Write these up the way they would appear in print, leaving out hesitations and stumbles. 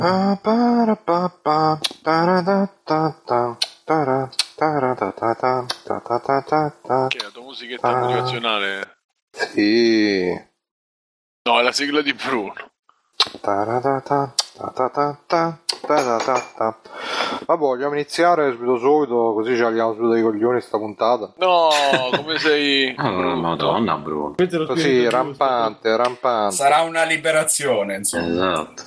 Che è la tua musichetta motivazionale? Sì. No, è la sigla di Bruno. Vabbè, vogliamo iniziare subito, così ci alliamo subito dai coglioni sta puntata. No, come sei? Oh, Madonna, Bruno. Così, rampante. Sarà una liberazione, insomma. Esatto.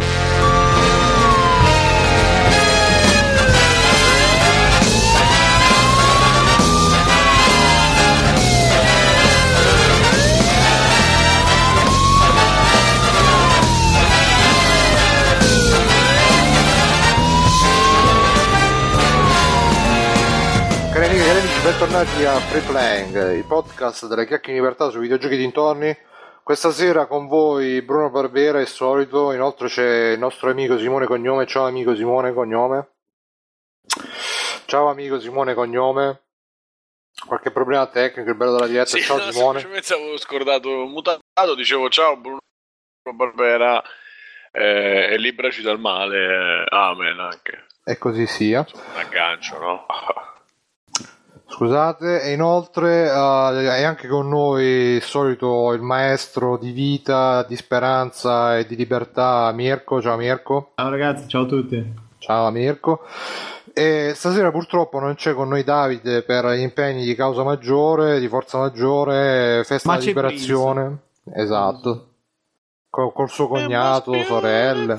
Cari amici, bentornati a Free Playing, il podcast delle chiacchiere in libertà sui videogiochi dintorni. Questa sera con voi Bruno Barbera, il solito, inoltre c'è il nostro amico Simone Cognome. Ciao amico Simone Cognome. Ciao amico Simone Cognome. Qualche problema tecnico, il bello della diretta? Sì, ciao no, Simone. semplicemente avevo scordato mutato, dicevo ciao Bruno Barbera, e libraci dal male, amen anche. E così sia. Un aggancio, no? Scusate, e inoltre è anche con noi il solito, il maestro di vita, di speranza e di libertà, Mirko. Ciao Mirko. Ciao ragazzi, ciao a tutti. Ciao Mirko. E stasera purtroppo non c'è con noi Davide per gli impegni di causa maggiore, di forza maggiore, festa Ma della c'è liberazione. Esatto. Col suo cognato, sorelle.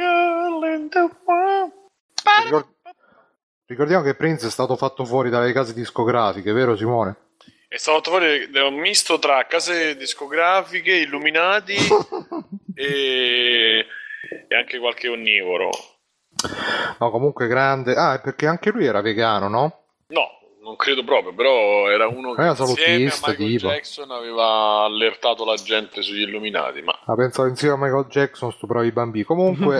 Ricordiamo che Prince è stato fatto fuori dalle case discografiche, vero Simone? È stato fuori da un misto tra case discografiche, illuminati e anche qualche onnivoro. No, comunque grande. Ah, è perché anche lui era vegano, no? No, non credo proprio, però era uno che Era insieme a salutista, Michael tipo. Jackson aveva allertato la gente sugli illuminati, ma... Pensavo insieme a Michael Jackson stuprava i bambini. Comunque...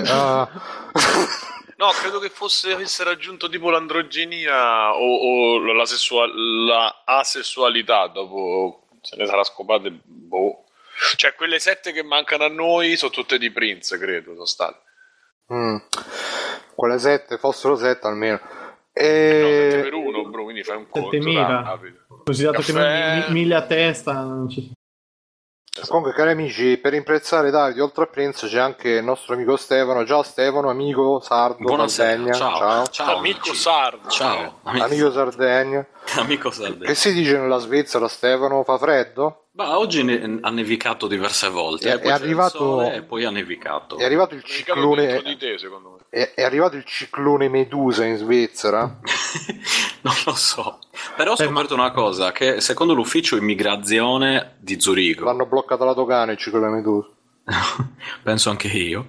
No, credo che avesse raggiunto tipo l'androginia o la asessualità, dopo se ne sarà scopate, boh. Cioè quelle 7 che mancano a noi sono tutte di Prince, credo, sono state. Quelle 7, fossero 7 almeno. No, 7 per 1, bro, quindi fai un conto 7.000. rapido. Così dato Caffè. che 1.000 a testa non ci... Comunque, cari amici, per rimprezzare Davide, oltre a Prince c'è anche il nostro amico Stefano. Ciao Stefano, amico sardo. Buonasera, Sardegna. ciao Amico amici. sardo. Ciao, Amico Sardegna. amico Sardegna. Che si dice nella Svizzera, Stefano? Fa freddo? Ma oggi ha nevicato diverse volte. È Poi c'è arrivato- il sole e poi ha nevicato. È arrivato il Dentro ciclone. di te, secondo me. È arrivato il ciclone Medusa in Svizzera? Non lo so. Però ho scoperto una cosa, che secondo l'ufficio immigrazione di Zurigo, L'hanno bloccato la dogana il ciclone Medusa. penso anche io,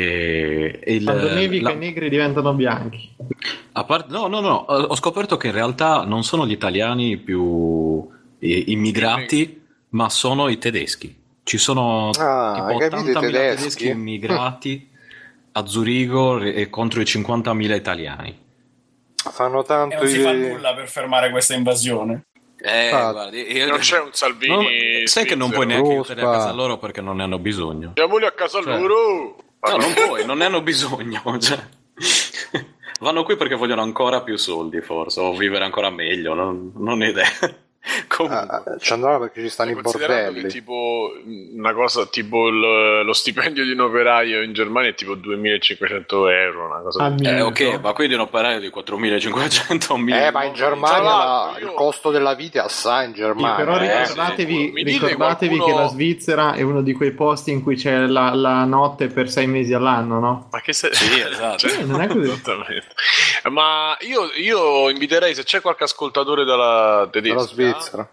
Quando nevica i negri diventano bianchi. no, ho scoperto che in realtà non sono gli italiani più immigrati, ma sono i tedeschi. Ci sono hai tipo capito, i 80.000 tedeschi? tedeschi immigrati a Zurigo e contro i 50.000 italiani. Fanno E tanto non si fa nulla per fermare questa invasione. Guardi, Non c'è un Salvini. sai che non puoi svizzero. neanche aiutare a Ruspa. casa loro perché non ne hanno bisogno. Andiamoli a casa loro. No, non puoi, non ne hanno bisogno. Cioè. Vanno qui perché vogliono ancora più soldi, forse, o vivere ancora meglio, non ho idea. Comunque. Ci andranno perché ci stanno i Considerando bordelli. che tipo una cosa tipo lo stipendio di un operaio in Germania è tipo 2.500 euro, una cosa Al mese. Ok, ma quindi un operaio di 4.500 Ma in Germania Tra l'altro, il io- costo della vita è assai in Sì, Germania. però Mi ricordatevi dite qualcuno- che la Svizzera è uno di quei posti in cui c'è la notte per 6 mesi all'anno, no? Ma che sei? Sì, esatto. Non è così. Esattamente. Ma io inviterei, se c'è qualche ascoltatore dalla tedesca, Dalla Svizzera.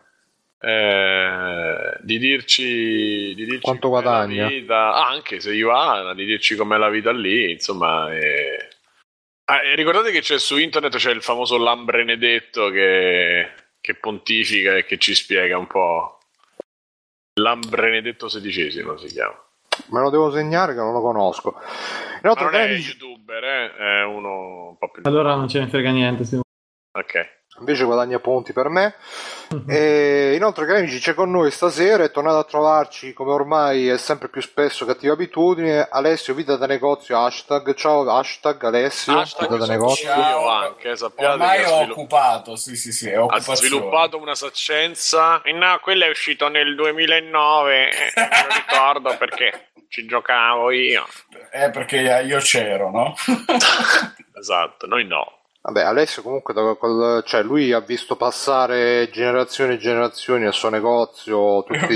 di dirci Quanto com'è la guadagna. vita, anche se Ivana, di dirci com'è la vita lì, insomma. E ricordate che c'è su internet c'è il famoso Lambrenedetto che pontifica e che ci spiega un po'. Lambrenedetto XVI si chiama. Me lo devo segnare che non lo conosco. Ma Inoltre, non è cari amici, youtuber, è uno un po' più... Allora non ce ne frega niente. Ok. invece guadagna punti per me. E inoltre, cari amici, c'è con noi stasera, è tornato a trovarci come ormai è sempre più spesso cattiva abitudine, Alessio Vita da Negozio hashtag. Ciao hashtag Alessio Vita da Negozio. Io anche, sappiate ormai che ho occupato, sì, è ha sviluppato una saccenza. No, quello è uscito nel 2009, non ricordo perché ci giocavo io. Perché io c'ero, no? Esatto, noi no. Vabbè, Alessio comunque cioè lui ha visto passare generazioni e generazioni al suo negozio, tutte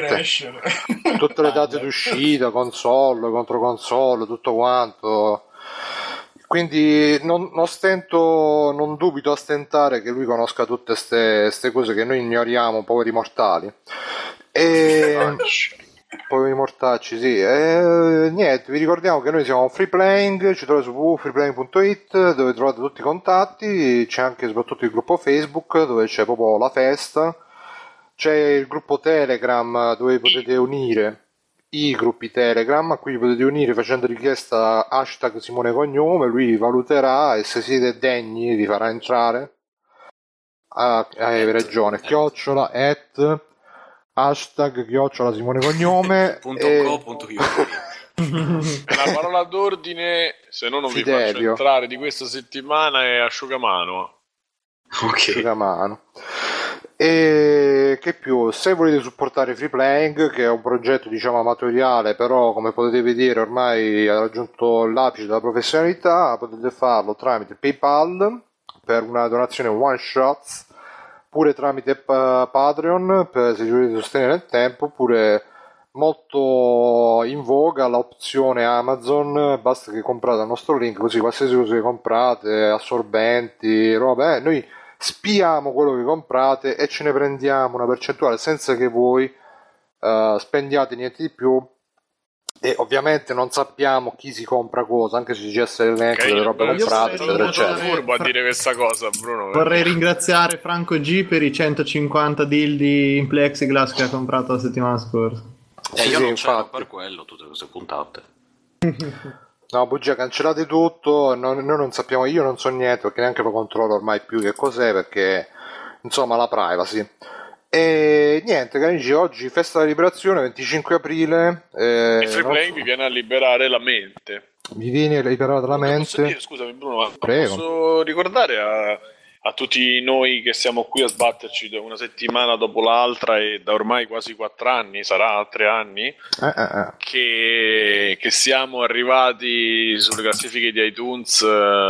le date d'uscita, console, contro console, tutto quanto. Quindi non dubito a stentare che lui conosca tutte ste cose che noi ignoriamo, poveri mortali. Poveri mortacci, sì. Niente, vi ricordiamo che noi siamo Free Playing, ci trovate su www.freeplaying.it, dove trovate tutti i contatti, c'è anche soprattutto il gruppo Facebook dove c'è proprio la festa, c'è il gruppo Telegram dove potete unire i gruppi Telegram, a cui potete unire facendo richiesta hashtag Simone Cognome, lui valuterà e se siete degni vi farà entrare. Hai ragione, @ hashtag Simone Cognome la parola d'ordine, se no non Fidelio. Vi faccio entrare, di questa settimana è asciugamano. Asciugamano. E che più, se volete supportare Free Playing, che è un progetto diciamo amatoriale, però come potete vedere ormai ha raggiunto l'apice della professionalità, potete farlo tramite PayPal per una donazione one shot, pure tramite Patreon se ci volete sostenere nel tempo, oppure molto in voga l'opzione Amazon, basta che comprate il nostro link, così qualsiasi cosa che comprate, assorbenti, roba, noi spiamo quello che comprate e ce ne prendiamo una percentuale senza che voi spendiate niente di più. E ovviamente non sappiamo chi si compra cosa, anche se ci sia l'elenco delle robe comprate, eccetera, eccetera. Furbo a dire questa cosa, Bruno. Vorrei ringraziare Franco G per i 150 dildi in plexiglass che ha comprato la settimana scorsa. Io non c'ero per quello, tutte queste puntate. No, bugia, cancellate tutto, noi non sappiamo, io non so niente perché neanche lo controllo ormai più che cos'è, perché insomma la privacy. E niente, cari amici, oggi festa della liberazione, 25 aprile. Il Free Playing vi viene a liberare la mente. Vi viene liberata la mente. Scusami Bruno, ma prego. Posso ricordare a tutti noi che siamo qui a sbatterci una settimana dopo l'altra e da ormai quasi 4 anni, sarà 3 anni, che siamo arrivati sulle classifiche di iTunes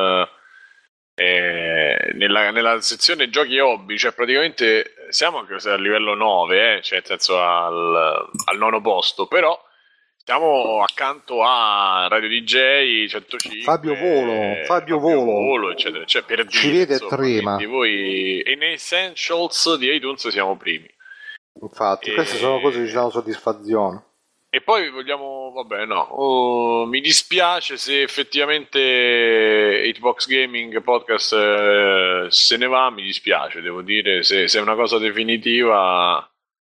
nella sezione giochi hobby, cioè praticamente siamo anche a livello 9, cioè nel senso al 9° posto, però siamo accanto a Radio DJ 105, Fabio Volo, eccetera, cioè per ci dire, vede insomma, trema. Voi, e nei Essentials di iTunes siamo primi. Infatti, queste sono cose che ci danno soddisfazione. E poi vogliamo, vabbè, no, mi dispiace se effettivamente Hitbox Gaming Podcast se ne va, mi dispiace, devo dire, se è una cosa definitiva,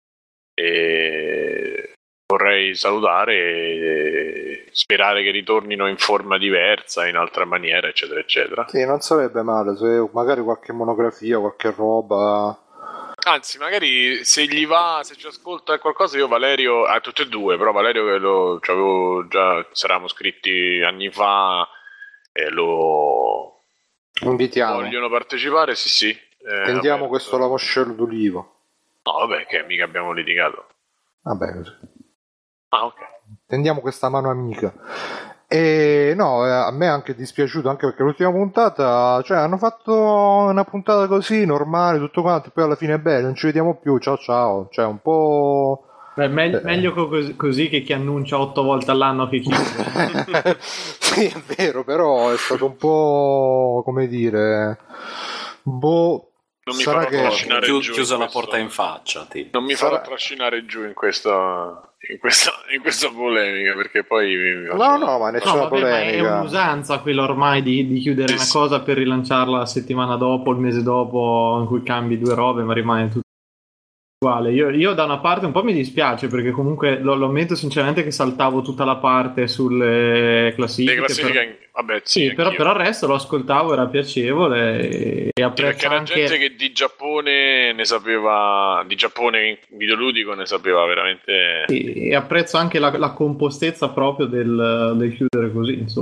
vorrei salutare e sperare che ritornino in forma diversa, in altra maniera, eccetera, eccetera. Sì, non sarebbe male se magari qualche monografia, qualche roba. Anzi, magari se gli va, se ci ascolta qualcosa, io Valerio, tutte e due, però Valerio che ci avevo già, ci eravamo scritti anni fa e lo invitiamo. Vogliono partecipare, sì. Tendiamo questo lamoscello d'ulivo. No, vabbè, che mica abbiamo litigato. Vabbè, così. Ah, ok. Tendiamo questa mano amica. E no, a me è anche dispiaciuto, anche perché l'ultima puntata, cioè hanno fatto una puntata così normale, tutto quanto, e poi alla fine è bello, non ci vediamo più, ciao, cioè un po'. Beh, meglio così che chi annuncia 8 volte all'anno che chiude. Sì, è vero, però è stato un po', come dire, non mi farò trascinare giù chiusa la porta in faccia, tipo. Non mi farò trascinare giù in questa polemica, perché poi no, ma nessuna polemica. Ma è un'usanza quella ormai di chiudere una cosa per rilanciarla la settimana dopo, il mese dopo, in cui cambi 2 robe, ma rimane tutto. uguale. Io da una parte un po' mi dispiace perché comunque lo ammetto sinceramente che saltavo tutta la parte sulle classifiche. Le classifiche, vabbè, sì, però il resto lo ascoltavo, era piacevole e apprezzo perché era anche... gente che di Giappone ne sapeva, di Giappone videoludico ne sapeva veramente. Sì, e apprezzo anche la compostezza proprio del chiudere così, insomma.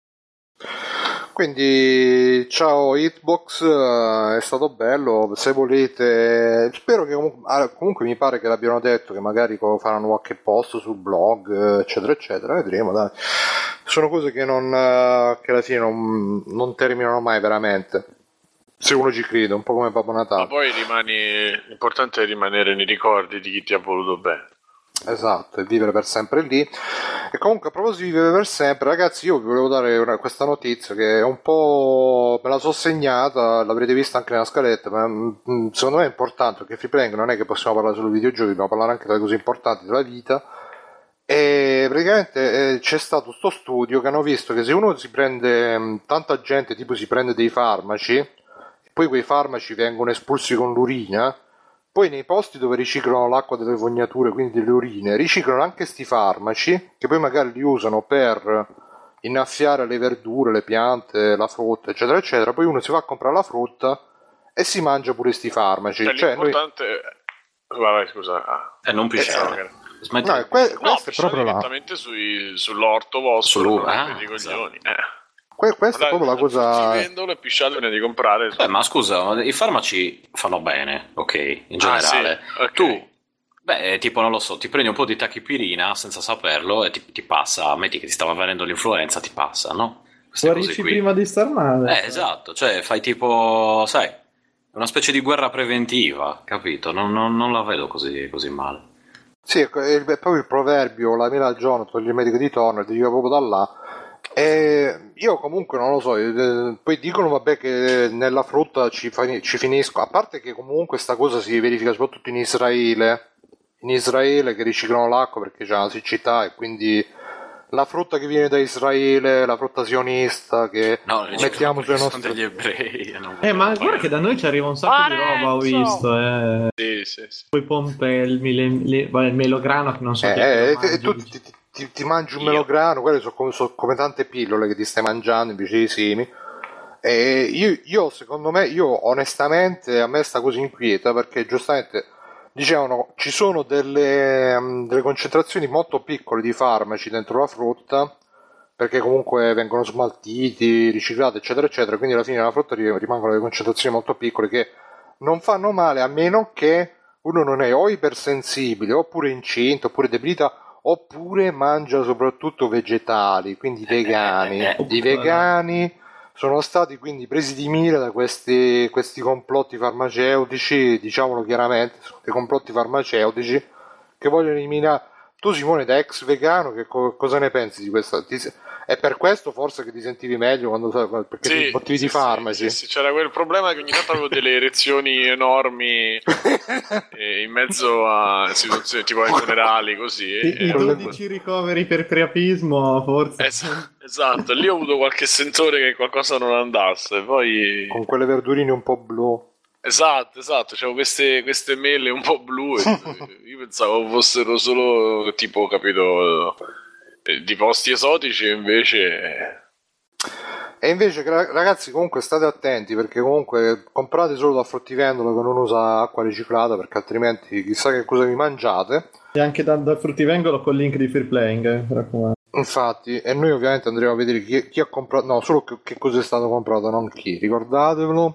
Quindi ciao Hitbox, è stato bello, se volete, spero che comunque mi pare che l'abbiano detto che magari faranno qualche post sul blog eccetera eccetera, vedremo, dai. Sono cose che che alla fine non terminano mai veramente, se uno ci crede, un po' come Babbo Natale. Ma poi l'importante è rimanere nei ricordi di chi ti ha voluto bene. Esatto, e vivere per sempre lì. E comunque, a proposito di vivere per sempre, ragazzi, io vi volevo dare questa notizia che è un po', me la so segnata, l'avrete vista anche nella scaletta, ma secondo me è importante, perché Free Playing non è che possiamo parlare solo di videogiochi, dobbiamo parlare anche delle cose importanti della vita. E praticamente c'è stato sto studio che hanno visto che se uno si prende, tanta gente tipo si prende dei farmaci, e poi quei farmaci vengono espulsi con l'urina, poi nei posti dove riciclano l'acqua delle fognature, quindi delle urine, riciclano anche sti farmaci, che poi magari li usano per innaffiare le verdure, le piante, la frutta, eccetera, eccetera. Poi uno si va a comprare la frutta e si mangia pure sti farmaci. L'importante Vabbè, scusa. Non pisciare. No, questo è proprio direttamente sull'orto vostro, di coglioni. Questa è proprio la cosa. Si vendono e pisciatene di comprare. Ma scusa, i farmaci fanno bene, ok, in generale. Sì, okay. Tu, tipo, non lo so, ti prendi un po' di tachipirina senza saperlo e ti passa, metti che ti stava venendo l'influenza, ti passa, no? Guarisci prima di star male. Esatto, cioè fai tipo, sai, una specie di guerra preventiva, capito? Non la vedo così male. Sì, è proprio il proverbio, la mela al giorno, togli il medico di torno, ti dico proprio da là. E io comunque non lo so, poi dicono vabbè che nella frutta ci finisco, a parte che comunque sta cosa si verifica soprattutto in Israele che riciclano l'acqua perché c'è una siccità e quindi la frutta che viene da Israele, la frutta sionista che mettiamo sui nostri degli ebrei. Ma guarda che da noi ci arriva un sacco di roba, ho visto. Sì. Poi pompe, il melograno che non so ti mangi un melograno, quelle sono come tante pillole che ti stai mangiando invece di semi. E io secondo me, onestamente a me sta cosa inquieta perché giustamente dicevano ci sono delle concentrazioni molto piccole di farmaci dentro la frutta perché comunque vengono smaltiti, riciclati eccetera eccetera, quindi alla fine nella frutta rimangono delle concentrazioni molto piccole che non fanno male a meno che uno non è o ipersensibile oppure incinto oppure debilitato oppure mangia soprattutto vegetali, quindi vegani. I vegani sono stati quindi presi di mira da questi complotti farmaceutici, diciamolo chiaramente, dei complotti farmaceutici che vogliono eliminare. Tu Simone da ex vegano cosa ne pensi di questo? È per questo forse che ti sentivi meglio perché motivi di farmaci? Sì, c'era quel problema che ogni tanto avevo delle erezioni enormi in mezzo a situazioni tipo ai funerali così. I 12 ricoveri per priapismo forse. Esatto, lì ho avuto qualche sentore che qualcosa non andasse. Poi con quelle verdurine un po' blu. Esatto, c'avevo queste mele un po' blu e io pensavo fossero solo tipo, capito, di posti esotici e invece ragazzi comunque state attenti perché comunque comprate solo da fruttivendolo che non usa acqua riciclata perché altrimenti chissà che cosa vi mangiate. E anche da fruttivendolo col link di Free Playing, mi raccomando. Infatti, e noi ovviamente andremo a vedere chi ha comprato, no, solo che cosa è stato comprato, non chi, ricordatevelo.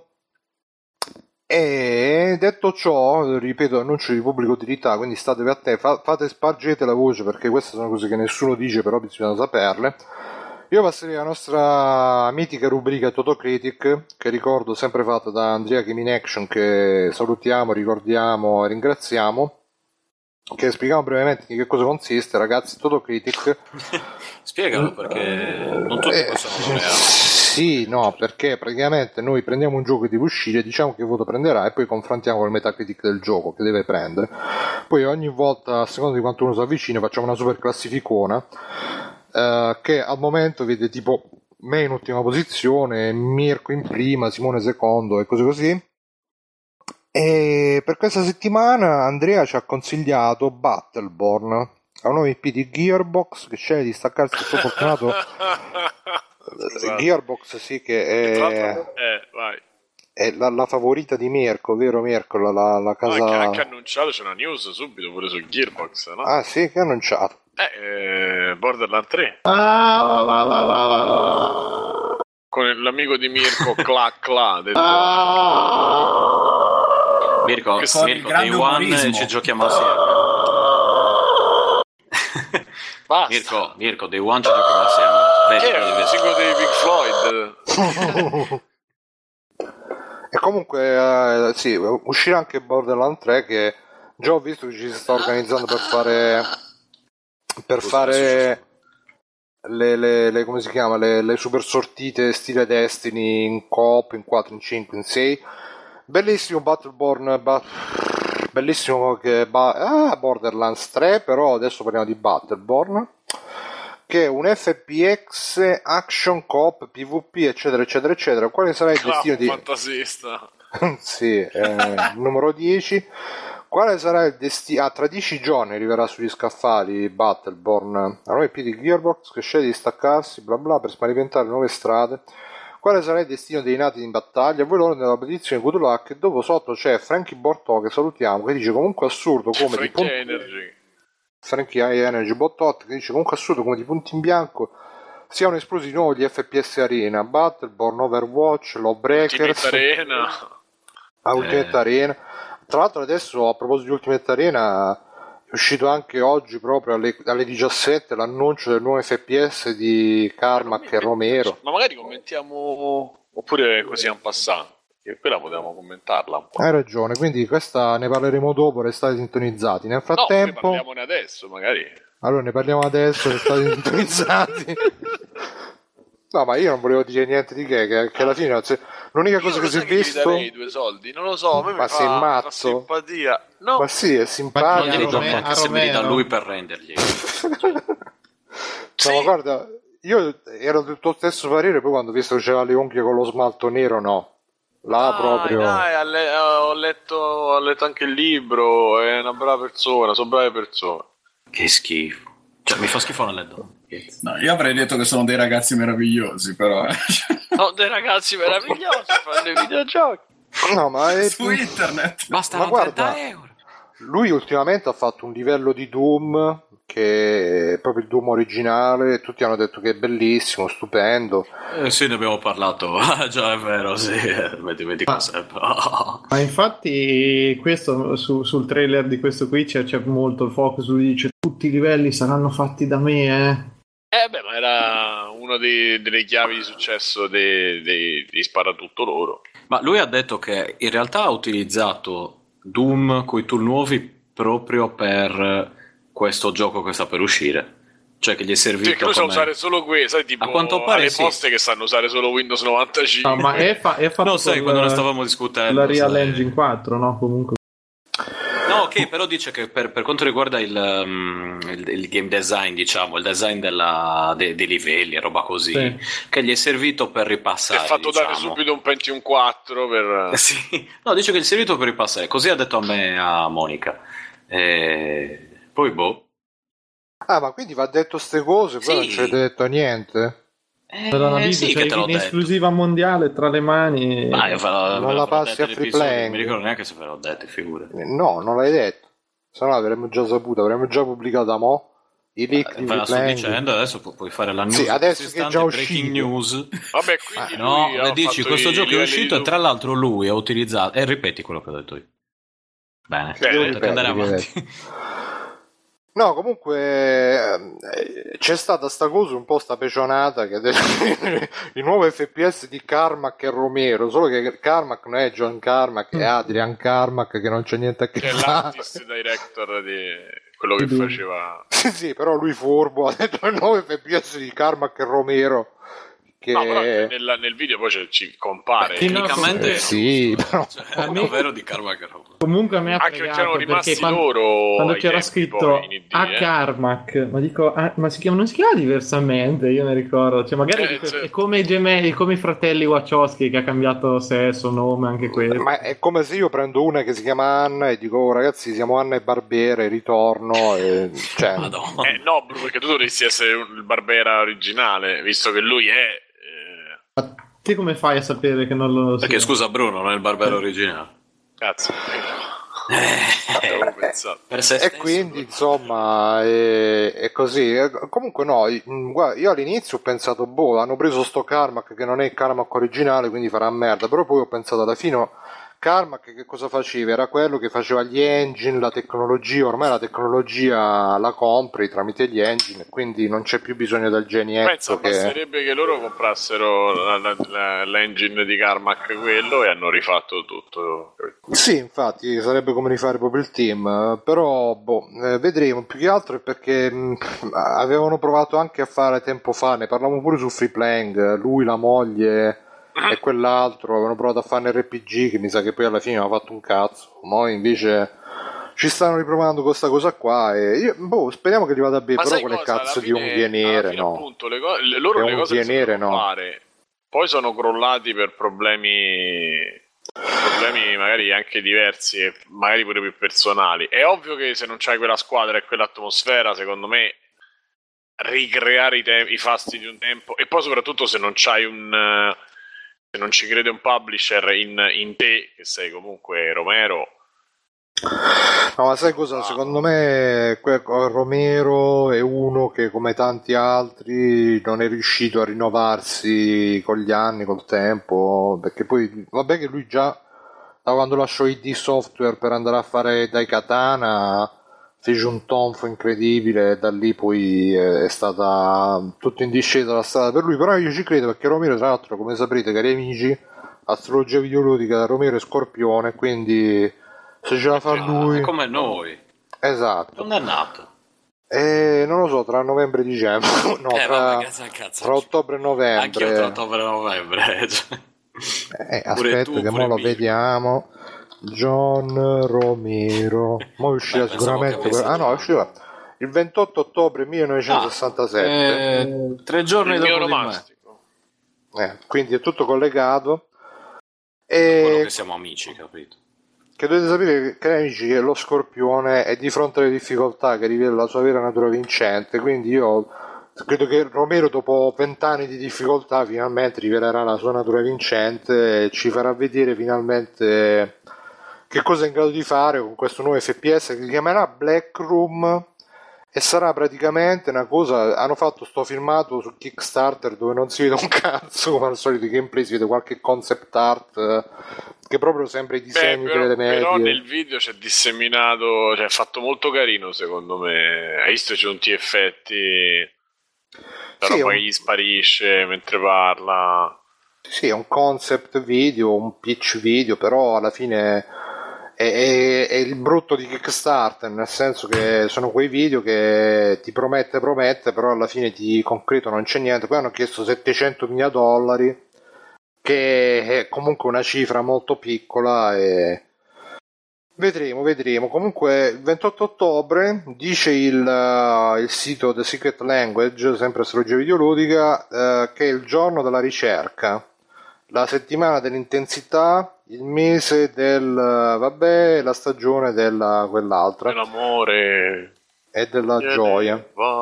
E detto ciò, ripeto, annuncio di pubblica utilità, quindi statevi attenti, spargete la voce perché queste sono cose che nessuno dice, però bisogna saperle. Io passerei alla nostra mitica rubrica Totocritic, che ricordo sempre fatta da Andrea Game in Action, che salutiamo, ricordiamo e ringraziamo, che spieghiamo brevemente di che cosa consiste, ragazzi. Totocritic spiegalo perché non tutti possono nominare. Sì, no, perché praticamente noi prendiamo un gioco che deve uscire, diciamo che voto prenderà e poi confrontiamo con il Metacritic del gioco che deve prendere. Poi ogni volta, a seconda di quanto uno si avvicina, facciamo una super classificona che al momento vede tipo me in ultima posizione, Mirko in prima, Simone secondo e così così. E per questa settimana Andrea ci ha consigliato Battleborn, è un nuovo IP di Gearbox che sceglie di staccarsi il suo fortunato Gearbox, sì, che vai. è la favorita di Mirko, vero Mirko? La casa... Anche annunciato, c'è una news subito pure su Gearbox, no? Ah sì, che ha annunciato? Borderlands 3. Con l'amico di Mirko, Cla, Mirko, Day One ci giochiamo assieme. Basta. Mirko, Day One ci giochiamo assieme. Che è il singolo dei Pink Floyd? E comunque sì, uscirà anche Borderlands 3, che già ho visto che ci si sta organizzando per fare le come si chiama, le super sortite stile Destiny in coop, in 4, in 5, in 6. Bellissimo Battleborn, bellissimo Borderlands 3, però adesso parliamo di Battleborn, che è un FPX action coop PvP eccetera eccetera eccetera. Quale sarà il destino di fantasista? sì, numero 10. Quale sarà il destino? Tra 10 giorni arriverà sugli scaffali Battleborn, a nuovo IP di Gearbox che sceglie di staccarsi bla bla per sperimentare nuove strade. Quale sarà il destino dei nati in battaglia? Voi loro nella petizione Good Luck, e dopo sotto c'è Frankie Bortò, che salutiamo, che dice comunque assurdo come Frankie Energy Bottot, che dice comunque assurdo come di punti in bianco siano esplosi di nuovo gli FPS Arena, Battleborn, Overwatch, Lawbreakers, Ultimate Arena. Tra l'altro adesso, a proposito di Ultimate Arena, è uscito anche oggi proprio alle 17 l'annuncio del nuovo FPS di Carmack e Romero. Ma magari commentiamo, oppure così en passant, che quella potevamo commentarla un po'. Hai ragione, quindi questa ne parleremo dopo, restate sintonizzati. Nel frattempo... No, ne parliamone adesso, magari. Allora ne parliamo adesso, restate sintonizzati. No, ma io non volevo dire niente di che alla fine l'unica cosa che si è visto... Io darei 2 soldi, non lo so, a me ma mi sei fa mazzo? una simpatia. No. Ma sì, è simpatico. Non glieli do neanche se me li dà lui per rendergli. No, ma guarda, io ero del tuo stesso parere, poi quando ho visto che c'era le unghie con lo smalto nero, no. Là proprio... Dai, ho letto anche il libro, è una brava persona, sono brave persone. Che schifo. Cioè, mi fa schifo non le donne. No, io avrei detto che sono dei ragazzi meravigliosi, però. Sono dei ragazzi meravigliosi, fanno i videogiochi. No, ma è... Su internet. Basta, ma guarda, 30 euro. Lui ultimamente ha fatto un livello di Doom che è proprio il Doom originale, tutti hanno detto che è bellissimo, stupendo. Sì, ne abbiamo parlato. Già, è vero, sì. Vedi sempre. Ma infatti questo sul trailer di questo qui c'è molto il focus, lui dice tutti i livelli saranno fatti da me, ma era una delle chiavi di successo dei sparatutto loro. Ma lui ha detto che in realtà ha utilizzato Doom coi tool nuovi proprio per questo gioco che sta per uscire. Cioè che gli è servito che lui sa usare solo questo, sai, tipo a quanto pare alle sì. poste che sanno usare solo Windows 95. No, ma è fatto no, sai, quando ne stavamo discutendo la Real Engine 4, no? Comunque. No, ok, però dice che per quanto riguarda il game design, diciamo, il design dei livelli e roba così, sì, che gli è servito per ripassare. È fatto dare subito un Pentium 4 per... Sì, no, dice che gli è servito per ripassare, così ha detto a me, a Monica. Poi boh. Ah, ma quindi va detto ste cose, poi non ci avete detto niente? Sì, che te l'ho in detto. Esclusiva mondiale tra le mani. Non la passi a Free Playing. Non mi ricordo neanche se ve l'ho detto, figure. No, non l'hai detto. Se no l'avremmo già saputo, avremmo già pubblicato da mo' i leak di Ve la sto Free dicendo, adesso puoi fare la news. Sì, adesso che è già breaking news. Vabbè, quindi no, lui le dici, questo gioco è uscito e tra l'altro lui ha utilizzato... ripeti quello che ho detto io. Bene, andare avanti. No, comunque c'è stata sta cosa un po' sta pecionata che il nuovo FPS di Carmack e Romero, solo che Carmack non è John Carmack, è Adrian Carmack, che non c'è niente a che fare. È l'artist director di quello che faceva. Sì, però lui furbo ha detto il nuovo FPS di Carmack e Romero, perché no, però nel video poi ci compare. Tecnicamente sì, però è vero di Carmack. Comunque a me ha anche perché erano fregato, rimasti perché loro quando ai c'era tempi scritto poi in ID, a Carmack, ma dico, ma non si chiama diversamente, io ne ricordo, cioè magari dico, certo. è come i gemelli, come i fratelli Wachowski che ha cambiato sesso, nome, anche questo. ma è come se io prendo una che si chiama Anna e dico, "Oh, ragazzi, siamo Anna e Barbera, ritorno", e, cioè, Madonna. No, Bru, perché tu dovresti essere il Barbera originale, visto che lui è... Ma te come fai a sapere che non lo Perché sia? scusa Bruno, non è il Barbero originale. Cazzo, avevo pensato. Per se e stesso, quindi Bruno. insomma è così. Comunque no, guarda, io all'inizio ho pensato, boh, hanno preso sto Carmack che non è il Carmack originale, quindi farà merda, però poi ho pensato alla fine Carmack che cosa faceva? Era quello che faceva gli engine, la tecnologia, ormai la tecnologia la compri tramite gli engine, quindi non c'è più bisogno del Pensa, genietto che... basterebbe che loro comprassero l'engine di Carmack quello e hanno rifatto tutto. Sì, infatti sarebbe come rifare proprio il team, però boh, vedremo. Più che altro è perché avevano provato anche a fare tempo fa, ne parlavamo pure su Free Playing, lui, la moglie e quell'altro avevano provato a fare un RPG che mi sa che poi alla fine hanno fatto un cazzo. Noi invece ci stanno riprovando questa cosa qua e boh, speriamo che gli vada bene, Ma però sai quelle cosa? cazzo Alla di unghie nere, fine, no. appunto, loro Le le cose unghie che nere, sapevano no. fare poi sono crollati per problemi magari anche diversi e magari pure più personali. È ovvio che se non c'hai quella squadra e quell'atmosfera, secondo me ricreare i fasti di un tempo, e poi soprattutto se non c'hai se non ci crede un publisher in te, che sei comunque Romero. No, ma sai cosa? Secondo me Romero è uno che, come tanti altri, non è riuscito a rinnovarsi con gli anni, col tempo, perché poi, vabbè che lui già, da quando lasciò ID Software per andare a fare Daikatana, fece un tonfo incredibile e da lì poi è stata tutto in discesa la strada per lui, però io ci credo perché Romero, tra l'altro, come saprete, cari amici, astrologia videoludica, Romero è Scorpione, quindi se ce la fa lui, È come noi. esatto. Non è nato. Non lo so, tra novembre e dicembre, no, Vabbè, cazzo. tra ottobre e novembre. Anch'io tra ottobre e novembre. Aspetta che mo lo vediamo. John Romero. Mo uscirà sicuramente. No, uscirà il 28 ottobre 1967. 3 giorni Il dopo mio di me. romastico. Quindi è tutto collegato. Quello che siamo amici, capito? Che dovete sapere, cari amici, che lo Scorpione è di fronte alle difficoltà che rivela la sua vera natura vincente, quindi io credo che Romero dopo 20 anni di difficoltà finalmente rivelerà la sua natura vincente e ci farà vedere finalmente che cosa è in grado di fare con questo nuovo FPS che si chiamerà Black Room e sarà praticamente una cosa. Hanno fatto sto filmato su Kickstarter dove non si vede un cazzo, come al solito i gameplay, si vede qualche concept art che proprio sembra i disegni delle medie. Però nel video c'è disseminato, cioè è fatto molto carino secondo me. Hai visto, c'è un effetti, però sì, poi gli sparisce mentre parla. Sì, è un concept video, un pitch video, però alla fine è il brutto di Kickstarter, nel senso che sono quei video che ti promette, però alla fine di concreto non c'è niente. Poi hanno chiesto $700.000, che è comunque una cifra molto piccola e vedremo. Comunque il 28 ottobre dice il sito The Secret Language, sempre astrologia videoludica, che è il giorno della ricerca, la settimana dell'intensità, il mese del la stagione della quell'altra, Dell'amore e della gioia.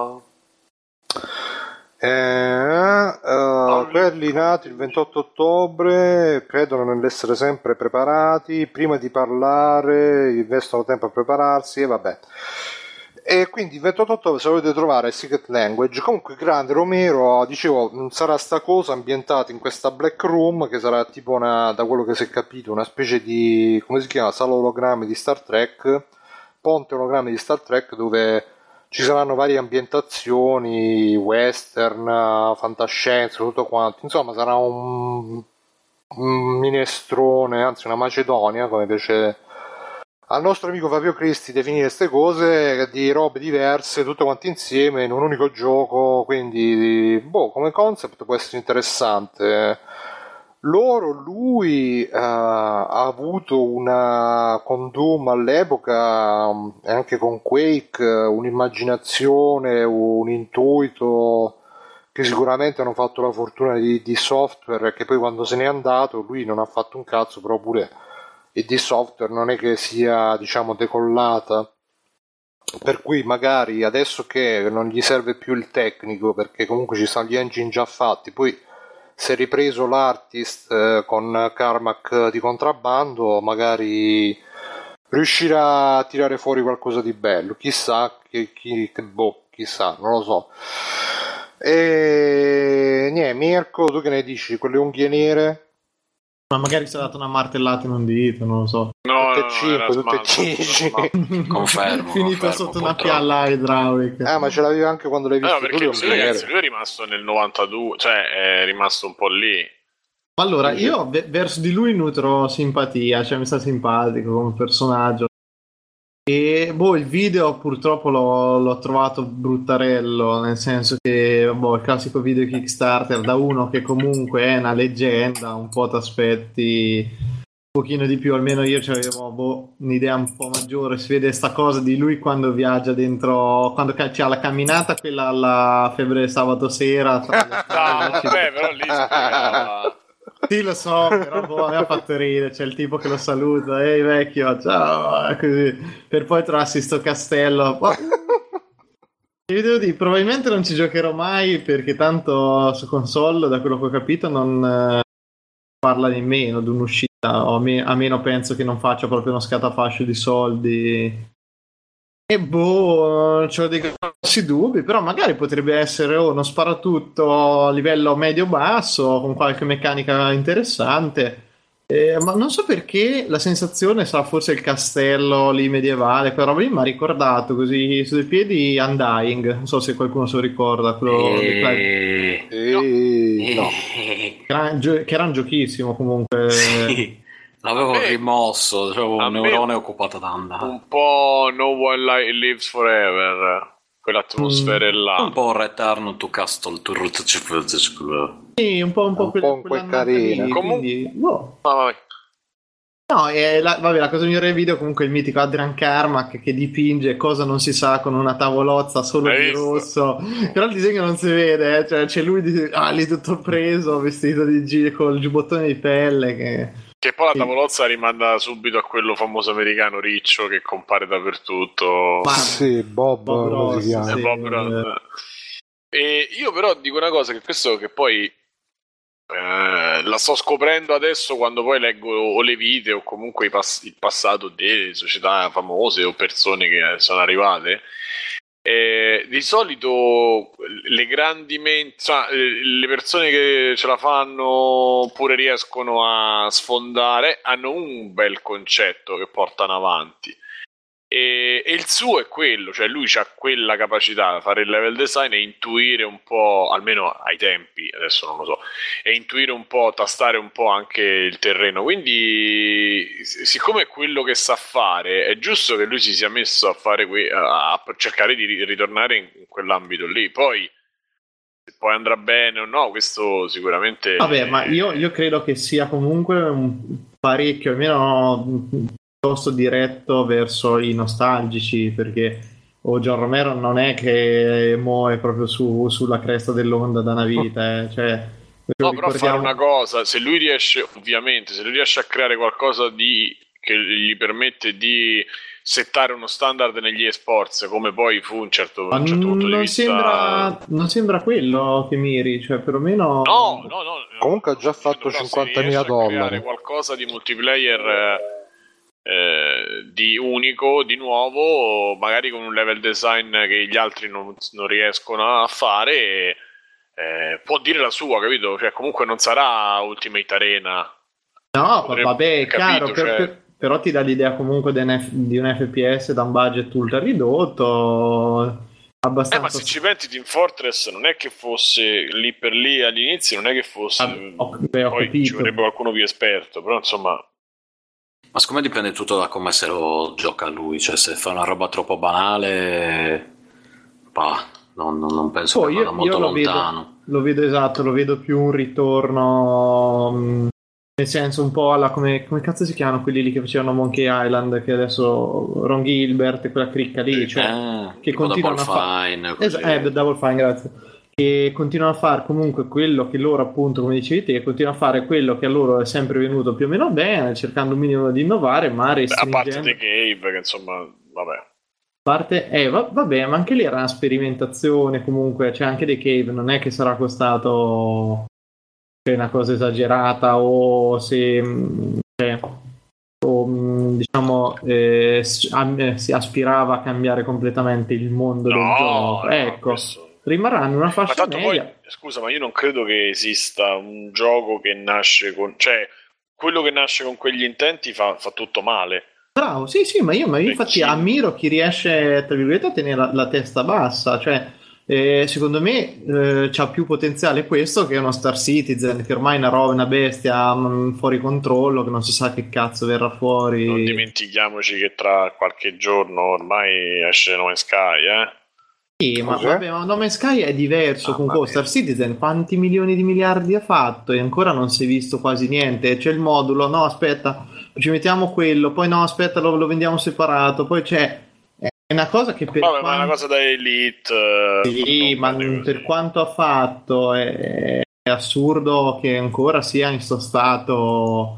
Quelli nati il 28 ottobre credono nell'essere sempre preparati, prima di parlare investono tempo a prepararsi e vabbè. E quindi il 28 ottobre, se volete trovare Secret Language, comunque grande Romero, dicevo, sarà sta cosa ambientata in questa Black Room, che sarà tipo una, da quello che si è capito, una specie di, come si chiama, sala ologrammi di Star Trek, ponte ologrammi di Star Trek, dove ci saranno varie ambientazioni, western, fantascienza, tutto quanto, insomma sarà un minestrone, anzi una Macedonia, come piace al nostro amico Fabio Cristi definire queste cose di robe diverse tutte quante insieme in un unico gioco, quindi come concept può essere interessante. Lui ha avuto con Doom all'epoca e anche con Quake un'immaginazione, un intuito che sicuramente hanno fatto la fortuna di Software, che poi quando se n'è andato lui non ha fatto un cazzo, però pure di Software non è che sia, diciamo, decollata, per cui magari adesso che non gli serve più il tecnico perché comunque ci sono gli engine già fatti, poi si è ripreso l'artist con Carmack di contrabbando, magari riuscirà a tirare fuori qualcosa di bello, chissà, chissà, non lo so. E niente, Mirko, tu che ne dici? Quelle unghie nere? Ma magari si è dato una martellata in un dito, non lo so. No, tutte e 5, tutte e 10. Confermo. Finito sotto una pialla idraulica. Ma ce l'avevi anche quando l'hai visto no, perché lui è rimasto nel 92, cioè è rimasto un po' lì. Allora, io verso di lui nutro simpatia, cioè mi sta simpatico come personaggio. E il video purtroppo l'ho trovato bruttarello, nel senso che il classico video Kickstarter da uno che comunque è una leggenda, un po' ti aspetti un pochino di più, almeno io avevo un'idea un po' maggiore. Si vede sta cosa di lui quando viaggia dentro, quando c'ha la camminata quella alla Febbre sabato sera. Però lì spiegava. Sì, lo so, però mi ha fatto ridere. C'è il tipo che lo saluta, ehi vecchio, ciao, così, per poi trovarsi sto castello. Io devo dire, probabilmente non ci giocherò mai perché tanto su console, da quello che ho capito, non parla nemmeno di un'uscita, o a meno penso che non faccia proprio uno scatafascio di soldi. E c'ho dei grossi dubbi, però magari potrebbe essere uno sparatutto a livello medio-basso con qualche meccanica interessante, ma non so perché la sensazione sarà forse il castello lì medievale, quella roba lì mi ha ricordato così su due piedi Undying, non so se qualcuno se lo ricorda, quello no. Che era un giochissimo comunque. Sì. L'avevo rimosso, un neurone occupato da andare. Un po' No One Lives Forever, quell'atmosfera là. Un po' Return to Castle to Sì, un po' quel carino. Quindi, vai. No, la cosa migliore del video comunque è il mitico Adrian Carmack che dipinge cosa non si sa con una tavolozza solo di rosso, però il disegno non si vede, cioè c'è lui lì tutto preso, vestito di col giubbottone di pelle che poi la tavolozza rimanda subito a quello famoso americano riccio che compare dappertutto. Sì, Bob Ross, si chiama. sì, Bob e io però dico una cosa, che questo che poi la sto scoprendo adesso quando poi leggo o le video o comunque il passato delle società famose o persone che sono arrivate. Di solito le grandi le persone che ce la fanno oppure riescono a sfondare hanno un bel concetto che portano avanti e il suo è quello, cioè lui ha quella capacità di fare il level design e intuire un po', almeno ai tempi, adesso non lo so, e intuire un po', tastare un po' anche il terreno, quindi siccome è quello che sa fare è giusto che lui si sia messo a fare a cercare di ritornare in quell'ambito lì. Poi se poi andrà bene o no, questo sicuramente ma io credo che sia comunque un parecchio, almeno piuttosto diretto verso i nostalgici, perché John Romero non è che muove proprio sulla cresta dell'onda da una vita, cioè, no, però fare una cosa, se lui riesce a creare qualcosa che gli permette di settare uno standard negli esports, come poi fu un certo punto di vista. Non sembra quello che miri, cioè perlomeno no. Comunque ha già fatto $50.000. Creare qualcosa di multiplayer di unico, di nuovo, magari con un level design che gli altri non riescono a fare, può dire la sua, capito? Cioè comunque non sarà Ultimate Arena. No, vabbè, capito, chiaro, però ti dà l'idea comunque di un FPS da un budget ultra ridotto, abbastanza. Ma se ci pensi, Team Fortress non è che fosse lì per lì all'inizio, non è che fosse ho poi capito. ci vorrebbe qualcuno più esperto, però insomma Ma secondo me dipende tutto da come se lo gioca lui, cioè se fa una roba troppo banale, non penso che vada molto lontano. Lo vedo esatto, lo vedo più un ritorno, nel senso un po' alla come cazzo si chiamano quelli lì che facevano Monkey Island, che adesso Ron Gilbert e quella cricca lì, cioè che continuano a fare Double Fine, grazie. Che continuano a fare comunque quello che loro, appunto, come dicevi te, continuano a fare quello che a loro è sempre venuto più o meno bene, cercando un minimo di innovare, ma restringendo. A parte The Cave, che insomma, vabbè. Vabbè, ma anche lì era una sperimentazione, comunque, cioè anche The Cave non è che sarà costato una cosa esagerata o se diciamo si aspirava a cambiare completamente il mondo del gioco. Ecco. Questo... rimarranno una fascia media. Poi, scusa, ma io non credo che esista un gioco che nasce con... cioè, quello che nasce con quegli intenti fa tutto male. Bravo, sì, ma io infatti ammiro chi riesce, tra virgolette, a tenere la testa bassa, cioè secondo me c'ha più potenziale questo che uno Star Citizen, che ormai è una bestia fuori controllo, che non si sa che cazzo verrà fuori. Non dimentichiamoci che tra qualche giorno ormai esce No Man's Sky, Sì, ma vabbè, ma No Man's Sky è diverso. Comunque Star Citizen quanti milioni di miliardi ha fatto e ancora non si è visto quasi niente. C'è il modulo, no aspetta, ci mettiamo quello, poi no aspetta, lo vendiamo separato, poi c'è è una cosa che per ma è una cosa da Elite. Sì, ma per quanto ha fatto è assurdo che ancora sia in sto stato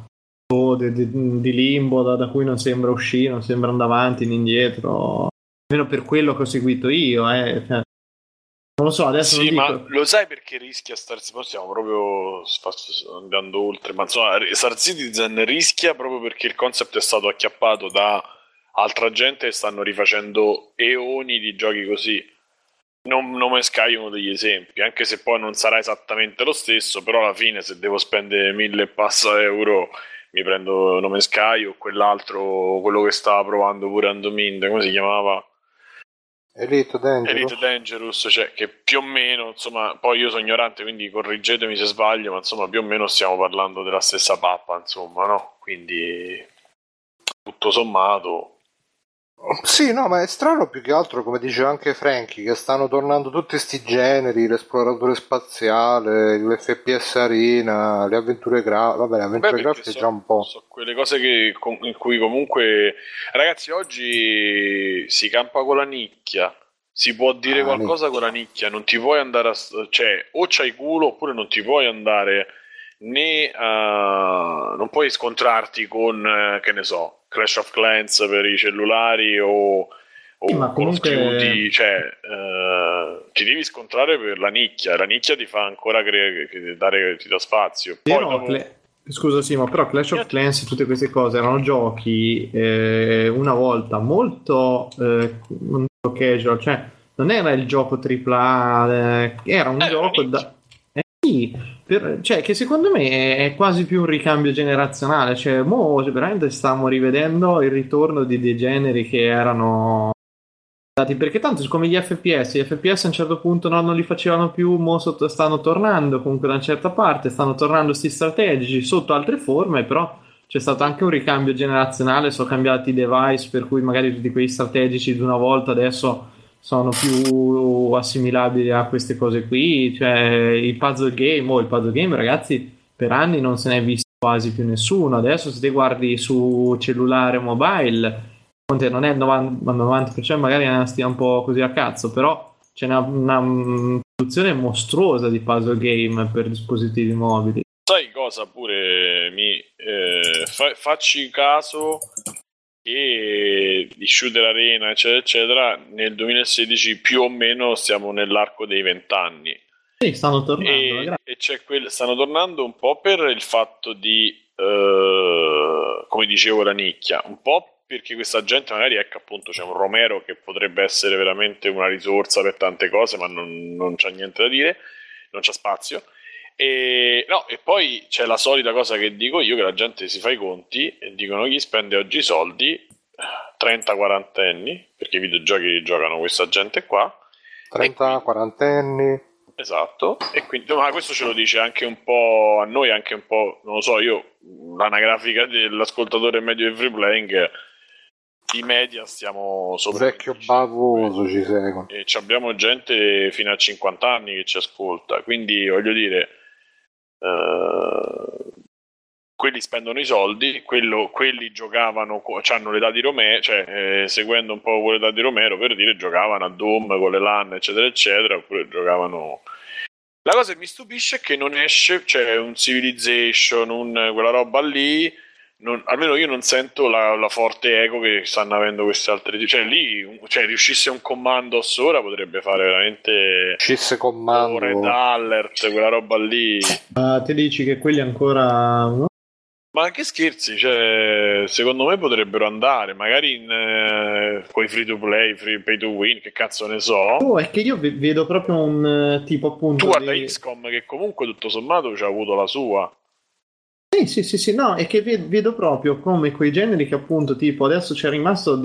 di limbo da cui non sembra uscire, non sembra andare avanti né indietro. Almeno per quello che ho seguito io, cioè, non lo so, adesso sì, non ma dico... lo sai perché rischia Star Citizen? Stiamo proprio andando oltre, ma insomma Star Citizen rischia proprio perché il concept è stato acchiappato da altra gente e stanno rifacendo eoni di giochi così. No Man's Sky è uno degli esempi, anche se poi non sarà esattamente lo stesso, però alla fine se devo spendere 1000 e passa euro mi prendo No Man's Sky o quell'altro, quello che stava provando pure Andomind, come si chiamava? Elite Dangerous, cioè che più o meno, insomma, poi io sono ignorante, quindi correggetemi se sbaglio, ma insomma più o meno stiamo parlando della stessa pappa, insomma, no? Quindi tutto sommato. Sì, no, ma è strano più che altro, come dice anche Frankie, che stanno tornando tutti sti generi, l'esploratore spaziale, l'FPS arena, le avventure grafiche. Vabbè, le avventure grafiche già un po'. So quelle cose in cui comunque, ragazzi, oggi si campa con la nicchia. Si può dire qualcosa con la nicchia, non ti puoi andare cioè, o c'hai culo oppure non ti puoi andare né non puoi scontrarti con, che ne so, Clash of Clans per i cellulari o Call of Duty, cioè ti devi scontrare per la nicchia ti fa ancora ti dà spazio. Poi scusa sì, ma però Clash of Clans e tutte queste cose erano giochi una volta molto casual, cioè non era il gioco AAA, era un gioco cioè che secondo me è quasi più un ricambio generazionale, cioè mo veramente stiamo rivedendo il ritorno di dei generi che erano stati, perché tanto come gli FPS a un certo punto non li facevano più, mo stanno tornando comunque da una certa parte, stanno tornando sti strategici sotto altre forme, però c'è stato anche un ricambio generazionale, sono cambiati i device per cui magari tutti quei strategici di una volta adesso sono più assimilabili a queste cose qui, cioè il puzzle game ragazzi per anni non se ne è visto quasi più nessuno, adesso se te guardi su cellulare o mobile non è il 90% magari è una stia un po' così a cazzo, però c'è una produzione mostruosa di puzzle game per dispositivi mobili. Sai cosa pure facci caso e di Shooter Arena eccetera eccetera nel 2016 più o meno stiamo nell'arco dei 20 anni. Sì, stanno tornando stanno tornando un po' per il fatto di come dicevo la nicchia, un po' perché questa gente magari ecco appunto c'è un Romero che potrebbe essere veramente una risorsa per tante cose ma non c'ha niente da dire, non c'ha spazio. E poi c'è la solita cosa che dico io, che la gente si fa i conti e dicono chi spende oggi i soldi 30-40 anni, perché i videogiochi giocano questa gente qua, 30-40 anni Esatto, e quindi ma questo ce lo dice anche un po' a noi, anche un po', non lo so, io l'anagrafica dell'ascoltatore medio di Free Playing, di media stiamo sopra vecchio bavoso ci segue e abbiamo gente fino a 50 anni che ci ascolta, quindi voglio dire, quelli spendono i soldi, quelli giocavano, hanno l'età di Romero, cioè seguendo un po' quell'età di Romero, per dire, giocavano a Doom con le LAN eccetera eccetera, oppure giocavano. La cosa che mi stupisce è che non esce, cioè un Civilization, quella roba lì, almeno io non sento la forte eco che stanno avendo queste altre, cioè lì, cioè riuscisse un comando ora potrebbe fare veramente uscisse comando Red Alert, quella roba lì. Te dici che quelli ancora no? Ma anche scherzi, cioè, secondo me potrebbero andare, magari con i free to play, free pay to win, che cazzo ne so. Oh, è che io vedo proprio un tipo appunto. Tu guarda XCOM che comunque tutto sommato ci ha avuto la sua. Sì, no, è che vedo proprio come quei generi che appunto tipo adesso c'è rimasto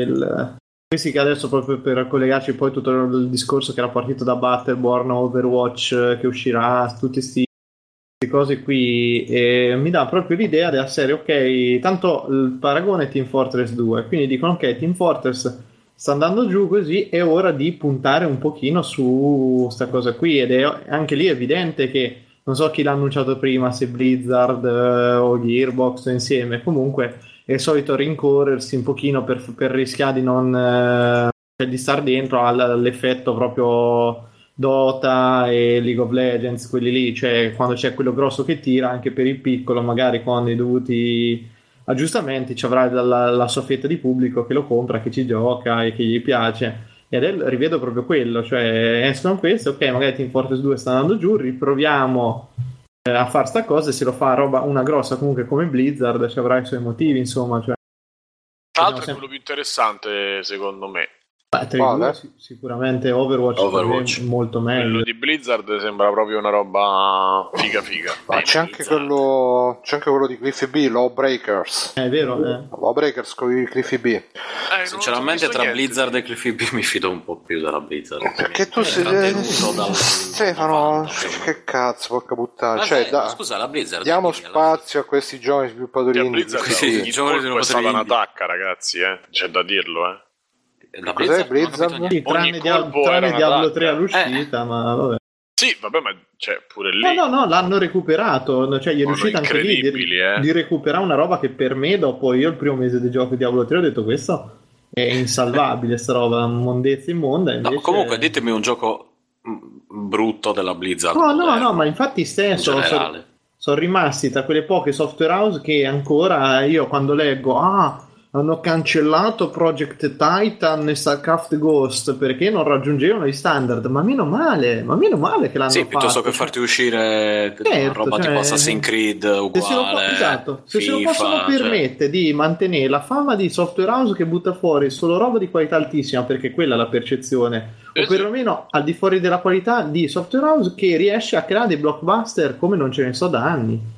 questi che adesso proprio per collegarci poi tutto il discorso che era partito da Battleborn, Overwatch che uscirà, tutti queste cose qui, e mi dà proprio l'idea della serie, ok, tanto il paragone è Team Fortress 2, quindi dicono ok, Team Fortress sta andando giù così, è ora di puntare un pochino su sta cosa qui, ed è anche lì evidente che non so chi l'ha annunciato prima, se Blizzard o Gearbox insieme, comunque è il solito rincorrersi un pochino per rischiare di non di star dentro all'effetto proprio Dota e League of Legends, quelli lì, cioè quando c'è quello grosso che tira, anche per il piccolo magari con i dovuti aggiustamenti ci avrà la sua fetta di pubblico che lo compra, che ci gioca e che gli piace. E adesso rivedo proprio quello, cioè escono queste, ok, magari Team Fortress 2 sta andando giù, riproviamo a fare sta cosa, e se lo fa roba una grossa comunque come Blizzard ci avrà i suoi motivi, insomma, cioè Tra l'altro è quello più interessante secondo me. Sicuramente Overwatch. Molto meglio. Quello di Blizzard sembra proprio una roba figa. Ma c'è anche quello di Cliffy B, Lawbreakers. È vero, Lawbreakers con i Cliffy B. Sinceramente tra Blizzard e Cliffy B mi fido un po' più della Blizzard. Perché tu sei Stefano, che cazzo, porca puttana. Scusa, la Blizzard diamo spazio a questi giovani sviluppatori indie. I giovani sviluppatori è stata un'attacca, ragazzi, c'è da dirlo, La Blizzard? Blizzard? Sì, tranne Diablo 3 all'uscita, ma vabbè. Sì, vabbè, ma cioè, pure lì. No, l'hanno recuperato. Cioè, gli è riuscito anche lì di recuperare una roba che per me, dopo io il primo mese di gioco di Diablo 3 ho detto questo è insalvabile, sta roba, mondezza immonda. Invece... No, comunque ditemi un gioco brutto della Blizzard. No, ma infatti stesso sono rimasti tra quelle poche software house che ancora io quando leggo hanno cancellato Project Titan e StarCraft Ghost perché non raggiungevano i standard, ma meno male che l'hanno fatto. Piuttosto che farti uscire roba tipo Assassin's Creed uguale. Se se lo possono permettere di mantenere la fama di software house che butta fuori solo roba di qualità altissima, perché quella è la percezione, o perlomeno al di fuori della qualità di software house che riesce a creare dei blockbuster come non ce ne so da anni.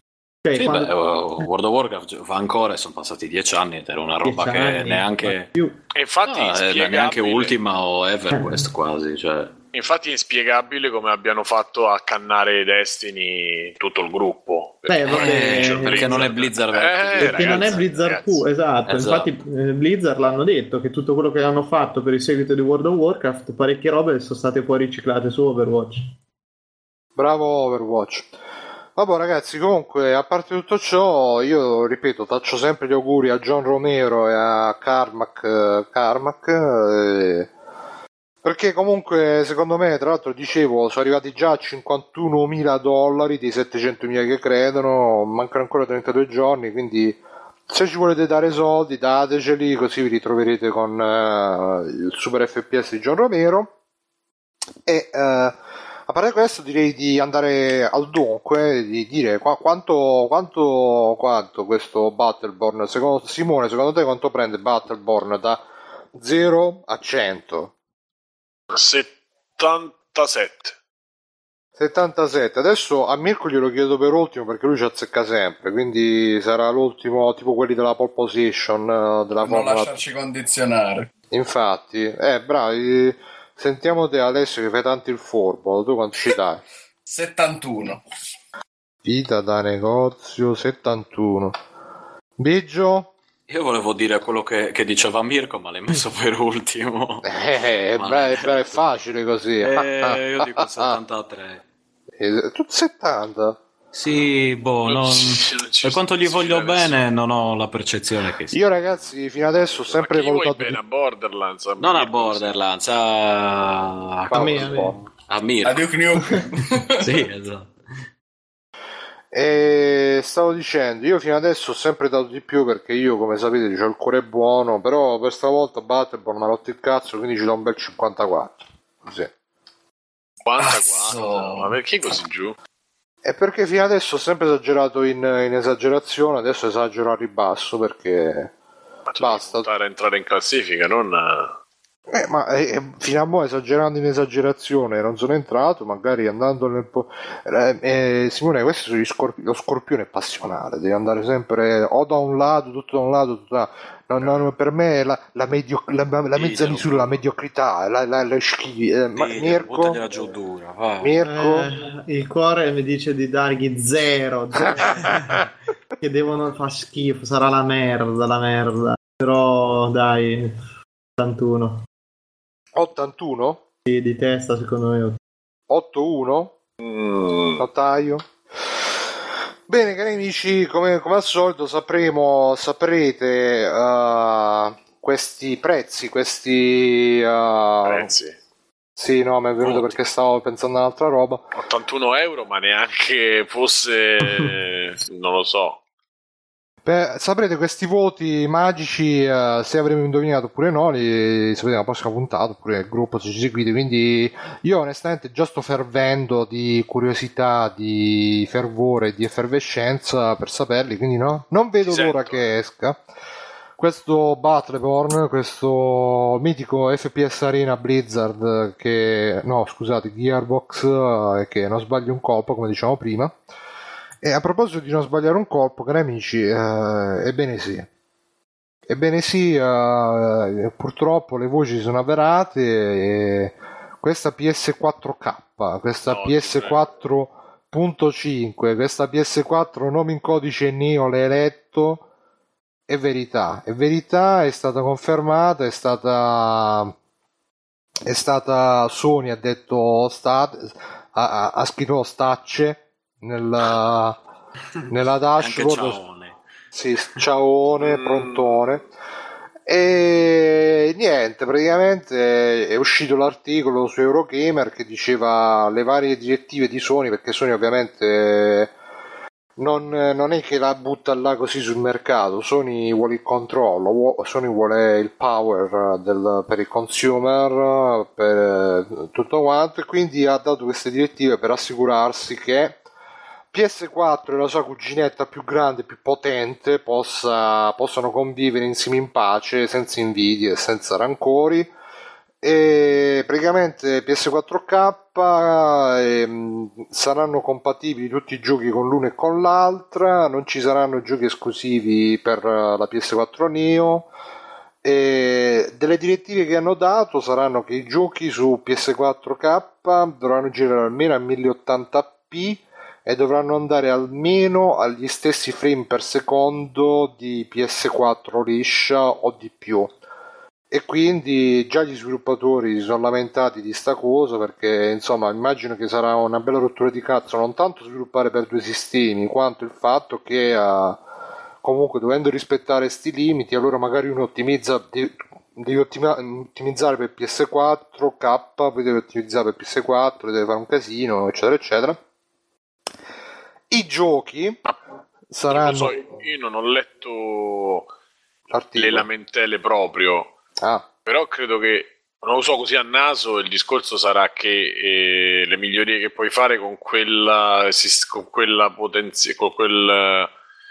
World of Warcraft va ancora e sono passati 10 anni ed era una roba che neanche e infatti neanche Ultima o EverQuest quasi, cioè. Infatti è inspiegabile come abbiano fatto a cannare Destiny tutto il gruppo perché non è Blizzard perché non è Blizzard Q, esatto. Infatti Blizzard l'hanno detto che tutto quello che hanno fatto per il seguito di World of Warcraft, parecchie robe sono state poi riciclate su Overwatch. Bravo Overwatch. Vabbè ragazzi, comunque a parte tutto ciò, io ripeto, faccio sempre gli auguri a John Romero e a Carmack perché comunque secondo me, tra l'altro dicevo, sono arrivati già a $51.000 dei 700.000 che credono, mancano ancora 32 giorni, quindi se ci volete dare soldi dateceli, così vi ritroverete con il super FPS di John Romero. E a parte questo direi di andare al dunque, di dire quanto questo Battleborn, secondo Simone, secondo te quanto prende Battleborn da 0 a 100? 77. Adesso a Mirko glielo chiedo per ultimo perché lui ci azzecca sempre, quindi sarà l'ultimo, tipo quelli della pole position della non lasciarci condizionare. Infatti, bravi. Sentiamo te, Alessio, che fai tanto il furbo. Tu quanto ci dai? 71. Vita da negozio 71. Biggio? Io volevo dire quello che diceva Mirko, ma l'hai messo per ultimo. È facile così. Io dico 73. Tu 70? Sì, per quanto gli voglio bene, non ho la percezione che sia. Io, ragazzi, fino adesso ho sempre valutato bene a Borderlands. Non a Borderlands, a Mirko. A Duke Nukem. Sì, esatto. E stavo dicendo, io fino adesso ho sempre dato di più perché io, come sapete, ho il cuore buono, però per stavolta Battleborn mi ha rotto il cazzo, quindi ci do un bel 54. Così. 54? Ma perché così giù? E perché fino adesso ho sempre esagerato in esagerazione, adesso esagero a ribasso perché basta. A entrare in classifica, non... Ma fino a mo' esagerando in esagerazione non sono entrato, magari andando nel Simone, questo lo scorpione è passionale, devi andare sempre o da un lato, tutto da un lato, tutto da... No, per me la mezza misura, la mediocrità, la schifo. Mirko? Mirko? Il cuore mi dice di dargli 0 che devono far schifo, sarà la merda, però dai, 81. 81? Sì, di testa secondo me. 8-1? Notaio. Bene, cari amici, come al solito saprete questi prezzi, prezzi. Sì, no, mi è venuto perché stavo pensando a un'altra roba. 81 euro, ma neanche fosse non lo so. Saprete questi voti magici, se avremo indovinato oppure no, li saprete nella prossima puntata oppure nel gruppo se ci seguite, quindi io onestamente già sto fervendo di curiosità, di fervore, di effervescenza per saperli, quindi no, non vedo l'ora che esca questo Battleborn, questo mitico FPS Arena Blizzard Gearbox, che non sbagli un colpo come diciamo prima. E a proposito di non sbagliare un colpo, cari amici, ebbene sì, purtroppo le voci si sono avverate e questa PS4K, questa PS4.5, questa PS4 nome in codice Neo l'hai eletto, è verità, è stata confermata, è stata Sony ha detto ha scritto stacce nella dashboard, sì, ciaone, prontone, e niente, praticamente è uscito l'articolo su Eurogamer che diceva le varie direttive di Sony, perché Sony ovviamente non è che la butta là così sul mercato. Sony vuole il controllo, Sony vuole il power per il consumer, per tutto quanto, e quindi ha dato queste direttive per assicurarsi che PS4 e la sua cuginetta più grande, più potente possano convivere insieme in pace, senza invidie e senza rancori. E praticamente PS4K saranno compatibili tutti i giochi con l'una e con l'altra, non ci saranno giochi esclusivi per la PS4 Neo, e delle direttive che hanno dato saranno che i giochi su PS4K dovranno girare almeno a 1080p e dovranno andare almeno agli stessi frame per secondo di PS4 liscia o di più. E quindi già gli sviluppatori si sono lamentati di sta cosa, perché insomma immagino che sarà una bella rottura di cazzo non tanto sviluppare per due sistemi quanto il fatto che comunque dovendo rispettare sti limiti, allora magari uno devi ottimizzare per PS4K, poi deve ottimizzare per PS4, deve fare un casino, eccetera eccetera. I giochi saranno... Io non ho letto l'articolo, le lamentele proprio, però credo che, non lo so così a naso, il discorso sarà che le migliorie che puoi fare con quella potenza, con quel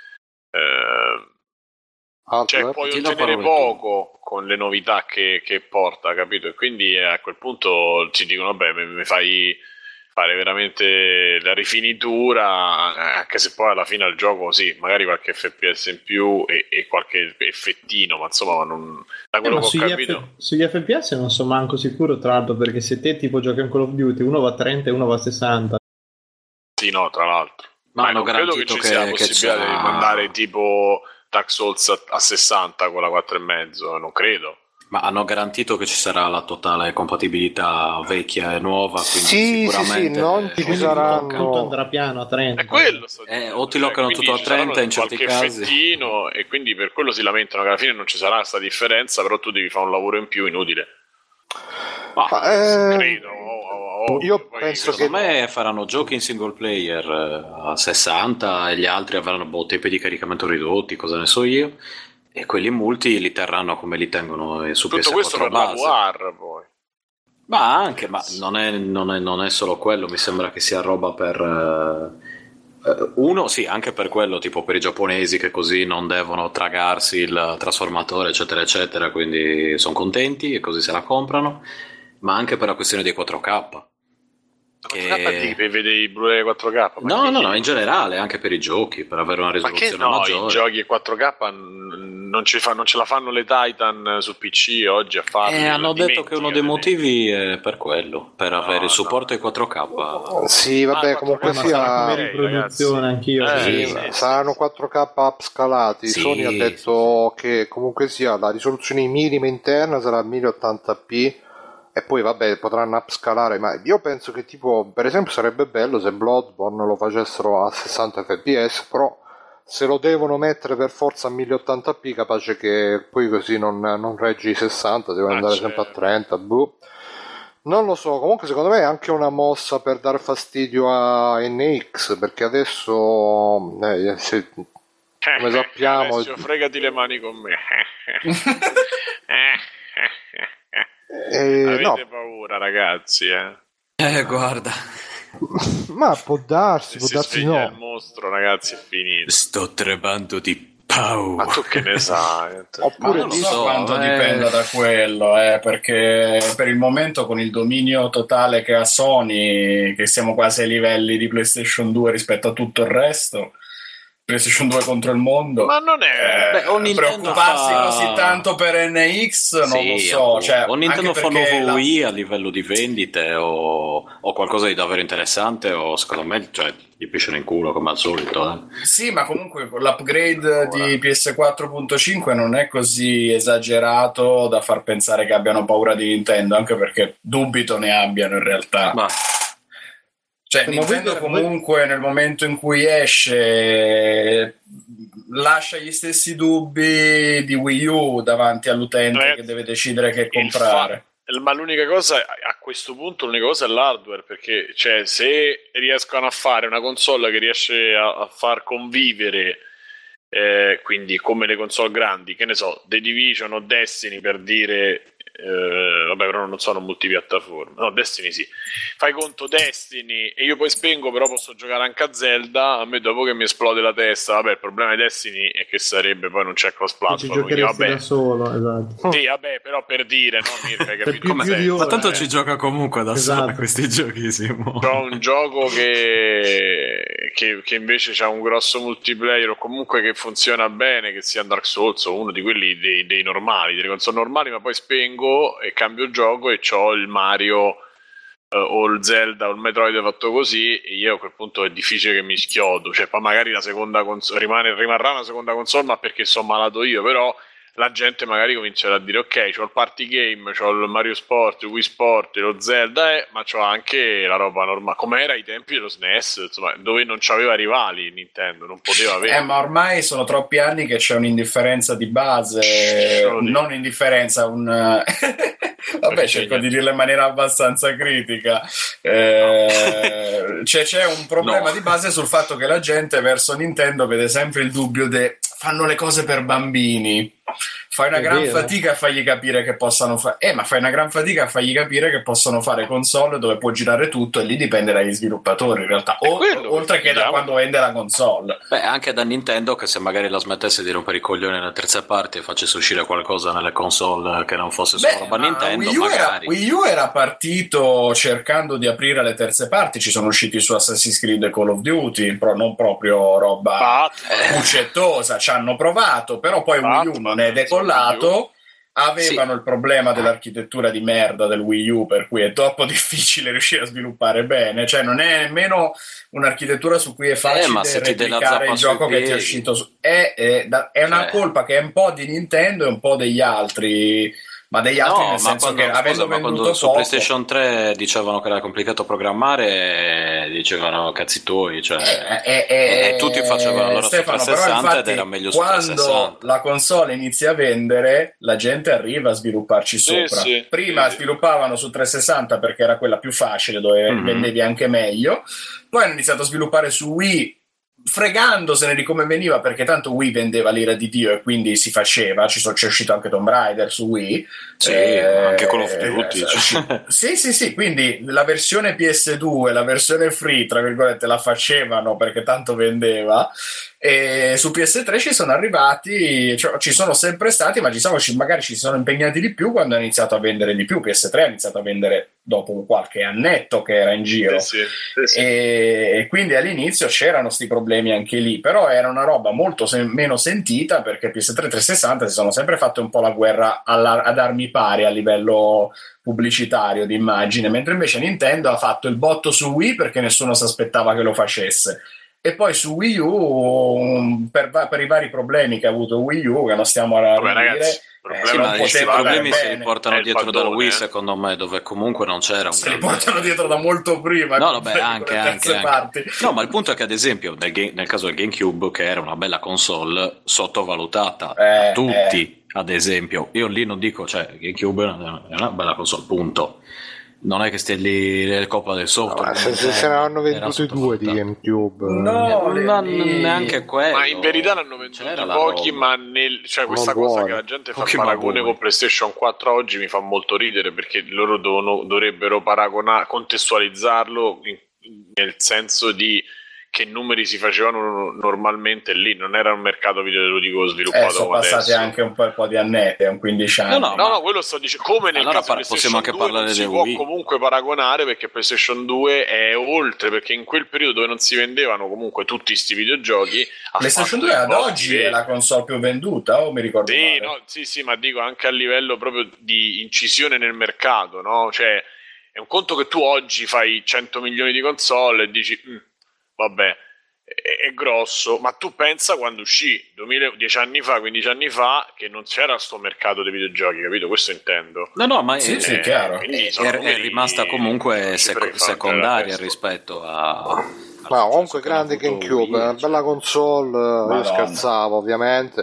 cioè puoi ottenere poco con le novità che porta, capito? E quindi a quel punto ci dicono vabbè, mi fai fare veramente la rifinitura, anche se poi alla fine al gioco sì, magari qualche FPS in più e qualche effettino, ma insomma non, da quello che ho capito sugli FPS non sono manco sicuro, tra l'altro, perché se te tipo giochi in Call of Duty uno va a 30 e uno va a 60. sì, no, tra l'altro, ma non credo che ci sia la possibilità di mandare tipo Dark Souls a 60 con la 4,5, non credo. Ma hanno garantito che ci sarà la totale compatibilità vecchia e nuova, quindi sì, sicuramente sì, non ci saranno. Tutto andrà piano a 30. È quello, o ti loccano tutto a 30 in certi casi. Effettino, e quindi per quello si lamentano che alla fine non ci sarà questa differenza, però tu devi fare un lavoro in più inutile. Credo. Io penso che secondo me faranno giochi in single player a 60 e gli altri avranno tempi di caricamento ridotti, cosa ne so io. E quelli multi li terranno come li tengono su tutto PS4 questo per base. la VR poi. Ma anche, ma non è solo quello, mi sembra che sia roba per uno, sì, anche per quello, tipo per i giapponesi che così non devono tragarsi il trasformatore, eccetera, eccetera, quindi sono contenti e così se la comprano, ma anche per la questione dei 4K. Che vede i Blu-ray 4K? No, in generale, anche per i giochi, per avere una risoluzione maggiore. I giochi 4K non ce la fanno le Titan su PC oggi a farli. Hanno detto che uno dei motivi è per quello, per avere il supporto ai 4K. Sì, vabbè, comunque sia come riproduzione anch'io. Saranno 4K upscalati. Sì, Sony ha detto che comunque sia la risoluzione minima interna sarà 1080p. E poi vabbè potranno upscalare, ma io penso che tipo per esempio sarebbe bello se Bloodborne lo facessero a 60 fps, però se lo devono mettere per forza a 1080p capace che poi così non reggi i 60, devono andare sempre a 30, non lo so. Comunque secondo me è anche una mossa per dar fastidio a NX, perché adesso come sappiamo Alessio, fregati le mani con me. Avete paura, ragazzi, Guarda. Ma può darsi no. Il mostro, ragazzi, è finito. Sto tremando di paura. Ma tu che ne sai? Oppure non so quanto dipenda da quello, perché per il momento con il dominio totale che ha Sony, che siamo quasi ai livelli di PlayStation 2 rispetto a tutto il resto, PlayStation 2 contro il mondo, ma non è preoccuparsi così tanto per NX, non lo so, cioè, o Nintendo fa perché nuovo Wii a livello di vendite o qualcosa di davvero interessante, o secondo me gli pisciano in culo come al solito. Sì, ma comunque l'upgrade di PS4.5 non è così esagerato da far pensare che abbiano paura di Nintendo, anche perché dubito ne abbiano in realtà. Cioè, Nintendo comunque nel momento in cui esce lascia gli stessi dubbi di Wii U davanti all'utente che deve decidere che comprare. Ma l'unica cosa, a questo punto, l'unica cosa è l'hardware, perché cioè, se riescono a fare una console che riesce a far convivere, quindi come le console grandi, che ne so, The Division o Destiny per dire... vabbè, però non sono multipiattaforma. No, Destiny sì. Fai conto Destiny e io poi spengo, però posso giocare anche a Zelda. A me dopo che mi esplode la testa, vabbè, il problema di Destiny è che sarebbe poi non c'è cross platform. Ci giocheresti da solo, esatto. Sì, vabbè, però per dire, no, Mirka, hai capito come sei? Ma tanto ci gioca comunque da solo a questi giochissimo. C'ho un gioco che invece c'ha un grosso multiplayer, o comunque che funziona bene, che sia Dark Souls o uno di quelli dei normali, delle console normali, ma poi spengo e cambio gioco e c'ho il Mario o il Zelda o il Metroid fatto così, e io a quel punto è difficile che mi schiodo, cioè poi magari la seconda console rimarrà una seconda console, ma perché sono malato io, però la gente magari comincerà a dire ok, c'ho il party game, c'ho il Mario Sport, il Wii Sport, lo Zelda, ma c'ho anche la roba normale, come era ai tempi dello SNES, insomma, dove non c'aveva rivali Nintendo, non poteva avere. Ma ormai sono troppi anni che c'è un'indifferenza di base, non indifferenza, vabbè, cerco di dirla in maniera abbastanza critica. C'è un problema di base sul fatto che la gente verso Nintendo vede sempre il dubbio fanno le cose per bambini. Fai una gran fatica a fargli capire che possano fare. Ma fai una gran fatica a fargli capire che possono fare console dove può girare tutto, e lì dipende dagli sviluppatori in realtà. Oltre che da quando vende la console. Beh, anche da Nintendo, che se magari la smettesse di rompere i coglioni nelle terze parti e facesse uscire qualcosa nelle console che non fosse solo roba Nintendo, Wii U era partito cercando di aprire le terze parti. Ci sono usciti su Assassin's Creed e Call of Duty, non proprio roba puccettosa. Ci hanno provato, però poi Wii U non è decollato. Avevano il problema dell'architettura di merda del Wii U, per cui è troppo difficile riuscire a sviluppare bene, cioè non è nemmeno un'architettura su cui è facile replicare il gioco che ti è uscito è una colpa che è un po' di Nintendo e un po' degli altri, ma degli altri nel senso che avendo venduto su PlayStation 3 dicevano che era complicato programmare, dicevano cazzi tuoi, cioè e tutti facevano loro Stefano, su 360 ed era meglio su 360. Quando la console inizia a vendere, la gente arriva a svilupparci sopra. Prima sviluppavano su 360 perché era quella più facile, dove vendevi anche meglio, poi hanno iniziato a sviluppare su Wii fregandosene di come veniva, perché tanto Wii vendeva l'ira di Dio e quindi si faceva. C'è uscito anche Tomb Raider su Wii, anche Call of Duty, sì, quindi la versione PS2, la versione free tra virgolette, la facevano perché tanto vendeva, e su PS3 ci sono arrivati, cioè, ci sono sempre stati, ma magari ci sono impegnati di più quando ha iniziato a vendere di più. PS3 ha iniziato a vendere dopo qualche annetto che era in giro, e quindi all'inizio c'erano sti problemi anche lì, però era una roba molto meno sentita, perché PS3 360 si sono sempre fatte un po' la guerra ad armi pari a livello pubblicitario di immagine, mentre invece Nintendo ha fatto il botto su Wii perché nessuno si aspettava che lo facesse. E poi su Wii U, per i vari problemi che ha avuto Wii U, che non stiamo a ridire, questi problemi si riportano dietro dal Wii, secondo me, dove comunque non c'era un si riportano dietro da molto prima. No, vabbè, anche. No, ma il punto è che, ad esempio, nel caso del GameCube, che era una bella console, sottovalutata da tutti, ad esempio, io lì non dico, cioè, GameCube è una bella console, punto. Non è che stia lì le coppa del software, se ne hanno venduti due di GameCube, neanche quello. Ma in verità ne hanno venduti pochi, ma cioè questa cosa che la gente fa paragone con PlayStation 4 oggi mi fa molto ridere, perché loro dovrebbero contestualizzarlo nel senso di che numeri si facevano normalmente lì, non era un mercato videoludico sviluppato. Sono passati adesso. Anche un po' di annetti, un 15 anni. No, quello sto dicendo. Come nel caso di possiamo anche 2 parlare non si può comunque paragonare, perché PlayStation 2 è oltre, perché in quel periodo dove non si vendevano comunque tutti sti videogiochi, PlayStation 2 ad oggi è la console più venduta, o mi ricordo male? Sì, ma dico anche a livello proprio di incisione nel mercato, no? Cioè, è un conto che tu oggi fai 100 milioni di console e dici vabbè, è grosso, ma tu pensa quando uscì 10 anni fa, 15 anni fa, che non c'era sto mercato dei videogiochi, capito? Questo intendo. No, ma sì, chiaro. È rimasta comunque secondaria rispetto a... Ma comunque grande GameCube, una bella console. Io scherzavo, ovviamente.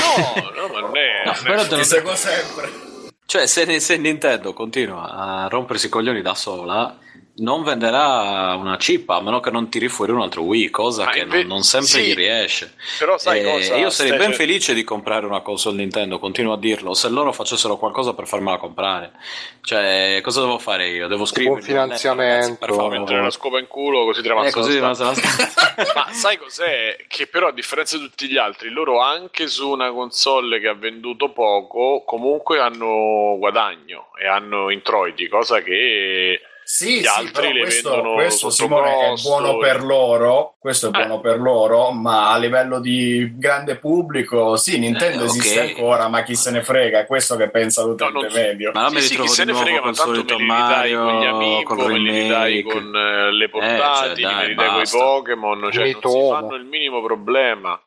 No, ma non è. Però te lo seguo sempre. Cioè, se Nintendo continua a rompersi i coglioni da sola, non venderà una chip, a meno che non tiri fuori un altro Wii, cosa che non sempre gli riesce. Però sai cosa? Io sarei ben felice di comprare una console Nintendo, continuo a dirlo, se loro facessero qualcosa per farmela comprare. Cioè, cosa devo fare io? Devo scrivere un finanziamento, per mettere la scopa in culo, così ti ramazza la Ma sai cos'è? Che però, a differenza di tutti gli altri, loro anche su una console che ha venduto poco comunque hanno guadagno e hanno introiti, cosa che gli altri le vendono. Questo Simone, è buono per loro, questo è buono per loro, ma a livello di grande pubblico Nintendo esiste ancora, ma chi se ne frega, è questo che pensa l'utente medio. Ma chi se ne frega, ma tanto me li ridai con gli Amiibo, me li ridai con le portatili, me li ridai con i Pokémon, cioè non si fanno il minimo problema.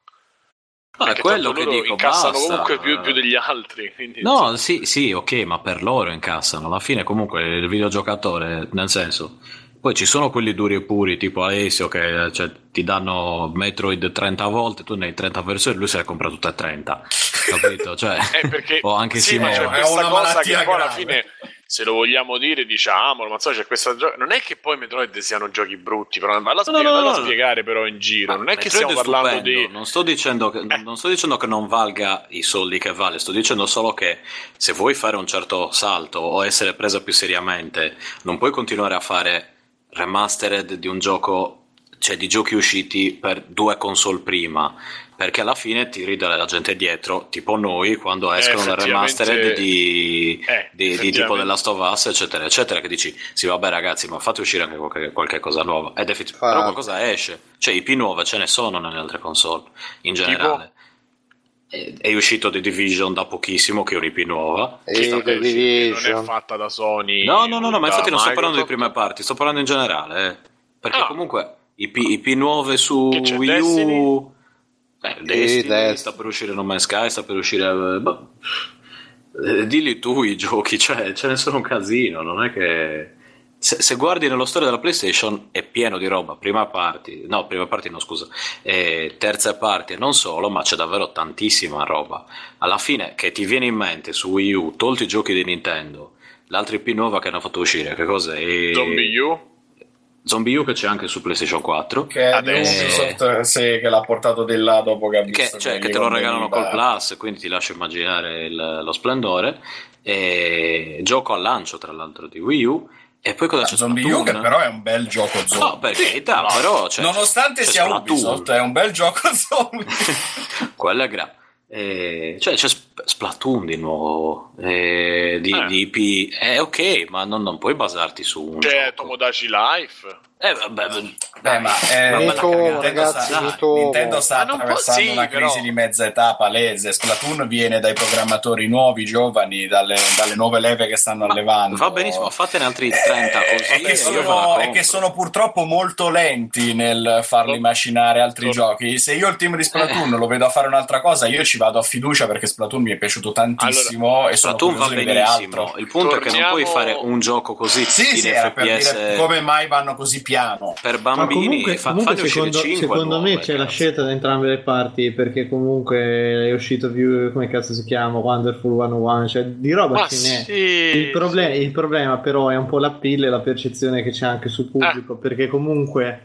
È quello che dico, incassano comunque più degli altri, quindi, no, sì, ok, ma per loro incassano alla fine comunque il videogiocatore, nel senso, poi ci sono quelli duri e puri tipo Alessio che ti danno Metroid 30 volte, tu ne hai 30 versioni, lui se le compra tutte e 30, capito? Cioè, perché, o anche ma c'è questa cosa che poi alla fine se lo vogliamo dire, diciamolo, ma so, c'è questa non è che poi Metroid siano giochi brutti, però valla a spiegare però in giro, non è che stiamo parlando di... Non sto dicendo che non valga i soldi che vale, sto dicendo solo che se vuoi fare un certo salto o essere presa più seriamente, non puoi continuare a fare remastered di un gioco, cioè di giochi usciti per 2 console prima, perché alla fine ti ride la gente dietro, tipo noi quando escono le remastered di tipo The Last of Us, eccetera eccetera, che dici sì vabbè ragazzi, ma fate uscire anche qualche cosa nuova, però qualcosa esce, cioè IP nuove ce ne sono nelle altre console in generale. È uscito The Division da pochissimo, che è un'IP nuova, The Division non è fatta da Sony, no, ma infatti non sto parlando di prime parti, sto parlando in generale, perché comunque IP nuove su Wii U, Destiny sta per uscire, No Man's Sky sta per uscire, dilli tu i giochi, cioè ce ne sono un casino, non è che se guardi nello store della PlayStation è pieno di roba, prime parti no scusa, terze parti e non solo, ma c'è davvero tantissima roba. Alla fine che ti viene in mente su Wii U, tolti i giochi di Nintendo, l'altra IP nuova che hanno fatto uscire, che cos'è? Zombie U che c'è anche su PlayStation 4, che è di Ubisoft, che l'ha portato di là dopo che ha visto che te lo regalano col Plus, quindi ti lascio immaginare lo splendore. Gioco al lancio tra l'altro di Wii U. E poi cosa c'è? Zombie U, che però è un bel gioco zombie. No, perché però nonostante sia Ubisoft, è un bel gioco zombie. Quello è grave. Cioè c'è Splatoon di nuovo, di IP, ok, ma non puoi basarti su un c'è Tomodachi Life. Nintendo sta attraversando una crisi di mezza età palese. Splatoon viene dai programmatori nuovi, giovani, dalle nuove leve che stanno allevando. Va benissimo, fatene altri 30 così. E che sono purtroppo molto lenti nel farli macinare altri giochi. Se io il team di Splatoon lo vedo a fare un'altra cosa, io ci vado a fiducia, perché Splatoon mi è piaciuto tantissimo. E Splatoon va benissimo. Il punto è che non puoi fare un gioco così era per dire come mai vanno così piano per bambini. Comunque secondo me c'è la scelta da entrambe le parti, perché comunque è uscito più, come cazzo si chiama, Wonderful 101, cioè di roba ce n'è. Il problema però è un po' la pilla e la percezione che c'è anche sul pubblico, perché comunque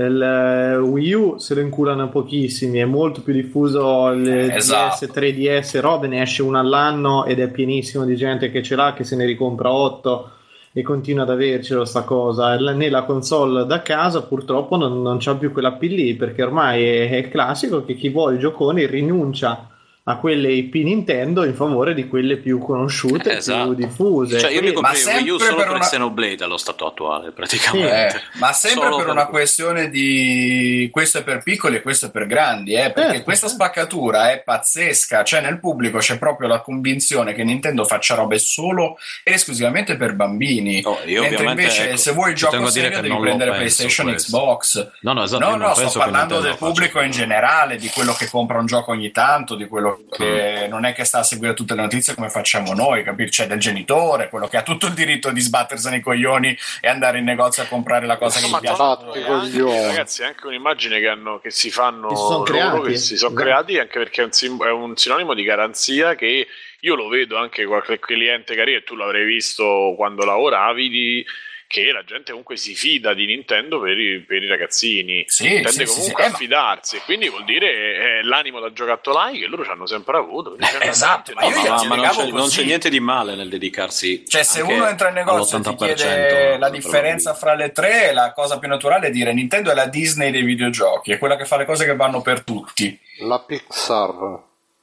il Wii U se lo inculano pochissimi, è molto più diffuso il DS, 3DS, robe ne esce una all'anno ed è pienissimo di gente che ce l'ha, che se ne ricompra 8 e continua ad avercelo sta cosa. Nella console da casa purtroppo non c'ha più quella lì, perché ormai è classico che chi vuole i gioconi rinuncia a quelle IP Nintendo in favore di quelle più conosciute, più diffuse. Cioè io mi comprei Wii U solo per Xenoblade allo stato attuale praticamente. Ma sempre solo per una questione di questo è per piccoli e questo è per grandi, perché questa spaccatura è pazzesca, cioè nel pubblico c'è proprio la convinzione che Nintendo faccia robe solo ed esclusivamente per bambini, mentre invece se vuoi il gioco serio devi prendere PlayStation, Xbox. No, sto parlando del pubblico in generale, di quello che compra un gioco ogni tanto, di quello che non è che sta a seguire tutte le notizie come facciamo noi, capire? C'è del genitore, quello che ha tutto il diritto di sbattersene i coglioni e andare in negozio a comprare la cosa che gli piace. Ragazzi, è anche un'immagine che si fanno che si sono creati, anche perché è un sinonimo di garanzia, che io lo vedo anche qualche cliente carino, e tu l'avrai visto quando lavoravi, che la gente comunque si fida di Nintendo per i ragazzini, tende comunque a fidarsi, e quindi vuol dire l'animo da giocattolai che loro ci hanno sempre avuto. Esatto, ma non c'è niente di male nel dedicarsi, cioè se uno entra in negozio e ti chiede la differenza fra le tre, la cosa più naturale è dire Nintendo è la Disney dei videogiochi, è quella che fa le cose che vanno per tutti, la Pixar.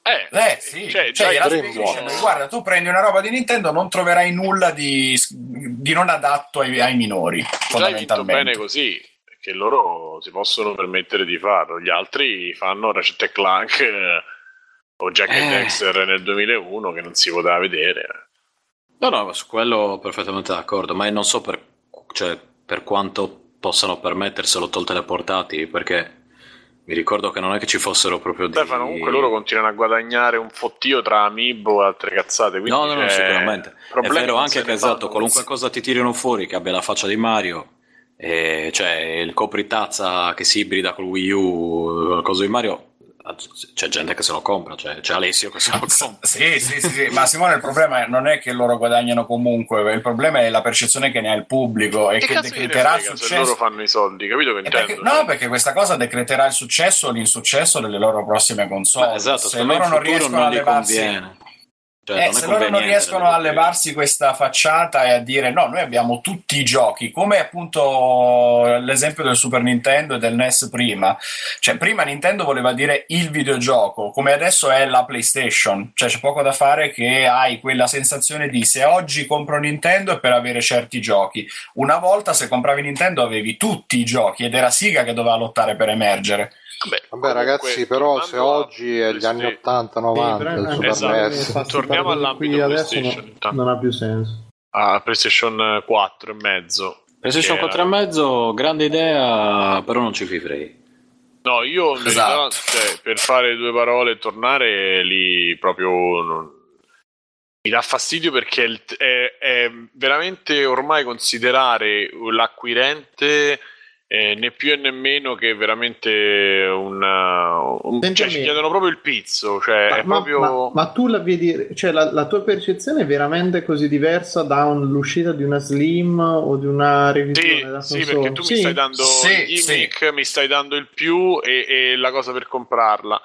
Guarda, tu prendi una roba di Nintendo, non troverai nulla di non adatto ai minori. Fondamentalmente bene così, perché loro si possono permettere di farlo, gli altri fanno Ratchet & Clank o Jack and Dexter nel 2001 che non si poteva vedere. No, su quello perfettamente d'accordo, ma non so per quanto possano permetterselo tolte le portatili, perché mi ricordo che non è che ci fossero proprio Stefano, comunque loro continuano a guadagare un fottio tra Amiibo e altre cazzate, quindi no, sicuramente è vero anche che qualunque cosa ti tirino fuori che abbia la faccia di Mario, cioè il copritazza che si ibrida col Wii U, il coso di Mario, c'è gente che se lo compra, c'è Alessio che se lo compra. Sì, ma Simone, il problema non è che loro guadagnano comunque, il problema è la percezione che ne ha il pubblico e che decreterà il successo. Se loro fanno i soldi, capito che intendo? Perché questa cosa decreterà il successo o l'insuccesso delle loro prossime console. Esatto, se loro non riescono a levarsi... se loro non riescono a levarsi questa facciata e a dire no, noi abbiamo tutti i giochi, come appunto l'esempio del Super Nintendo e del NES prima, cioè prima Nintendo voleva dire il videogioco, come adesso è la PlayStation, cioè c'è poco da fare che hai quella sensazione di se oggi compro Nintendo è per avere certi giochi, una volta se compravi Nintendo avevi tutti i giochi ed era Sega che doveva lottare per emergere. Vabbè ragazzi, però se oggi è gli anni 80-90 esatto. Torniamo all'ambito PlayStation, non ha più senso. PlayStation 4 e mezzo. PlayStation 4 e mezzo, grande idea, però non ci vivrei. No, io esatto. Per fare due parole e tornare lì proprio mi dà fastidio perché è veramente ormai considerare l'acquirente né più e nemmeno che veramente cioè ci chiedono proprio il pizzo, cioè ma tu la vedi, cioè la tua percezione è veramente così diversa l'uscita di una Slim o di una revisione della console? Sì, perché tu mi stai dando il gimmick, mi stai dando il più e la cosa per comprarla.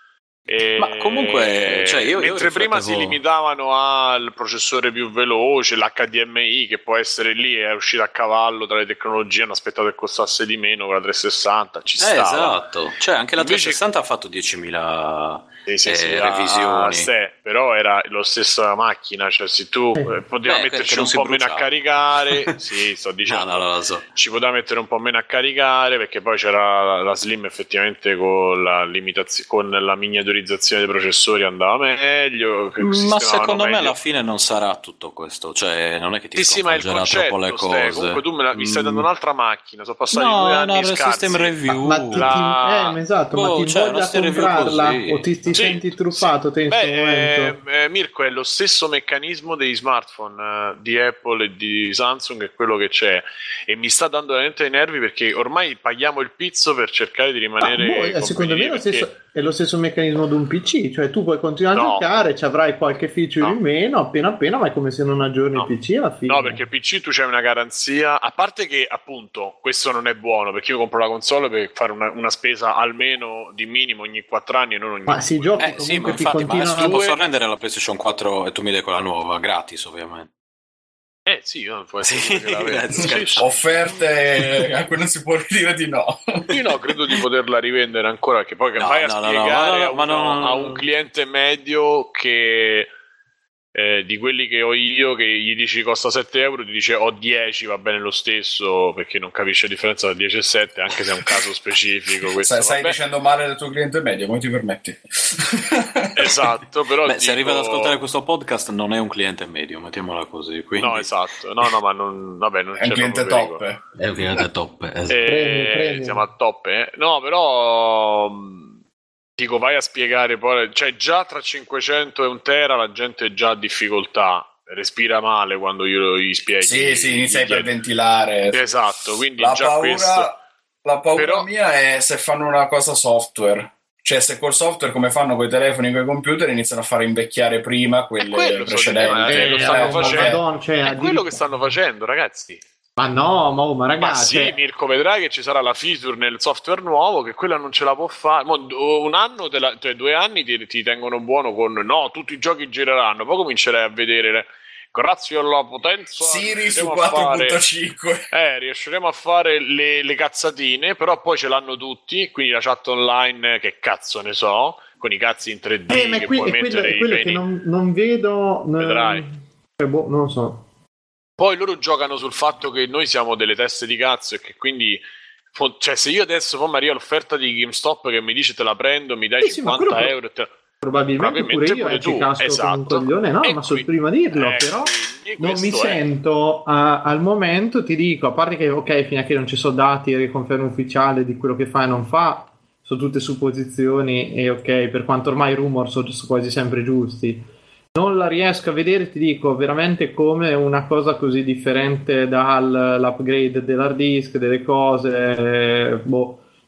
Ma comunque, cioè mentre prima si limitavano al processore più veloce, l'HDMI che può essere lì, è uscito a cavallo tra le tecnologie, hanno aspettato che costasse di meno con la 360, ci stava. Esatto, cioè anche la 360 ha fatto 10.000 revisioni. Però era lo stesso macchina, cioè se tu poteva metterci un po' meno a caricare, sì, sto dicendo, no, lo so. Ci poteva mettere un po' meno a caricare perché poi c'era la Slim effettivamente con la limitazione, con la miniaturizzazione dei processori andava meglio, ma secondo me meglio. alla fine non sarà tutto questo, cioè non è che ti sconvolgerà troppo le cose. Comunque tu mi stai dando un'altra macchina, sono passati 2 anni scarsi. System review, esatto, ma ti voglia comprarla o ti senti truffato te in questo momento? Mirko, è lo stesso meccanismo dei smartphone di Apple e di Samsung, è quello che c'è e mi sta dando veramente i nervi perché ormai paghiamo il pizzo per cercare di rimanere secondo me è lo stesso meccanismo di un PC, cioè tu puoi continuare a giocare, ci avrai qualche feature in meno appena ma è come se non aggiorni il PC alla fine. No, perché il PC tu c'hai una garanzia, a parte che appunto questo non è buono perché io compro la console per fare una spesa almeno di minimo ogni 4 anni e non ogni 2. Ma si giochi comunque ti continuano. Posso rendere la PlayStation 4 e tu mi dai quella nuova gratis ovviamente. Sì, può essere offerte a cui non si può dire di no. Io credo di poterla rivendere ancora, che poi vai a spiegare a un cliente medio che di quelli che ho io, che gli dici costa 7 euro, ti dice ho 10, va bene lo stesso, perché non capisce la differenza tra 10 e 7, anche se è un caso specifico. Stai dicendo male del tuo cliente medio, come ti permetti? Esatto, però se arriva ad ascoltare questo podcast non è un cliente medio, mettiamola così, quindi... No, esatto, ma non è un cliente top. È un cliente top, esatto. Premi. Siamo al top, No, però dico, vai a spiegare poi, cioè già tra 500 e 1 tera la gente è già ha difficoltà, respira male quando io gli spieghi. Sì, inizia a iperventilare. Esatto, quindi la già paura, questo. La paura mia è se fanno una cosa software. Cioè se col software, come fanno con i telefoni e con i computer, iniziano a far invecchiare prima quelle precedenti. Lo stanno facendo. È quello che stanno facendo, ragazzi. Ma no, ma ragazzi. Ma sì, Mirko, vedrai che ci sarà la feature nel software nuovo che quella non ce la può fare. Un anno, cioè 2 anni ti tengono buono con tutti i giochi gireranno. Poi comincerai a vedere, grazie alla potenza Siri su 4.5 riusciremo a fare le cazzatine, però poi ce l'hanno tutti, quindi la chat online che cazzo ne so, con i cazzi in 3D ma che puoi mettere è quello che non vedo. Vedrai. Non lo so. Poi loro giocano sul fatto che noi siamo delle teste di cazzo e che quindi, cioè, se io adesso poi mi arriva l'offerta di GameStop che mi dice te la prendo, mi dai 50 euro probabilmente pure io ci casco con un coglione, ma so prima dirlo, però non mi sento al momento, ti dico, a parte che ok, fino a che non ci sono dati e riconferma ufficiale di quello che fa e non fa, sono tutte supposizioni e ok, per quanto ormai i rumor sono quasi sempre giusti. Non la riesco a vedere, ti dico, veramente come una cosa così differente dall'upgrade dell'hard disk, delle cose,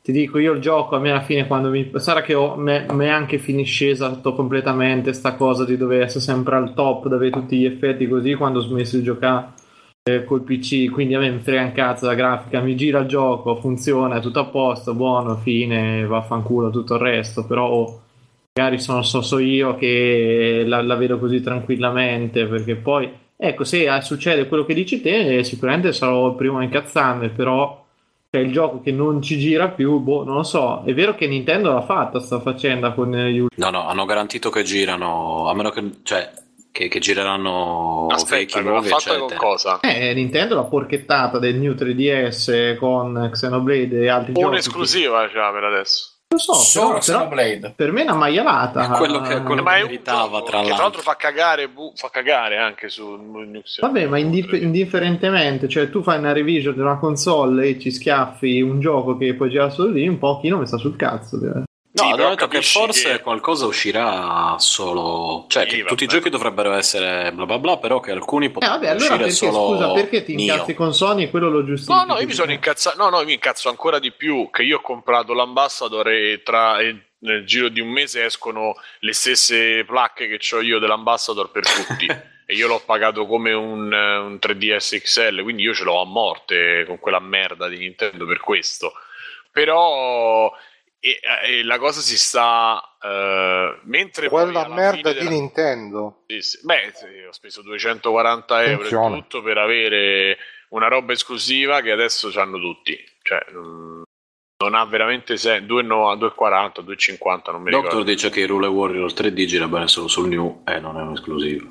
ti dico, io il gioco a me alla fine quando sarà che mi è anche finiscesato completamente sta cosa di dover essere sempre al top, di avere tutti gli effetti così, quando ho smesso di giocare col PC, quindi a me mi frega un cazzo la grafica, mi gira il gioco, funziona, è tutto a posto, buono, fine, vaffanculo tutto il resto, però magari so io che la vedo così tranquillamente, perché poi ecco, se succede quello che dici te, sicuramente sarò il primo a incazzarmi, però c'è il gioco che non ci gira più, boh, non lo so. È vero che Nintendo l'ha fatta sta faccenda con gli ultimi. No, hanno garantito che girano, a meno che, cioè, che gireranno vecchi, nuovi, eccetera. Con cosa? Nintendo l'ha porchettata del New 3DS con Xenoblade e altri giochi. Un'esclusiva c'ha per adesso. Lo so, solo però per me è una maialata. Quello che meritava, tra l'altro. Tra l'altro fa cagare anche su Linux. Vabbè, ma indifferentemente, cioè tu fai una revision di una console e ci schiaffi un gioco che puoi girare solo lì, un pochino mi sta sul cazzo. No, ho detto che forse qualcosa uscirà solo, cioè che tutti i giochi dovrebbero essere bla bla bla, però che alcuni potrebbero allora uscire solo. Scusa, perché ti incazzi con Sony e quello lo giustifichi? No, io mi sono incazzato. No, io mi incazzo ancora di più che io ho comprato l'Ambassador e nel giro di un mese escono le stesse placche che ho io dell'Ambassador per tutti. E io l'ho pagato come un 3DS XL, quindi io ce l'ho a morte con quella merda di Nintendo per questo. Però e la cosa si sta mentre quella merda di Nintendo. Sì. Beh, ho speso 240 euro e tutto per avere una roba esclusiva che adesso hanno tutti, cioè non ha veramente 2,40, 2,50, non mi ricordo. Doctor dice che Rule Warrior 3D gira bene solo sul New e non è un'esclusiva.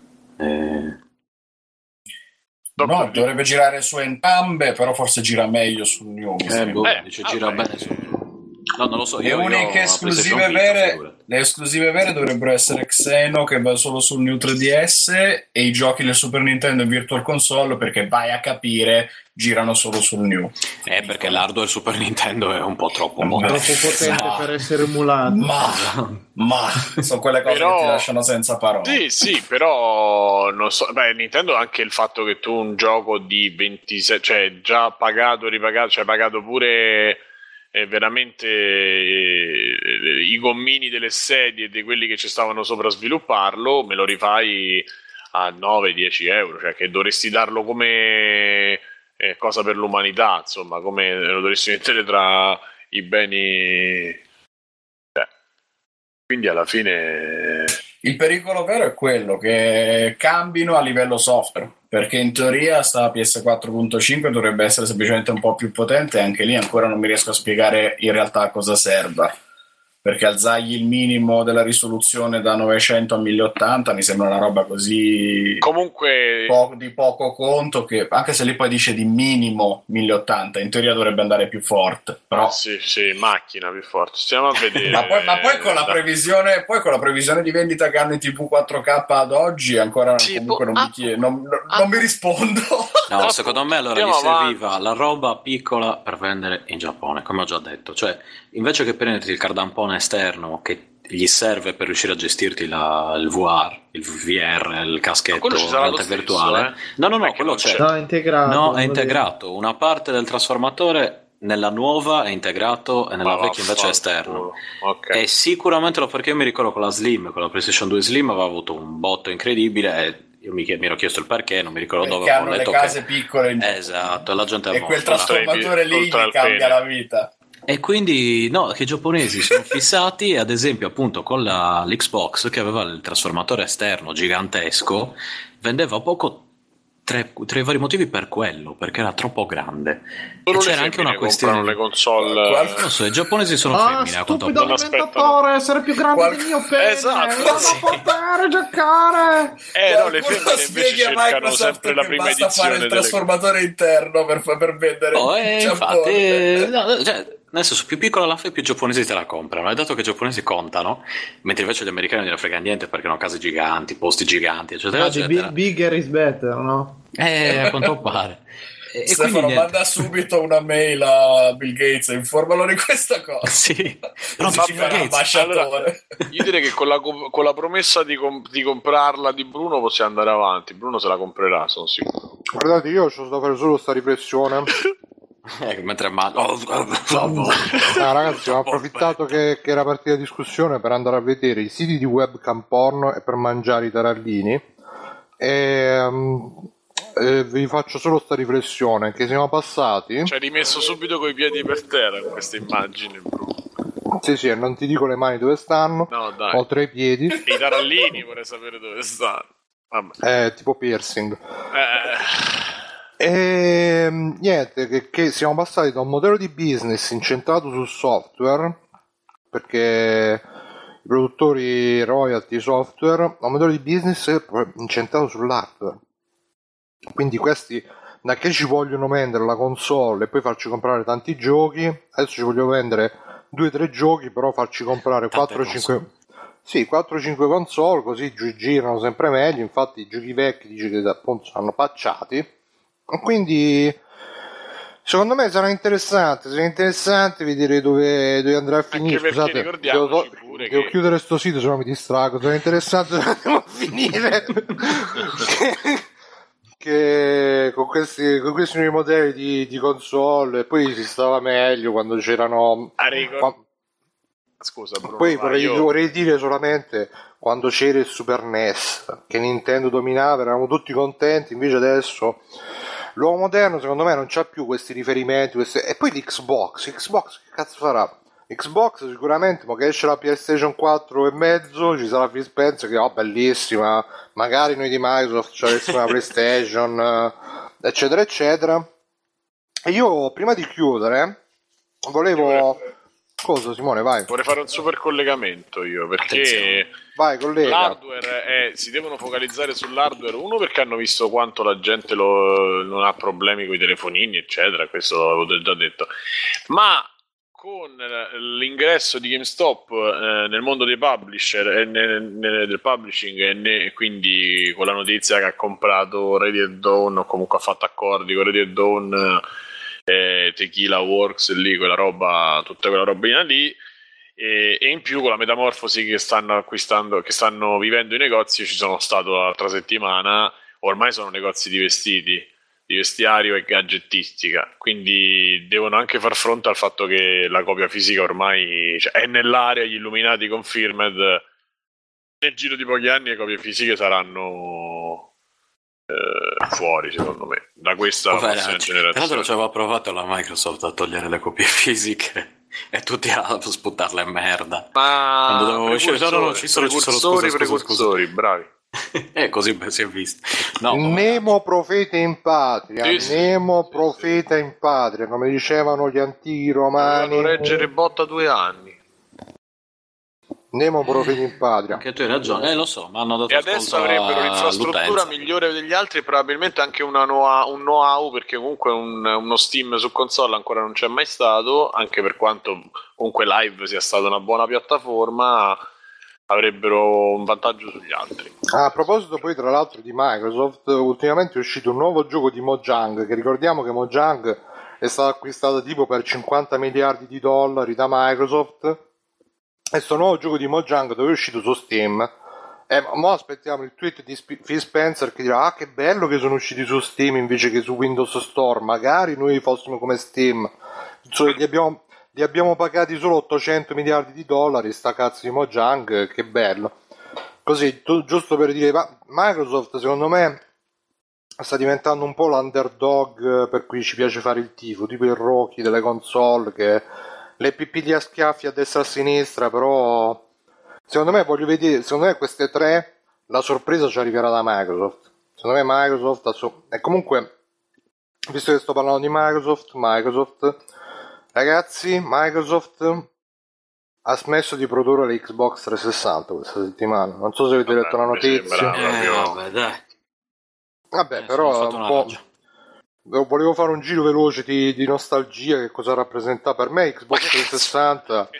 No, dovrebbe girare su entrambe, però forse gira meglio sul New. Dice gira bene sul New. No, non lo so. Le uniche esclusive vere, le esclusive vere dovrebbero essere Xeno, che va solo sul New 3DS, e i giochi del Super Nintendo e Virtual Console, perché vai a capire, girano solo sul New. Perché l'hardware del Super Nintendo è un po' troppo potente per essere emulato. Ma sono quelle cose che ti lasciano senza parole. Sì, però non so, Nintendo ha anche il fatto che tu un gioco di 26, cioè già pagato, ripagato, cioè pagato pure veramente i gommini delle sedie e di quelli che ci stavano sopra a svilupparlo, me lo rifai a 9-10 euro, cioè che dovresti darlo come cosa per l'umanità, insomma, come lo dovresti mettere tra i beni, quindi alla fine il pericolo vero è quello che cambino a livello software, perché in teoria sta PS4.5 dovrebbe essere semplicemente un po' più potente, e anche lì ancora non mi riesco a spiegare in realtà a cosa serva, perché alzargli il minimo della risoluzione da 900 a 1080 mi sembra una roba così comunque di poco conto, che anche se lì poi dice di minimo 1080 in teoria dovrebbe andare più forte, però sì, macchina più forte, stiamo a vedere. ma poi con la previsione di vendita che hanno in TV 4K ad oggi ancora comunque non mi rispondo. No, secondo me allora gli serviva la roba piccola per vendere in Giappone, come ho già detto, cioè invece che prendere il cardampone esterno che gli serve per riuscire a gestirti il VR, il VR, il caschetto, la realtà virtuale. No, quello c'è. No, è integrato. No, è integrato. Una parte del trasformatore nella nuova è integrato e nella vecchia invece è esterno. Okay. E sicuramente perché io mi ricordo con la PlayStation 2 Slim aveva avuto un botto incredibile e io mi ero chiesto il perché, non mi ricordo perché dove. Hanno le case piccole esatto, la gente e quel trasformatore lì gli cambia la vita. E quindi che i giapponesi sono fissati, ad esempio appunto con l'Xbox che aveva il trasformatore esterno gigantesco, vendeva poco tra i vari motivi per quello, perché era troppo grande. Solo e c'era anche una questione le console. Non so, i giapponesi sono femmine. Stupido alimentatore, essere più grande del mio pene. Esatto, non poter giocare. No, le femmine invece cercano sempre la prima edizione. Basta fare il trasformatore interno per vendere. Infatti, adesso su più piccola la fai, più giapponesi te la comprano. E dato che i giapponesi contano, mentre invece gli americani non ne frega niente perché hanno case giganti, posti giganti, eccetera, eccetera. Bigger is better, no? A quanto pare. Stefano, manda subito una mail a Bill Gates e informalo di questa cosa. Sì, però allora, io direi che con la promessa di comprarla di Bruno possiamo andare avanti. Bruno se la comprerà, sono sicuro. Guardate, io ho da fare solo sta riflessione. Mentre ragazzi, ho approfittato che era partita discussione per andare a vedere i siti di webcam porno e per mangiare i tarallini e vi faccio solo sta riflessione che siamo passati, ci hai rimesso subito coi piedi per terra in questa immagine, Bruno. Sì, non ti dico le mani dove stanno, no, dai. Oltre ai piedi. E i tarallini vorrei sapere dove stanno. Vabbè. Tipo piercing. E niente, che siamo passati da un modello di business incentrato sul software, perché i produttori royalty software, a un modello di business incentrato sull'hardware. Quindi questi, da che ci vogliono vendere la console e poi farci comprare tanti giochi, adesso ci vogliono vendere 2-3 giochi, però farci comprare 4-5 console, così girano sempre meglio. Infatti i giochi vecchi dice che appunto saranno patchati, quindi secondo me sarà interessante vedere dove andrà a finire. Scusate, devo chiudere sto sito, se no mi distrago. Sarà interessante a finire che con questi nuovi modelli di console, e poi si stava meglio quando c'erano. Scusa, Bruno, poi vorrei dire solamente quando c'era il Super NES che Nintendo dominava, eravamo tutti contenti. Invece adesso l'uomo moderno secondo me non c'ha più questi riferimenti, e poi l'Xbox che cazzo farà? Xbox sicuramente, ma che esce la PlayStation 4 e mezzo ci sarà Phil Spencer che bellissima, magari noi di Microsoft ci avessimo una PlayStation eccetera eccetera. E io prima di chiudere volevo... Cosa, Simone, vai. Vorrei fare un super collegamento io, perché attenzione. Vai, collega. L'hardware si devono focalizzare sull'hardware, uno perché hanno visto quanto la gente non ha problemi con i telefonini eccetera, questo l'avevo già detto, ma con l'ingresso di GameStop nel mondo dei publisher e del publishing, e quindi con la notizia che ha comprato Radiant Dawn, o comunque ha fatto accordi con Radiant Dawn, Tequila Works lì, quella roba, tutta quella robina lì, e in più con la metamorfosi che stanno acquistando, che stanno vivendo i negozi. Ci sono stato l'altra settimana, ormai sono negozi di vestiti, di vestiario e gadgettistica, quindi devono anche far fronte al fatto che la copia fisica ormai è nell'area. Gli Illuminati confirmed, nel giro di pochi anni le copie fisiche saranno fuori, secondo me, da questa prossima generazione. Tra l'altro ci aveva provato la Microsoft a togliere le copie fisiche e tutti a sputtarle in merda. Ma quando dovevo uscire, precursori, bravi. Così si è visto. Nemo profeta in patria, profeta in patria, come dicevano gli antichi romani. Dovevano reggere botta 2 anni. Nemo profeta in patria. Anche tu hai ragione, lo so, ma hanno dato. E adesso avrebbero l'infrastruttura migliore degli altri, probabilmente anche un know-how, perché comunque uno Steam su console ancora non c'è mai stato, anche per quanto comunque Live sia stata una buona piattaforma, avrebbero un vantaggio sugli altri. A proposito poi tra l'altro di Microsoft, ultimamente è uscito un nuovo gioco di Mojang, che ricordiamo che Mojang è stato acquistato tipo per $50 miliardi da Microsoft. E sto nuovo gioco di Mojang dove è uscito su Steam, e mo aspettiamo il tweet di Phil Spencer che dirà: che bello che sono usciti su Steam invece che su Windows Store, magari noi fossimo come Steam, li abbiamo pagati solo $800 miliardi, sta cazzo di Mojang, che bello. Così, giusto per dire, ma Microsoft secondo me sta diventando un po' l'underdog per cui ci piace fare il tifo, tipo il Rocky delle console, che le pipigli a schiaffi a destra e a sinistra. Però secondo me queste tre, la sorpresa ci arriverà da Microsoft. Secondo me Microsoft e comunque, visto che sto parlando di Microsoft, ragazzi, Microsoft ha smesso di produrre le Xbox 360 questa settimana. Non so se avete letto la notizia. Vabbè, però un po'. Volevo fare un giro veloce di nostalgia, che cosa rappresenta per me Xbox 360.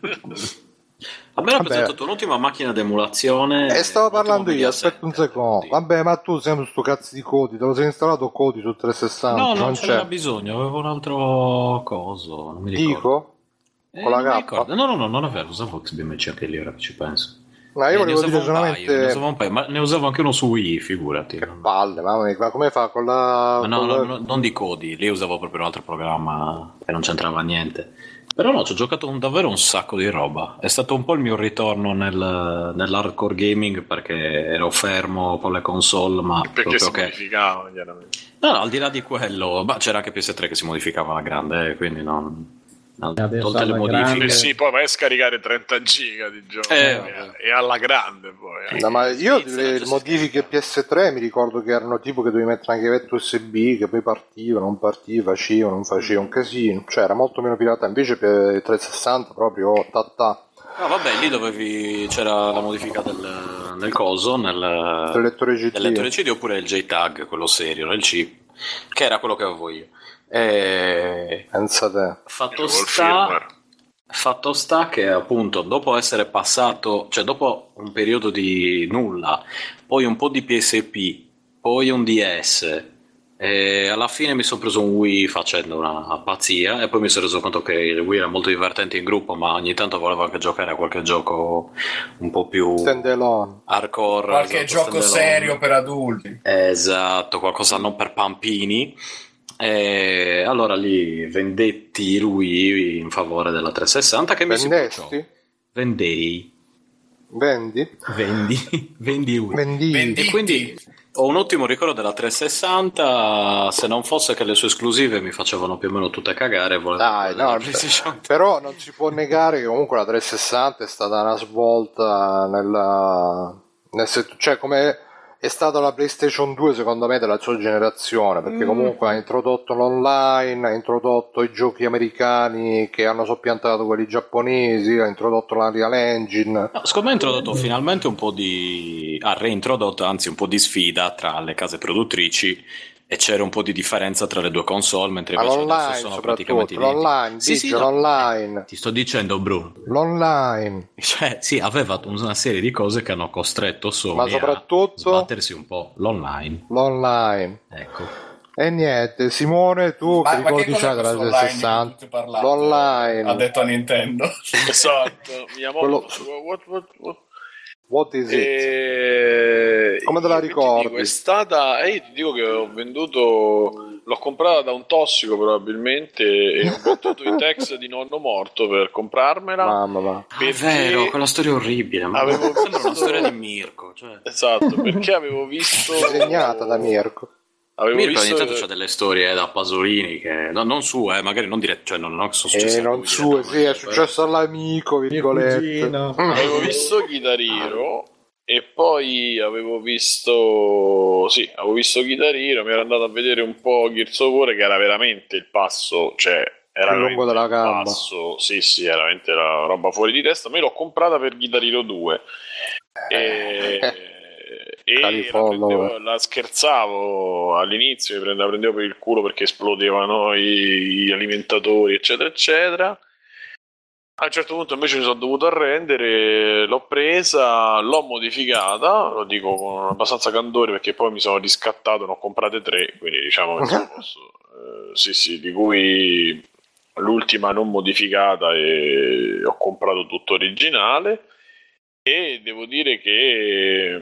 A me rappresentato l'ultima macchina d'emulazione. E stavo parlando io, aspetta un secondo. Vabbè, ma tu sempre sto cazzo di Kodi, te lo sei installato Kodi su 360? No, non c'era bisogno, avevo un altro coso, non mi ricordo. Dico? Con la K? No, non è vero, usavo XBMC anche lì, ora che ci penso. io volevo dire solamente ne usavo un paio, ma ne usavo anche uno su Wii, figurati. Che palle, mamma mia, ma come fa con la... Ma no, non di Cody, lì usavo proprio un altro programma e non c'entrava niente. Però no, ci ho giocato davvero un sacco di roba. È stato un po' il mio ritorno nell'hardcore gaming, perché ero fermo con le console, ma perché si modificava chiaramente. No, al di là di quello, ma c'era anche PS3 che si modificava alla grande, quindi tolte le modifiche. Sì, poi vai a scaricare 30 giga di gioco e alla grande poi. No, ma io le modifiche PS3 mi ricordo che erano tipo che dovevi mettere anche vecchio USB, che poi partiva, non partiva, faceva, non faceva, un casino, cioè era molto meno pirata. Invece per il 360 proprio tatà. No, vabbè, lì c'era la modifica del coso, del lettore CD oppure il JTAG, quello serio, nel chip, che era quello che avevo io. Pensa te. Fatto sta che appunto dopo essere passato, cioè dopo un periodo di nulla, poi un po' di PSP, poi un DS, e alla fine mi sono preso un Wii facendo una pazzia, e poi mi sono reso conto che il Wii era molto divertente in gruppo, ma ogni tanto volevo anche giocare a qualche gioco un po' più stand-alone, hardcore, qualche gioco serio per adulti, esatto, qualcosa non per pampini. E allora lì vendetti il Wii in favore della 360, che vendesti? Mi si vendei. Vendi il Wii. Venditi. E quindi ho un ottimo ricordo della 360, se non fosse che le sue esclusive mi facevano più o meno tutte cagare. Dai, no, però non si può negare che comunque la 360 è stata una svolta cioè come è stata la PlayStation 2 secondo me della sua generazione, perché comunque ha introdotto l'online, ha introdotto i giochi americani che hanno soppiantato quelli giapponesi, ha introdotto l'Unreal Engine. No, secondo me ha introdotto finalmente ha reintrodotto anzi un po' di sfida tra le case produttrici, e c'era un po' di differenza tra le due console, mentre invece adesso sono praticamente l'online, l'online. Ti sto dicendo, Bruno, l'online, cioè sì, aveva una serie di cose che hanno costretto Sony ma soprattutto a sbattersi un po' l'online, ecco. E niente, Simone, tu che ricordi c'è della 360? L'online, ha detto a Nintendo. Esatto, What is it? Come te la ricordi? È stata. Io ti dico che l'ho comprata da un tossico probabilmente, e ho battuto i Tex di nonno morto per comprarmela. Mamma. È vero, quella storia orribile. Sembra una storia di Mirko. Cioè. Esatto, perché avevo visto. Disegnata da Mirko. Mirko ogni tanto c'ha delle storie da Pasolini che non sue, magari non dire, cioè non sono successe non sue, sì, è successo all'amico, virgolette. Avevo visto Guitar Hero e poi avevo visto Guitar Hero, mi ero andato a vedere un po' Gears of War, che era veramente il passo, cioè era il lungo della gamba. Passo, sì, era veramente la roba fuori di testa. Me l'ho comprata per Guitar Hero 2 e la scherzavo all'inizio, la prendevo per il culo perché esplodevano gli alimentatori, eccetera eccetera. A un certo punto invece mi sono dovuto arrendere, l'ho presa, l'ho modificata, lo dico con abbastanza candore perché poi mi sono riscattato, ne ho comprate 3, quindi diciamo che sì, di cui l'ultima non modificata, e ho comprato tutto originale. E devo dire che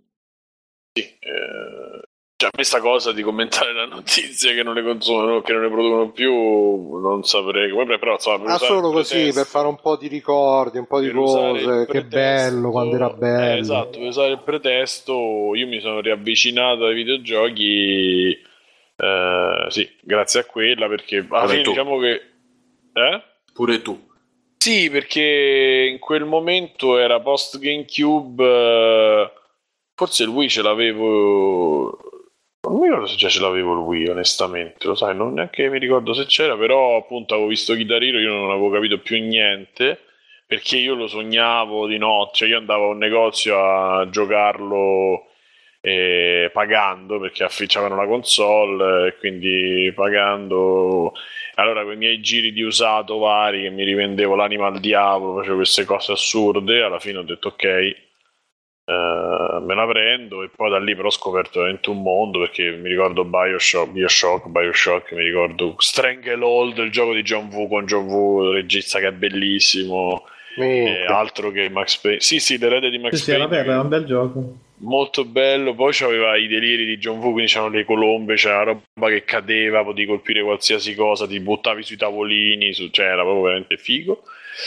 cioè questa cosa di commentare la notizia che non le consumano, che non le producono più, non saprei come, però insomma, solo così per fare un po' di ricordi, un po' di cose, che bello quando era bello. Esatto, per usare il pretesto io mi sono riavvicinato ai videogiochi, sì, grazie a quella, perché alla fine diciamo che pure tu. Sì, perché in quel momento era post GameCube, forse il Wii ce l'avevo, non mi ricordo se già ce l'avevo il Wii, onestamente, lo sai, non neanche mi ricordo se c'era, però appunto avevo visto Guitar Hero, io non avevo capito più niente, perché io lo sognavo di notte, cioè io andavo a un negozio a giocarlo pagando, perché afficciavano la console, e quindi pagando. Allora con i miei giri di usato vari, che mi rivendevo l'anima al diavolo, facevo queste cose assurde, alla fine ho detto ok, me la prendo, e poi da lì però ho scoperto veramente un mondo, perché mi ricordo Bioshock, mi ricordo Stranglehold, il gioco di John Woo, con John Woo, il regista che è bellissimo, altro che Max Payne. Sì, l'erede di Max Payne. Sì, era un bel gioco. Molto bello. Poi c'aveva i deliri di John Woo, quindi c'erano le colombe, c'era roba che cadeva, potevi colpire qualsiasi cosa, ti buttavi sui tavolini, cioè era proprio veramente figo.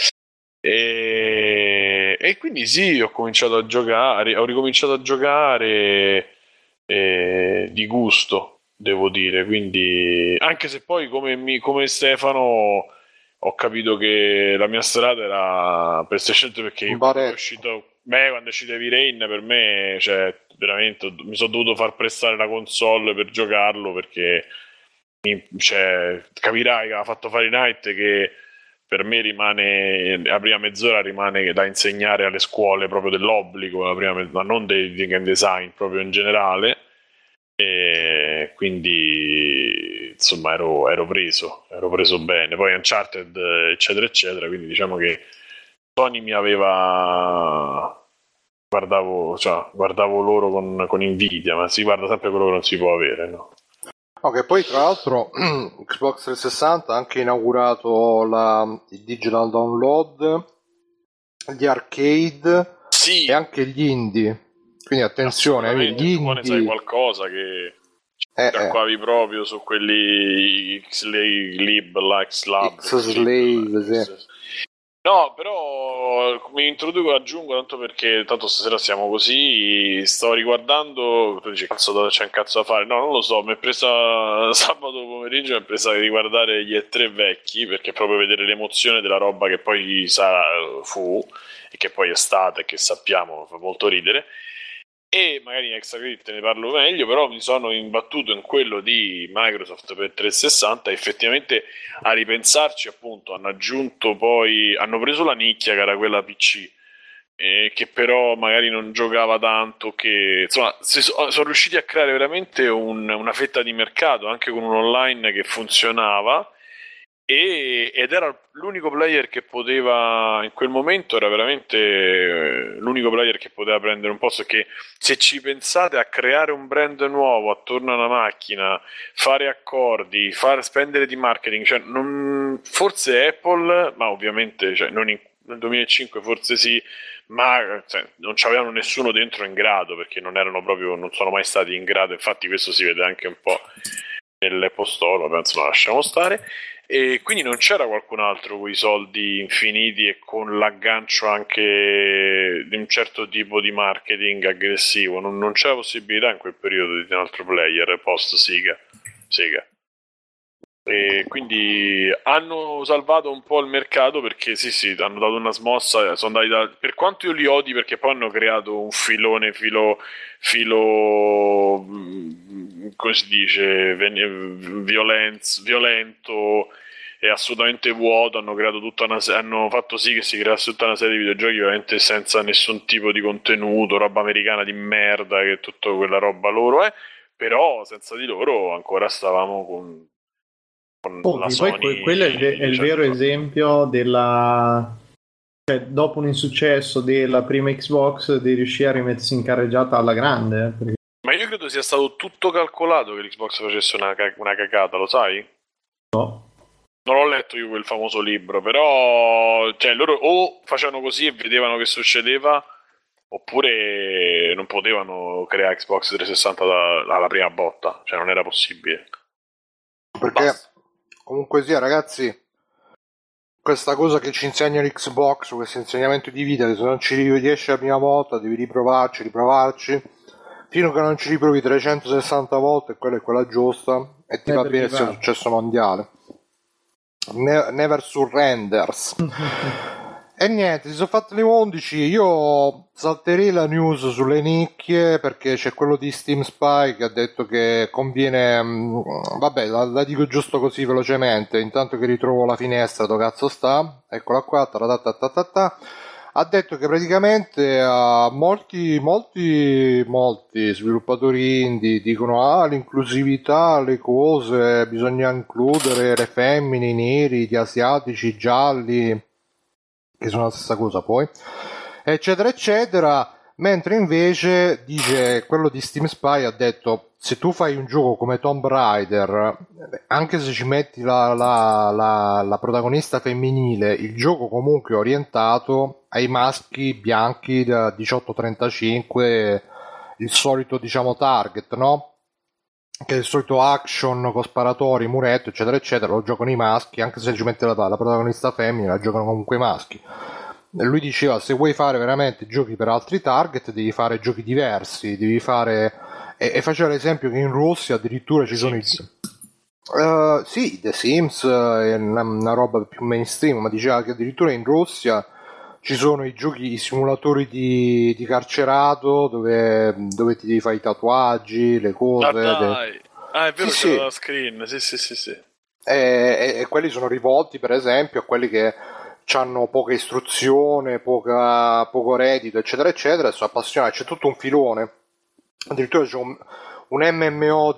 E quindi sì, ho ricominciato a giocare di gusto, devo dire. Quindi, anche se poi come Stefano ho capito che la mia strada era PlayStation 3, perché quando è uscito Heavy Rain, per me, cioè, veramente mi sono dovuto far prestare la console per giocarlo, perché capirai che ha fatto Fahrenheit, che per me rimane, la prima mezz'ora rimane da insegnare alle scuole proprio dell'obbligo, ma non di game design, proprio in generale. E quindi insomma ero preso bene. Poi Uncharted eccetera eccetera, quindi diciamo che Sony mi aveva guardavo loro con invidia, ma si guarda sempre quello che non si può avere, no? Ok, poi tra l'altro Xbox 360 ha anche inaugurato il digital download, gli arcade, sì, e anche gli indie. Quindi attenzione, gli indie. Ne sai qualcosa che acquavi proprio su quelli X-Lab, sì. No, però mi aggiungo tanto perché tanto stasera siamo così, sto riguardando, tu dici c'è un cazzo da fare, no, non lo so, mi è presa sabato pomeriggio, mi è presa a riguardare gli E3 vecchi, perché proprio vedere l'emozione della roba che poi fu e che poi è stata e che sappiamo fa molto ridere. E magari in extra credit te ne parlo meglio, però mi sono imbattuto in quello di Microsoft per 360. Effettivamente, a ripensarci, appunto, hanno preso la nicchia che era quella PC, che però magari non giocava tanto, che insomma sono riusciti a creare veramente una fetta di mercato anche con un online che funzionava. Ed era l'unico player che poteva, in quel momento era veramente l'unico player che poteva prendere un posto, che se ci pensate a creare un brand nuovo attorno a una macchina, fare accordi, spendere di marketing, cioè forse Apple, ma ovviamente nel 2005 forse sì, ma non c'avevano nessuno dentro in grado, perché non sono mai stati in grado. Infatti questo si vede anche un po' nell'Apple Store, penso, lo lasciamo stare. E quindi non c'era qualcun altro con i soldi infiniti e con l'aggancio anche di un certo tipo di marketing aggressivo. Non c'era possibilità in quel periodo di un altro player post Sega. E quindi hanno salvato un po' il mercato, perché sì, hanno dato una smossa, sono andati per quanto io li odi, perché poi hanno creato un filone come si dice, violento e assolutamente vuoto. Hanno creato hanno fatto sì che si creasse tutta una serie di videogiochi veramente senza nessun tipo di contenuto, roba americana di merda, che tutta quella roba loro è, però senza di loro ancora stavamo con la Sony. Poi quello è il vero esempio della, cioè, dopo un insuccesso della prima Xbox, di riuscire a rimettersi in carreggiata alla grande, perché... Ma io credo sia stato tutto calcolato che l'Xbox facesse una cagata, lo sai? No. Non l'ho letto io quel famoso libro, però loro o facevano così e vedevano che succedeva, oppure non potevano creare Xbox 360 alla prima botta, cioè non era possibile. Perché comunque sia, ragazzi, questa cosa che ci insegna l'Xbox, questo insegnamento di vita, che se non ci riesci la prima volta devi riprovarci, fino a che non ci riprovi 360 volte, quella è quella giusta, e ti va bene sia successo mondiale. Never surrenders. E niente, si sono fatti le 11. Io salterei la news sulle nicchie, perché c'è quello di Steam Spy che ha detto che conviene. Vabbè, la dico giusto così velocemente, intanto che ritrovo la finestra dove cazzo sta. Eccola qua. Ha detto che praticamente molti sviluppatori indie dicono l'inclusività, le cose, bisogna includere le femmine, i neri, gli asiatici, i gialli, che sono la stessa cosa poi, eccetera eccetera, mentre invece dice quello di Steam Spy ha detto se tu fai un gioco come Tomb Raider, anche se ci metti la protagonista femminile, il gioco comunque è orientato ai maschi bianchi da 18-35, il solito diciamo target, no? Che è il solito action con sparatori, muretto, eccetera eccetera, lo giocano i maschi, anche se ci metti la protagonista femmina, la giocano comunque i maschi. E lui diceva, se vuoi fare veramente giochi per altri target devi fare giochi diversi, devi fare... E faceva l'esempio che in Russia addirittura ci sono sì, The Sims è una roba più mainstream, ma diceva che addirittura in Russia ci sono i giochi, i simulatori di carcerato dove ti devi fare i tatuaggi, le cose. È vero, sì, c'è la screen, sì. E quelli sono rivolti per esempio a quelli che hanno poca istruzione, poco reddito, eccetera eccetera, e sono appassionati, c'è tutto un filone. Addirittura c'è un MMO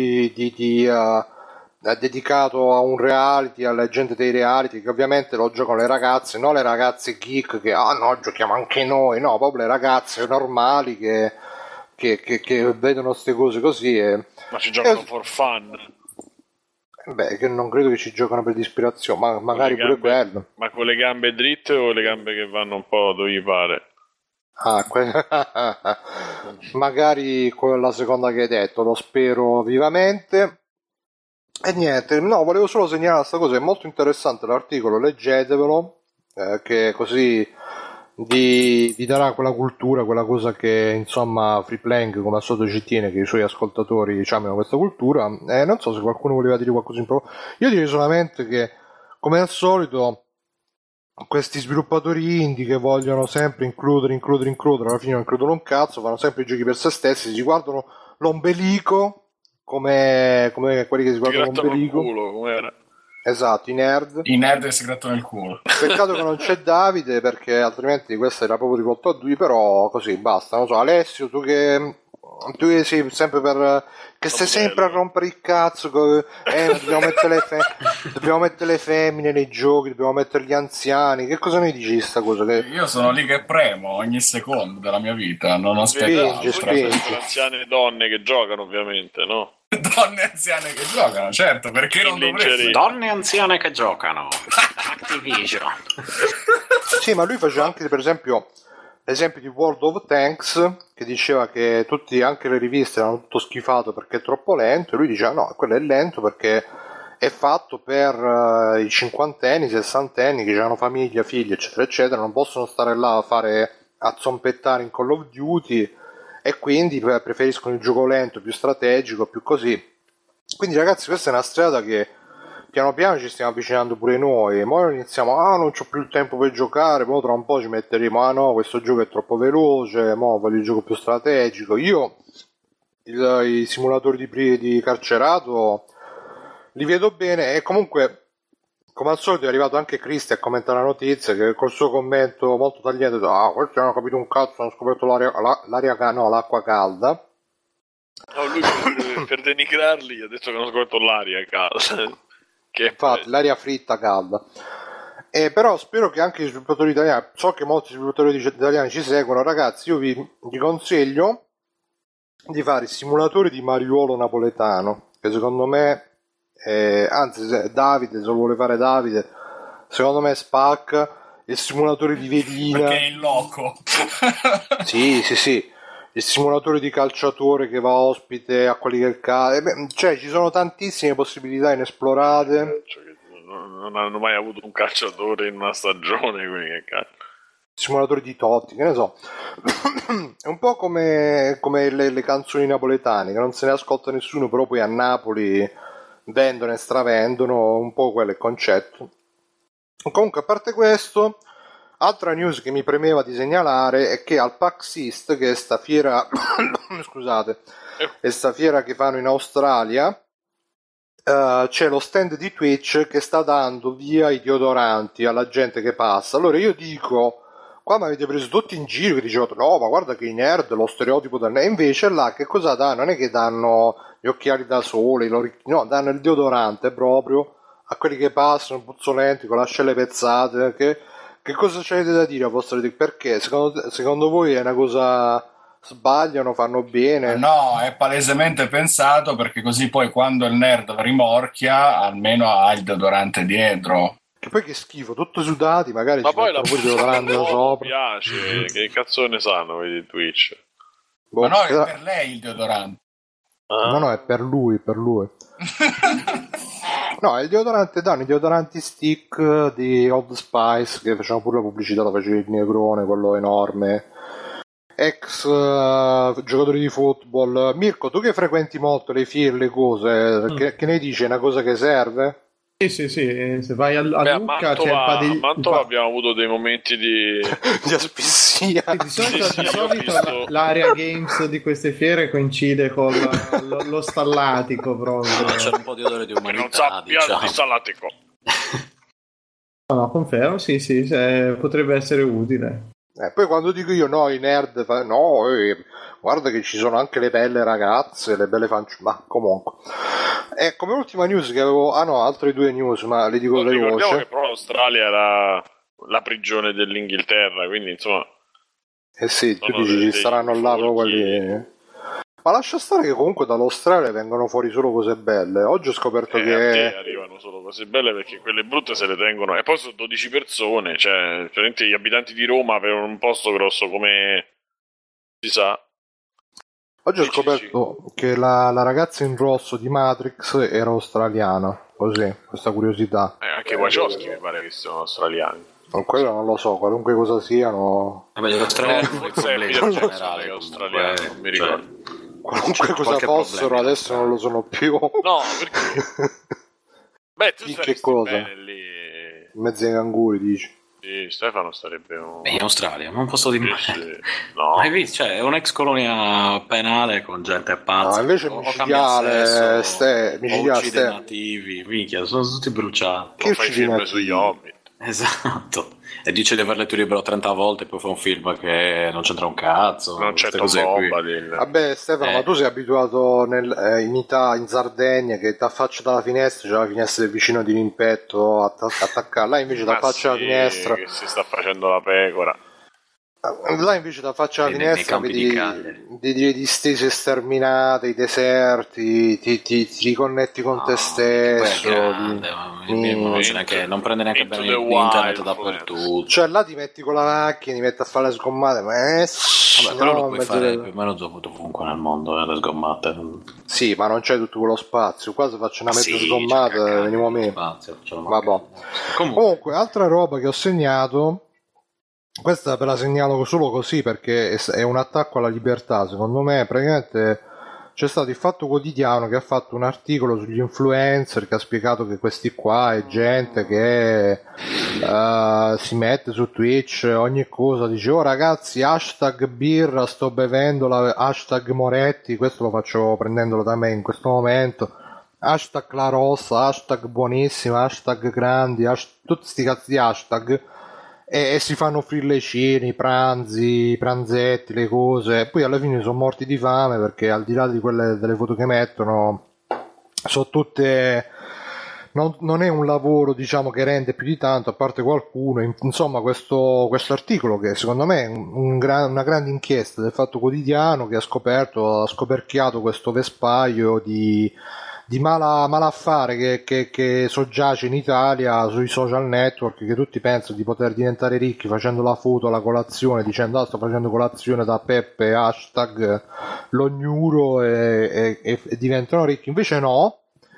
dedicato a un reality, alla gente dei reality, che ovviamente lo giocano le ragazze, non le ragazze geek che no, giochiamo anche noi, no, proprio le ragazze normali che vedono queste cose così ma ci giocano for fun. Beh, che non credo che ci giocano per ispirazione, ma magari pure quello. Ma con le gambe dritte o le gambe che vanno un po' dove gli pare? Magari quella seconda che hai detto, lo spero vivamente. E niente, no, volevo solo segnalare questa cosa, è molto interessante l'articolo, leggetevelo, che così vi darà quella cultura, quella cosa che insomma Free Playing come al solito ci tiene, che i suoi ascoltatori abbiano questa cultura. Non so se qualcuno voleva dire qualcosa in proposito. Io direi solamente che come al solito questi sviluppatori indie che vogliono sempre includere, alla fine non includono un cazzo, fanno sempre i giochi per se stessi, si guardano l'ombelico come quelli che si guardano l'ombelico. Culo, com'era? Esatto, i nerd si grattano il culo. Peccato che non c'è Davide, perché altrimenti questo era proprio rivolto a lui, però così basta. Non so, Alessio, tu che sei sempre per che stai sempre a rompere il cazzo, dobbiamo mettere le femmine nei giochi, dobbiamo mettere gli anziani, che cosa ne dici di sta cosa? Io sono lì che premo ogni secondo della mia vita, non aspetto. Spingi. Anziane donne che giocano, ovviamente, no? Donne anziane che giocano, certo, perché non dovresti? Donne anziane che giocano. Activision. Sì, ma lui faceva anche, per esempio, l'esempio di World of Tanks, che diceva che tutti, anche le riviste, hanno tutto schifato perché è troppo lento, e lui diceva no, quello è lento perché è fatto per i cinquantenni, sessantenni che hanno famiglia, figli, eccetera eccetera, non possono stare là a zompettare in Call of Duty, e quindi preferiscono il gioco lento, più strategico, più così. Quindi ragazzi, questa è una strada che piano piano ci stiamo avvicinando pure noi. Ora iniziamo, non c'ho più il tempo per giocare, poi tra un po' ci metteremo, no, questo gioco è troppo veloce, voglio il gioco più strategico. Io i simulatori di carcerato li vedo bene, e comunque come al solito è arrivato anche Cristi a commentare la notizia, che col suo commento molto tagliato ha detto, questi hanno capito un cazzo, hanno scoperto l'acqua calda. No, lui per denigrarli ha detto che hanno scoperto l'aria calda. Infatti, l'aria fritta calda. Però spero che anche gli sviluppatori italiani, so che molti sviluppatori italiani ci seguono, ragazzi, io vi consiglio di fare i simulatori di Mariuolo napoletano, che secondo me anzi, Davide, se lo vuole fare Davide, secondo me spacca. Il simulatore di velina, perché è in loco. sì, il simulatore di calciatore che va ospite a quelli che cioè ci sono tantissime possibilità inesplorate. Non hanno mai avuto un calciatore in una stagione, quindi che cazzo. Simulatore di Totti, che ne so. È un po' come le canzoni napoletane, che non se ne ascolta nessuno, però poi a Napoli vendono e stravendono, un po' quello è il concetto. Comunque, a parte questo, altra news che mi premeva di segnalare è che al PAX East, che è sta fiera scusate, è sta fiera che fanno in Australia, c'è lo stand di Twitch che sta dando via i deodoranti alla gente che passa. Allora io dico, qua mi avete preso tutti in giro, che dicevate no, ma guarda che i nerd, lo stereotipo del nerd. E invece là che cosa danno? Non è che danno gli occhiali da sole, no, danno il deodorante proprio a quelli che passano puzzolenti con le ascelle pezzate. Che cosa c'avete da dire a vostro? Perché secondo voi è una cosa sbagliano, fanno bene. No, è palesemente pensato perché così poi quando il nerd rimorchia almeno ha il deodorante dietro. Che poi che schifo, tutto sudati, magari ma ci poi la mettono pure deodorante no, sopra. mi piace, che cazzo ne sanno vedi Twitch? Boh, Ma no, è per lei il deodorante. No, è per lui. No, è il deodorante, danno i deodoranti stick di Old Spice, che facevano pure la pubblicità, la faceva il Negrone, quello enorme. Ex giocatori di football. Mirko, tu che frequenti molto le fiere, le cose, che ne dici? È una cosa che serve? Sì, se vai a Beh, Lucca c'è a Mantova abbiamo avuto dei momenti di asfissia. Di solito l'area games di queste fiere coincide con lo stallatico proprio. C'è un po' di odore di umanità, non sappia diciamo. di stallatico. No, confermo, sì, potrebbe essere utile. Poi quando dico io no, i nerd guarda che ci sono anche le belle ragazze, le belle fanciulle, ma comunque. Come ultima news che avevo, altre due news, ma le dico veloce. Ricordiamo che però l'Australia era la prigione dell'Inghilterra, quindi insomma. Sì, tu dici ci saranno là quelli. Ma lascia stare che comunque dall'Australia vengono fuori solo cose belle. Oggi ho scoperto che a te arrivano solo cose belle perché quelle brutte se le tengono. E poi sono 12 persone, cioè veramente gli abitanti di Roma avevano un posto grosso come si sa. Oggi ho scoperto che la ragazza in rosso di Matrix era australiana, così, questa curiosità. Anche Wachowski mi pare che siano australiani. Quello non lo so, qualunque cosa siano. Vabbè, gli australiani forse è in generale australiano, non mi ricordo. Qualunque cosa fossero problema, adesso non lo sono più. No, perché? Beh, tu che cosa? Bene lì. In mezzo ai canguri, dici? Sì, Stefano starebbe in Australia, non posso dire mai. No. Hai visto? Cioè, è un'ex colonia penale con gente pazza. No, invece micidiale, uccide nativi, minchia, sono tutti bruciati. Che fai film sugli Hobbit? Esatto. E dice di aver letto il libro 30 volte, poi fa un film che non c'entra un cazzo. Non c'è cose qui. Vabbè, Stefano, ma tu sei abituato in Sardegna che ti affaccia dalla finestra, c'è la finestra del vicino di rimpetto attaccare, là invece ti affaccia alla finestra. Che si sta facendo la pecora. Là invece da faccia alla finestra vedi distese sterminate, i deserti, ti riconnetti con te stesso. Non prende neanche bene l'internet dappertutto. Cioè là ti metti con la macchina, ti metti a fare le sgommate, ma però lo puoi fare più o meno ovunque nel mondo, le sgommate. Sì, ma non c'è tutto quello spazio. Qua se faccio una mezza sgommata veniamo meno. Comunque, altra roba che ho segnato. Questa ve la segnalo solo così perché è un attacco alla libertà. Secondo me praticamente c'è stato il Fatto Quotidiano che ha fatto un articolo sugli influencer che ha spiegato che questi qua è gente che si mette su Twitch ogni cosa, dice ragazzi hashtag birra sto bevendo, hashtag Moretti, questo lo faccio prendendolo da me in questo momento, hashtag La Rossa, hashtag buonissima, hashtag grandi, tutti sti cazzi di hashtag. E si fanno offrire le cene, i pranzi, i pranzetti, le cose, e poi alla fine sono morti di fame perché al di là di quelle delle foto che mettono sono tutte non è un lavoro diciamo che rende più di tanto, a parte qualcuno. Insomma questo articolo che secondo me è una grande inchiesta del Fatto Quotidiano che ha scoperchiato questo vespaio di malaffare che soggiace in Italia sui social network, che tutti pensano di poter diventare ricchi facendo la foto alla colazione dicendo sto facendo colazione da Peppe hashtag l'ognuro e diventano ricchi, invece no.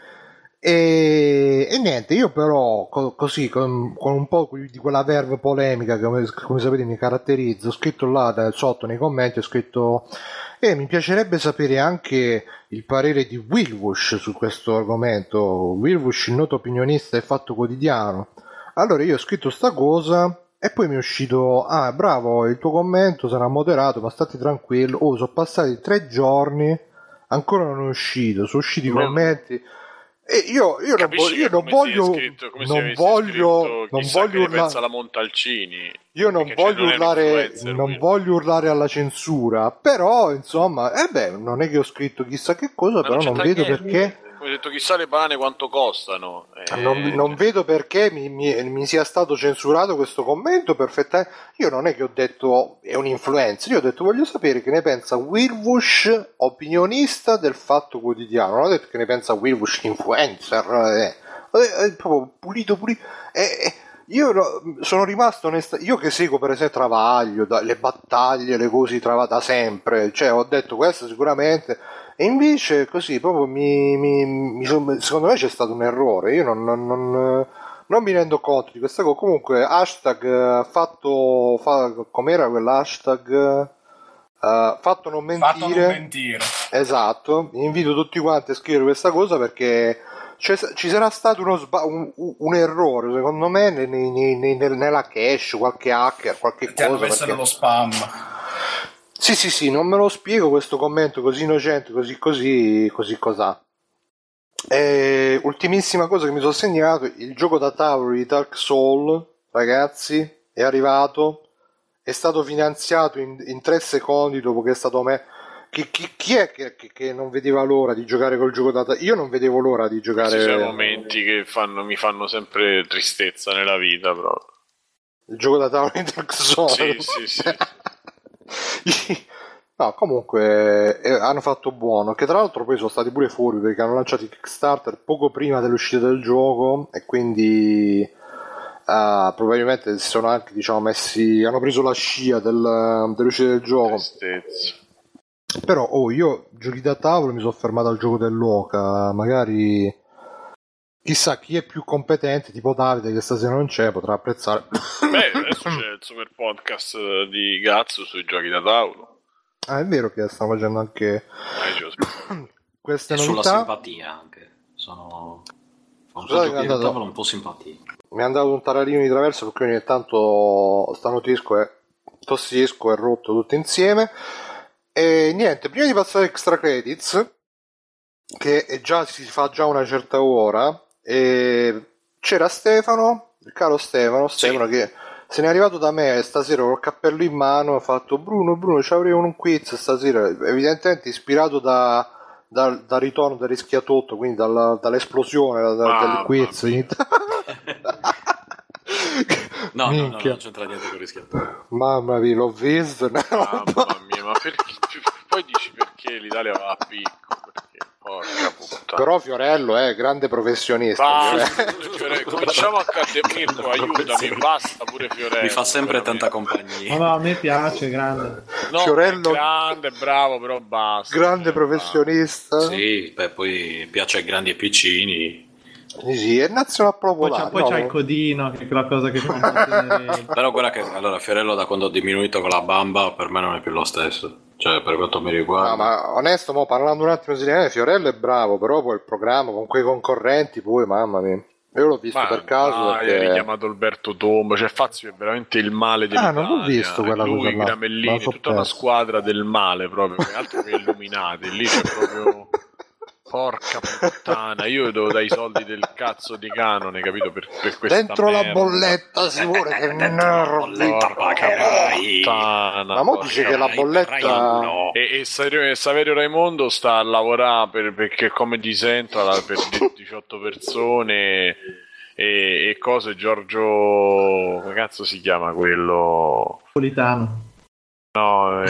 E niente, io però così con un po' di quella verve polemica che come sapete mi caratterizza, ho scritto là sotto nei commenti, ho scritto mi piacerebbe sapere anche il parere di Wilbush su questo argomento. Wilbush, il noto opinionista del Fatto Quotidiano. Allora io ho scritto sta cosa e poi mi è uscito bravo, il tuo commento sarà moderato ma stati tranquillo. Sono passati 3 giorni, ancora non è uscito, sono usciti i commenti. E io non voglio pensa la Montalcini. Io non voglio urlare alla censura, però insomma, non è che ho scritto chissà che cosa, però non vedo perché Come hai detto, chissà le banane quanto costano. Non vedo perché mi sia stato censurato questo commento perfettamente. Io non è che ho detto è un influencer, io ho detto voglio sapere che ne pensa Wilbush, opinionista del Fatto Quotidiano. Non ho detto che ne pensa Wilbush, influencer. Proprio pulito. Io sono rimasto io che seguo per esempio Travaglio, le battaglie, le cose di Travaglio da sempre, cioè ho detto questo sicuramente, e invece così proprio secondo me c'è stato un errore. Io non mi rendo conto di questa cosa. Comunque hashtag com'era quell'hashtag? Fatto non mentire. Esatto, invito tutti quanti a scrivere questa cosa perché ci sarà stato un errore secondo me nella cache, qualche hacker, qualche cosa. Hanno messo nello spam. Sì, non me lo spiego questo commento così innocente, così cos'ha. Ultimissima cosa che mi sono segnato, il gioco da tavolo di Dark Souls, ragazzi, è arrivato, è stato finanziato in 3 secondi dopo che è stato chi è che non vedeva l'ora di giocare col gioco da tavolo? Io non vedevo l'ora di giocare. Ci sono momenti che mi fanno sempre tristezza nella vita, però. Il gioco da tavolo di Dark Souls. Sì. No, comunque hanno fatto buono, che tra l'altro poi sono stati pure fuori perché hanno lanciato il Kickstarter poco prima dell'uscita del gioco e quindi probabilmente si sono anche hanno preso la scia dell'uscita del gioco. Tristezza. Però io giochi da tavolo mi sono fermato al gioco dell'Oca, magari chissà chi è più competente, tipo Davide che stasera non c'è, potrà apprezzare. Beh, adesso c'è il super podcast di Gazzo sui giochi da tavolo. Ah, è vero che stanno facendo anche queste novità. Sulla simpatia anche. Sono giochi da tavolo un po' simpatici. Mi hanno dato un tararino di traverso perché ogni tanto tossisco e rotto tutto insieme. E niente, prima di passare extra credits, che si fa già una certa ora, c'era Stefano, il caro Stefano che se n'è arrivato da me stasera col cappello in mano, ha fatto Bruno ci avremo un quiz stasera, evidentemente ispirato dal ritorno del Rischiatotto, quindi dall'esplosione del quiz. No, non c'entra niente con Rischiatotto. Mamma mia, l'ho visto. Mamma mia, ma perché? Poi dici perché l'Italia va a picco? Perché? Porca puttana. Però Fiorello è grande professionista. Cominciamo a Mirko, aiutami, basta pure Fiorello. Mi fa sempre tanta compagnia. No, a me piace, grande. No, Fiorello, grande, bravo, però basta. Grande professionista. Sì, poi piace ai grandi e piccini. Sì, è nazionale popolare. Poi c'è il codino, che è quella cosa che fa mantenere. Però guarda che allora Fiorello da quando ho diminuito con la bamba per me non è più lo stesso. Cioè, per quanto mi riguarda. No, ma onesto, parlando un attimo seriamente, Fiorello è bravo, però poi il programma con quei concorrenti, poi mamma mia. Io l'ho visto per caso. Hai richiamato Alberto Tomba, cioè Fazio è veramente il male dell'Italia. Non l'ho visto quella cosa. Lui, Gramellini, tutta una squadra del male proprio, altro che illuminati. Lì c'è proprio. Porca puttana, io devo dare i soldi del cazzo di canone, capito? Per questa dentro merda. La bolletta si vuole che bolletta pagherai. Ma mo dice che la bolletta e Saverio Raimondo sta a lavorare perché come di Central per 18 persone e cose. Giorgio, come cazzo si chiama quello? Napolitano. No,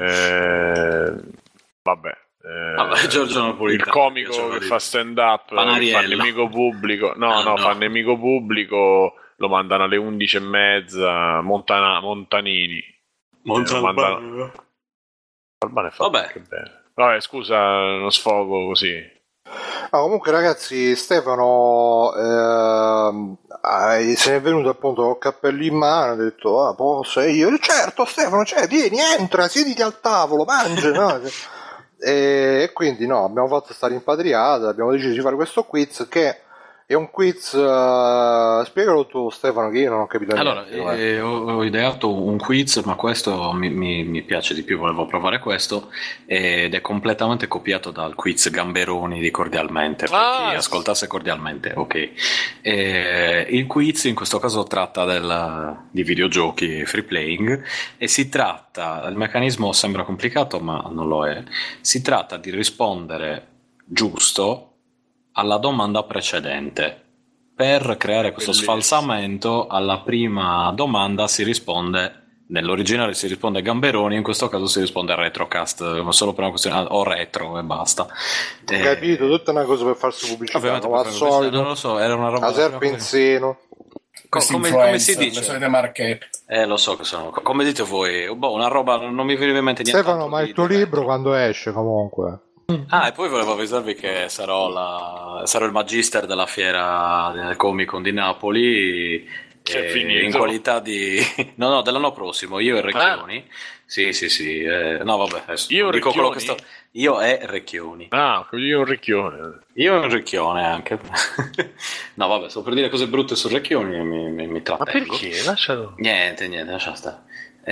vabbè. Giorgio Napolitano, il comico che fa stand up, fa nemico pubblico, fa nemico pubblico, lo mandano alle 11:30. Montanini Albano è fatto anche bene. Vabbè, scusa, uno sfogo così. Comunque ragazzi, Stefano se ne è venuto appunto col cappello in mano, ha detto posso? E io certo Stefano, vieni, entra, siediti al tavolo, mangia, no? E quindi abbiamo fatto sta rimpatriata, abbiamo deciso di fare questo quiz che è un quiz, spiegalo tu Stefano che io non ho capito niente. Allora, ho ideato un quiz, ma questo mi piace di più, volevo provare questo, ed è completamente copiato dal quiz Gamberoni di Cordialmente, per chi ascoltasse Cordialmente, ok. Il quiz in questo caso tratta di videogiochi free playing e si tratta, il meccanismo sembra complicato ma non lo è, si tratta di rispondere giusto alla domanda precedente. Per creare questo sfalsamento, alla prima domanda si risponde, nell'originale si risponde Gamberoni, in questo caso si risponde Retrocast, solo per una questione, o retro e basta. Capito, tutta una cosa per farsi pubblicità, ovviamente no? Al solito, non lo so, era una roba a serpe in seno. Come si dice? Le solite marchette. Lo so che sono, come dite voi, una roba, non mi viene in mente niente. Stefano, ma il tuo libro quando esce comunque? E poi volevo avvisarvi che sarò il magister della fiera del Comic Con di Napoli, in qualità di no dell'anno prossimo, io e Recchioni. Sì, no vabbè, adesso io dico quello che sto. Io e Recchioni. Io un Recchione. Io e un Recchione anche. No vabbè, sto per dire cose brutte su Recchioni e mi trattengo. Ma perché? Lascialo. Niente, lascia stare.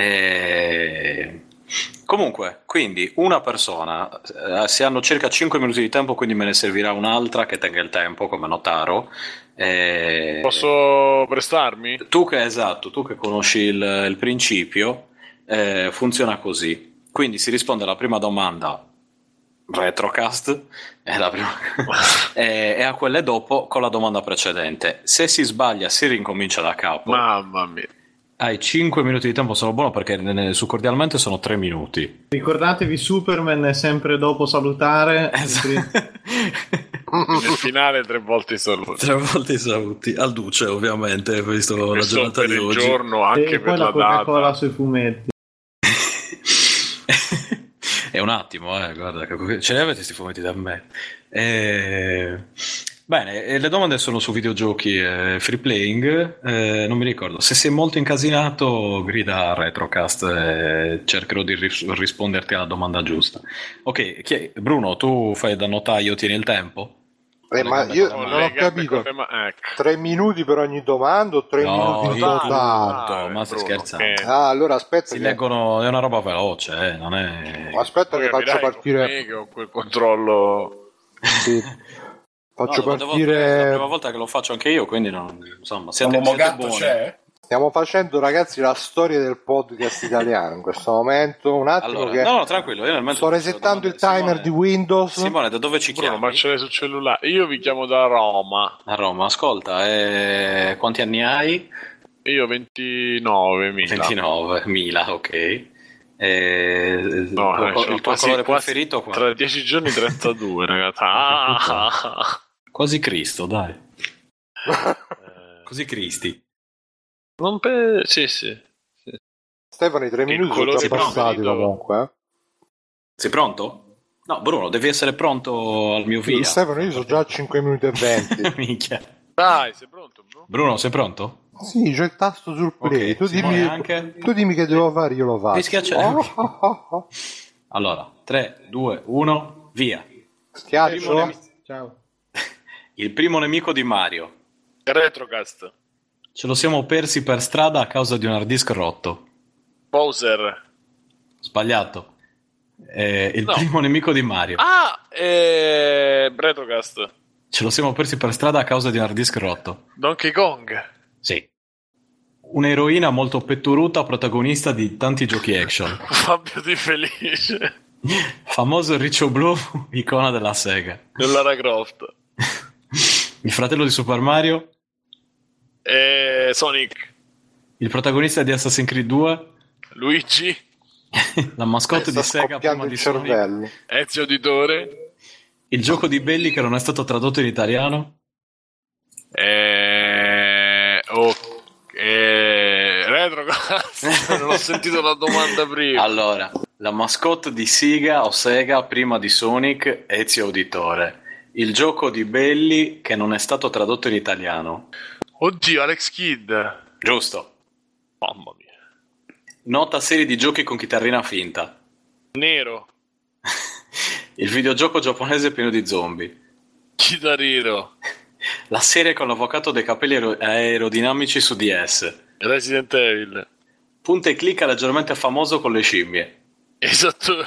Comunque, quindi una persona, se hanno circa 5 minuti di tempo, quindi me ne servirà un'altra che tenga il tempo come Notaro. Posso prestarmi? Tu che conosci il principio, funziona così. Quindi si risponde alla prima domanda Retrocast e a quelle dopo con la domanda precedente. Se si sbaglia si rincomincia da capo. Mamma mia. Hai 5 minuti di tempo, sono buono perché su Cordialmente sono 3 minuti. Ricordatevi, Superman è sempre dopo salutare. Nel finale 3 volte i saluti. 3 volte i saluti. Al Duce, ovviamente, visto la giornata di oggi. Per il giorno, anche e per poi la Coca-Cola data. Sui fumetti. È un attimo, guarda, ce ne avete questi fumetti da me. Bene, le domande sono su videogiochi e free playing. Non mi ricordo. Se sei molto incasinato, grida Retrocast e cercherò di risponderti alla domanda giusta. Ok, Bruno, tu fai da notaio, tieni il tempo? Ma io non ho capito. 3 minuti per ogni domanda o 3 minuti in totale? Ma si scherza. Allora aspetta. Si leggono, è una roba veloce, non è. Aspetta che faccio partire. Con quel controllo. Sì. Faccio partire. È la prima volta che lo faccio anche io, quindi insomma, siete buoni. C'è? Stiamo facendo, ragazzi, la storia del podcast italiano in questo momento. Un attimo, allora, no, tranquillo. Io sto resettando il timer di Windows. Simone, da dove ci chiami? Ma ce l'hai sul cellulare. Io vi chiamo da Roma. A Roma, ascolta, quanti anni hai? Io 29.000. 29.000, ok. Il tuo colore preferito? Tra 10 giorni 32, ragazzi. Quasi Cristo, dai. Così Cristi. Sì. Stefano, i 3 minuti sono già passati comunque. Sei pronto? No, Bruno, devi essere pronto al mio via. Stefano, io sono già a 5 minuti e 20. Minchia. Dai, sei pronto, Bruno? Bruno, sei pronto? Sì, c'è il tasto sul play. Okay, tu dimmi che devo fare, io lo faccio. Mi schiaccia. Allora, 3, 2, 1, via. Schiaccio. Ciao. Il primo nemico di Mario. Retrocast. Ce lo siamo persi per strada a causa di un hard disk rotto. Bowser. Sbagliato. Primo nemico di Mario. Retrocast. Ce lo siamo persi per strada a causa di un hard disk rotto. Donkey Kong. Sì. Un'eroina molto petturuta, protagonista di tanti giochi action. Fabio Di Felice. Famoso riccio blu, icona della Sega. Lara Croft. Il fratello di Super Mario. Sonic. Il protagonista di Assassin's Creed 2. Luigi. La mascotte di Sega prima di Sonic. Ezio Auditore. Il gioco di Belli che non è stato tradotto in italiano. Retrocast. Non ho sentito la domanda prima. Allora, la mascotte di Sega o Sega prima di Sonic, Ezio Auditore. Il gioco di Belli che non è stato tradotto in italiano. Oddio, Alex Kidd. Giusto. Mamma mia. Nota serie di giochi con chitarrina finta. Nero. Il videogioco giapponese pieno di zombie. Chitarrino. La serie con l'avvocato dei capelli aerodinamici su DS. Resident Evil. Punta e clicca leggermente famoso con le scimmie. Esatto.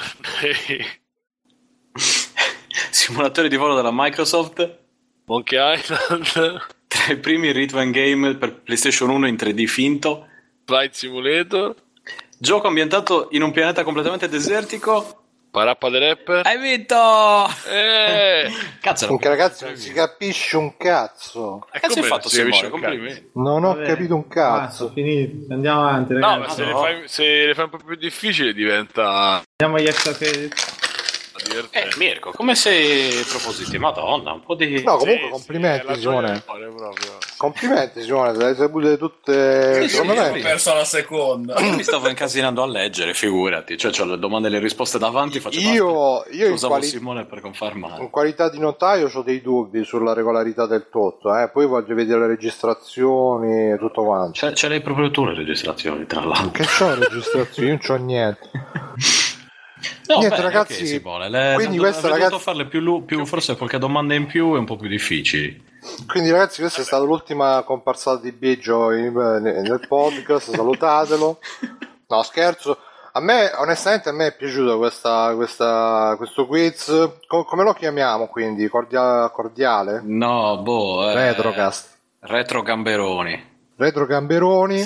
Simulatore di volo della Microsoft. Monkey Island. Tra i primi rhythm game per PlayStation 1 in 3D finto. Flight Simulator. Gioco ambientato in un pianeta completamente desertico. Parappa dei rapper. Hai vinto! Cazzo, comunque, ragazzi, non si capisce un cazzo. Cazzo hai fatto, Simone? Complimenti. Non ho capito un cazzo. Finito. Andiamo avanti, ragazzi. No, ma se le fai un po' più difficile diventa... Andiamo agli extra-credit. Mirko, come sei propositi? Madonna, un po' di... No, comunque complimenti, Simone. Complimenti, Simone, le hai sapute tutte. Secondo me ho perso la seconda. Io mi stavo incasinando a leggere, figurati. Cioè, ho le domande e le risposte davanti. Faccio io usavo Simone per confermare. In qualità di notaio ho dei dubbi sulla regolarità del tutto. Poi voglio vedere le registrazioni e tutto quanto. Ce l'hai proprio tu le registrazioni, tra l'altro. Che c'ho le registrazioni? Io non c'ho niente. No, niente, bene, ragazzi. Okay, Simone. Quindi questa, ragazzi, farle più forse qualche domanda in più e un po' più difficili. Quindi, ragazzi, questa è stata l'ultima comparsata di Biggio nel podcast. Salutatelo. No, scherzo. Onestamente, a me è piaciuto questo quiz. Come lo chiamiamo? Quindi cordiale? No, Retrocast. Retro Gamberoni. Retro Gamberoni.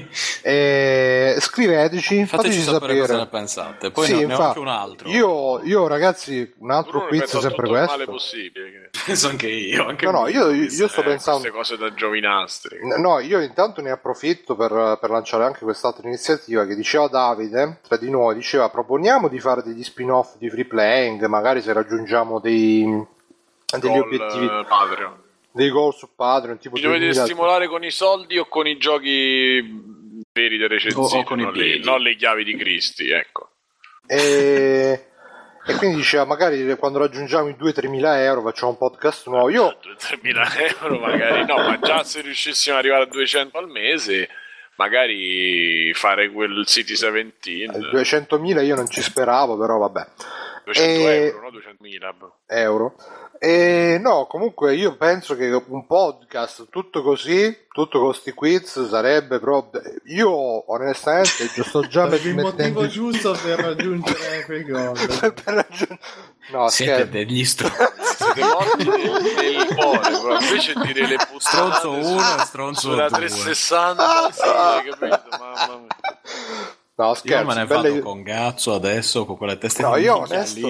Scriveteci, fateci sapere cosa ne pensate. Poi sì, ne ho anche un altro. Io ragazzi, un altro quiz sempre questo. Male possibile. Penso anche io. Io sto pensando queste cose da giovinastri. No, io intanto ne approfitto per lanciare anche quest'altra iniziativa che diceva Davide, tra di noi, diceva proponiamo di fare degli spin-off di free playing, magari se raggiungiamo degli obiettivi Patreon. Dei goal su Patreon, tipo mi dovete stimolare con i soldi o con i giochi veri da recensire, non le chiavi di Cristi, ecco. E quindi diceva magari quando raggiungiamo i 2-3 euro facciamo un podcast nuovo. Io 2-3 euro magari no, ma già se riuscissimo ad arrivare a 200 al mese magari fare quel City 17 200.000 io non ci speravo, però vabbè. 200 euro, no 200.000 euro. No, comunque io penso che un podcast tutto così, tutto con sti quiz sarebbe proprio... Io onestamente sto già il motivo giusto per raggiungere quei gol. No, siete degli siete morti nel cuore, però invece di dire le puttanate stronzo 1 e stronzo 2 sulla 360 sì, hai capito, mamma mia. No, scherzo, io me ne vado con Gazzo adesso con quelle teste no, io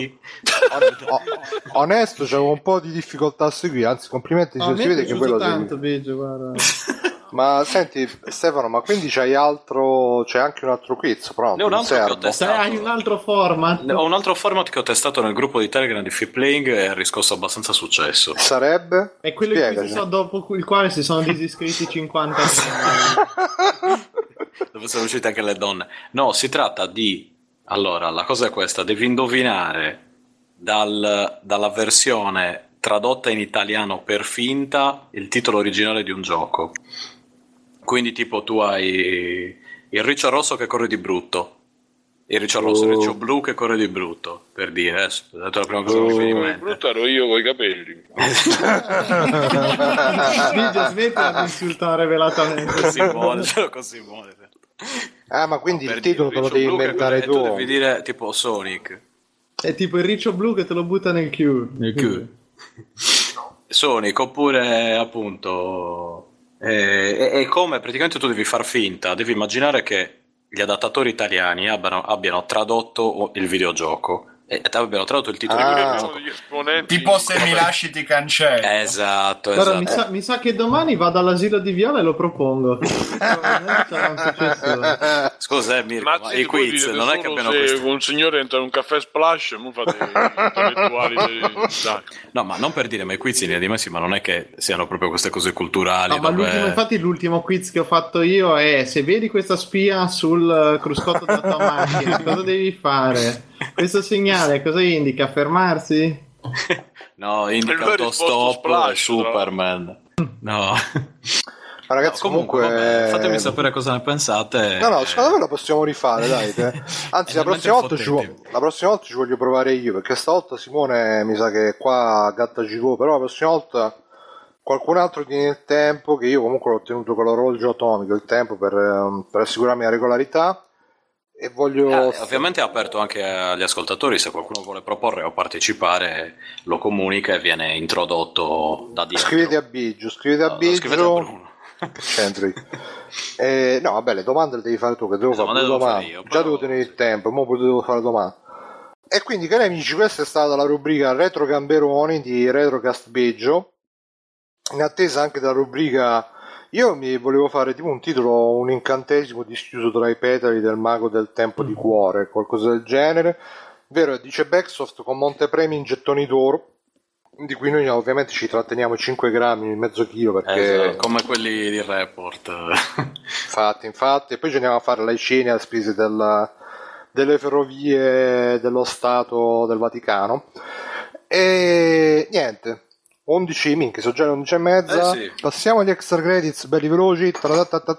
onesto c'avevo un po' di difficoltà a seguire, anzi complimenti, si vede che quello tanto Biggio, guarda. Ma senti Stefano, ma quindi c'è anche un altro quiz pronto? Un altro che ho testato. Hai un altro format? Ho un altro format che ho testato nel gruppo di Telegram di Free Playing e ha riscosso abbastanza successo. Sarebbe? È quello dopo il quale si sono disiscritti 50 dove sono uscite anche le donne. No, si tratta di... Allora, la cosa è questa, devi indovinare dalla versione tradotta in italiano per finta il titolo originale di un gioco. Quindi tipo tu hai il riccio rosso che corre di brutto, il riccio rosso, il riccio blu che corre di brutto, per dire, è la prima cosa che mi viene in mente. Brutto ero io coi capelli. Biggio, smetti di insultare velatamente. Così muore. Ma quindi il titolo te lo devi inventare tu. Devi dire tipo Sonic. È tipo il riccio blu che te lo butta nel Q. Sonic, oppure appunto è come praticamente tu devi far finta, devi immaginare che gli adattatori italiani abbiano tradotto il videogioco e abbiano tradotto il titolo del videogioco. Tipo se mi lasci ti cancello. Esatto. Mi sa che domani vado all'asilo di Viola e lo propongo. Scusa, Mirko, ma i quiz non è che abbiano se un signore entra in un caffè Splash non fate intellettuali no, ma non per dire, ma i quiz in linea di massima non è che siano proprio queste cose culturali. No, ma infatti l'ultimo quiz che ho fatto io è: se vedi questa spia sul cruscotto della tua macchina, cosa devi fare? Questo segnale cosa indica? Fermarsi? No, indica autostop e Superman. No. Ma ragazzi, comunque fatemi sapere cosa ne pensate. No, secondo me lo possiamo rifare, dai. Anzi, la prossima volta ci voglio provare io, perché stavolta Simone mi sa che qua gatta gigò, però la prossima volta qualcun altro tiene il tempo, che io comunque l'ho ottenuto con l'orologio atomico, il tempo per assicurarmi la regolarità. E voglio ovviamente è aperto anche agli ascoltatori, se qualcuno vuole proporre o partecipare lo comunica e viene introdotto da dietro. Scrivete a Biggio scrivete a Bruno. Che c'entri? No, vabbè, le domande le devi fare tu, che devo fare domani. Già devo tenere il tempo, mo devo fare domani. E quindi, cari amici, questa è stata la rubrica Retro Gamberoni di Retrocast Beggio, in attesa anche della rubrica. Io mi volevo fare tipo un titolo, un incantesimo dischiuso tra i petali del mago del tempo di cuore, qualcosa del genere, vero? Dice Backsoft con montepremi in gettoni d'oro, di cui noi ovviamente ci tratteniamo 5 grammi, mezzo chilo, perché come quelli di Report. infatti, e poi ci andiamo a fare le cene a spese delle ferrovie dello Stato del Vaticano. E niente, 11, minchia, sono già le 11 e mezza. Sì. Passiamo agli extra credits belli veloci. 3,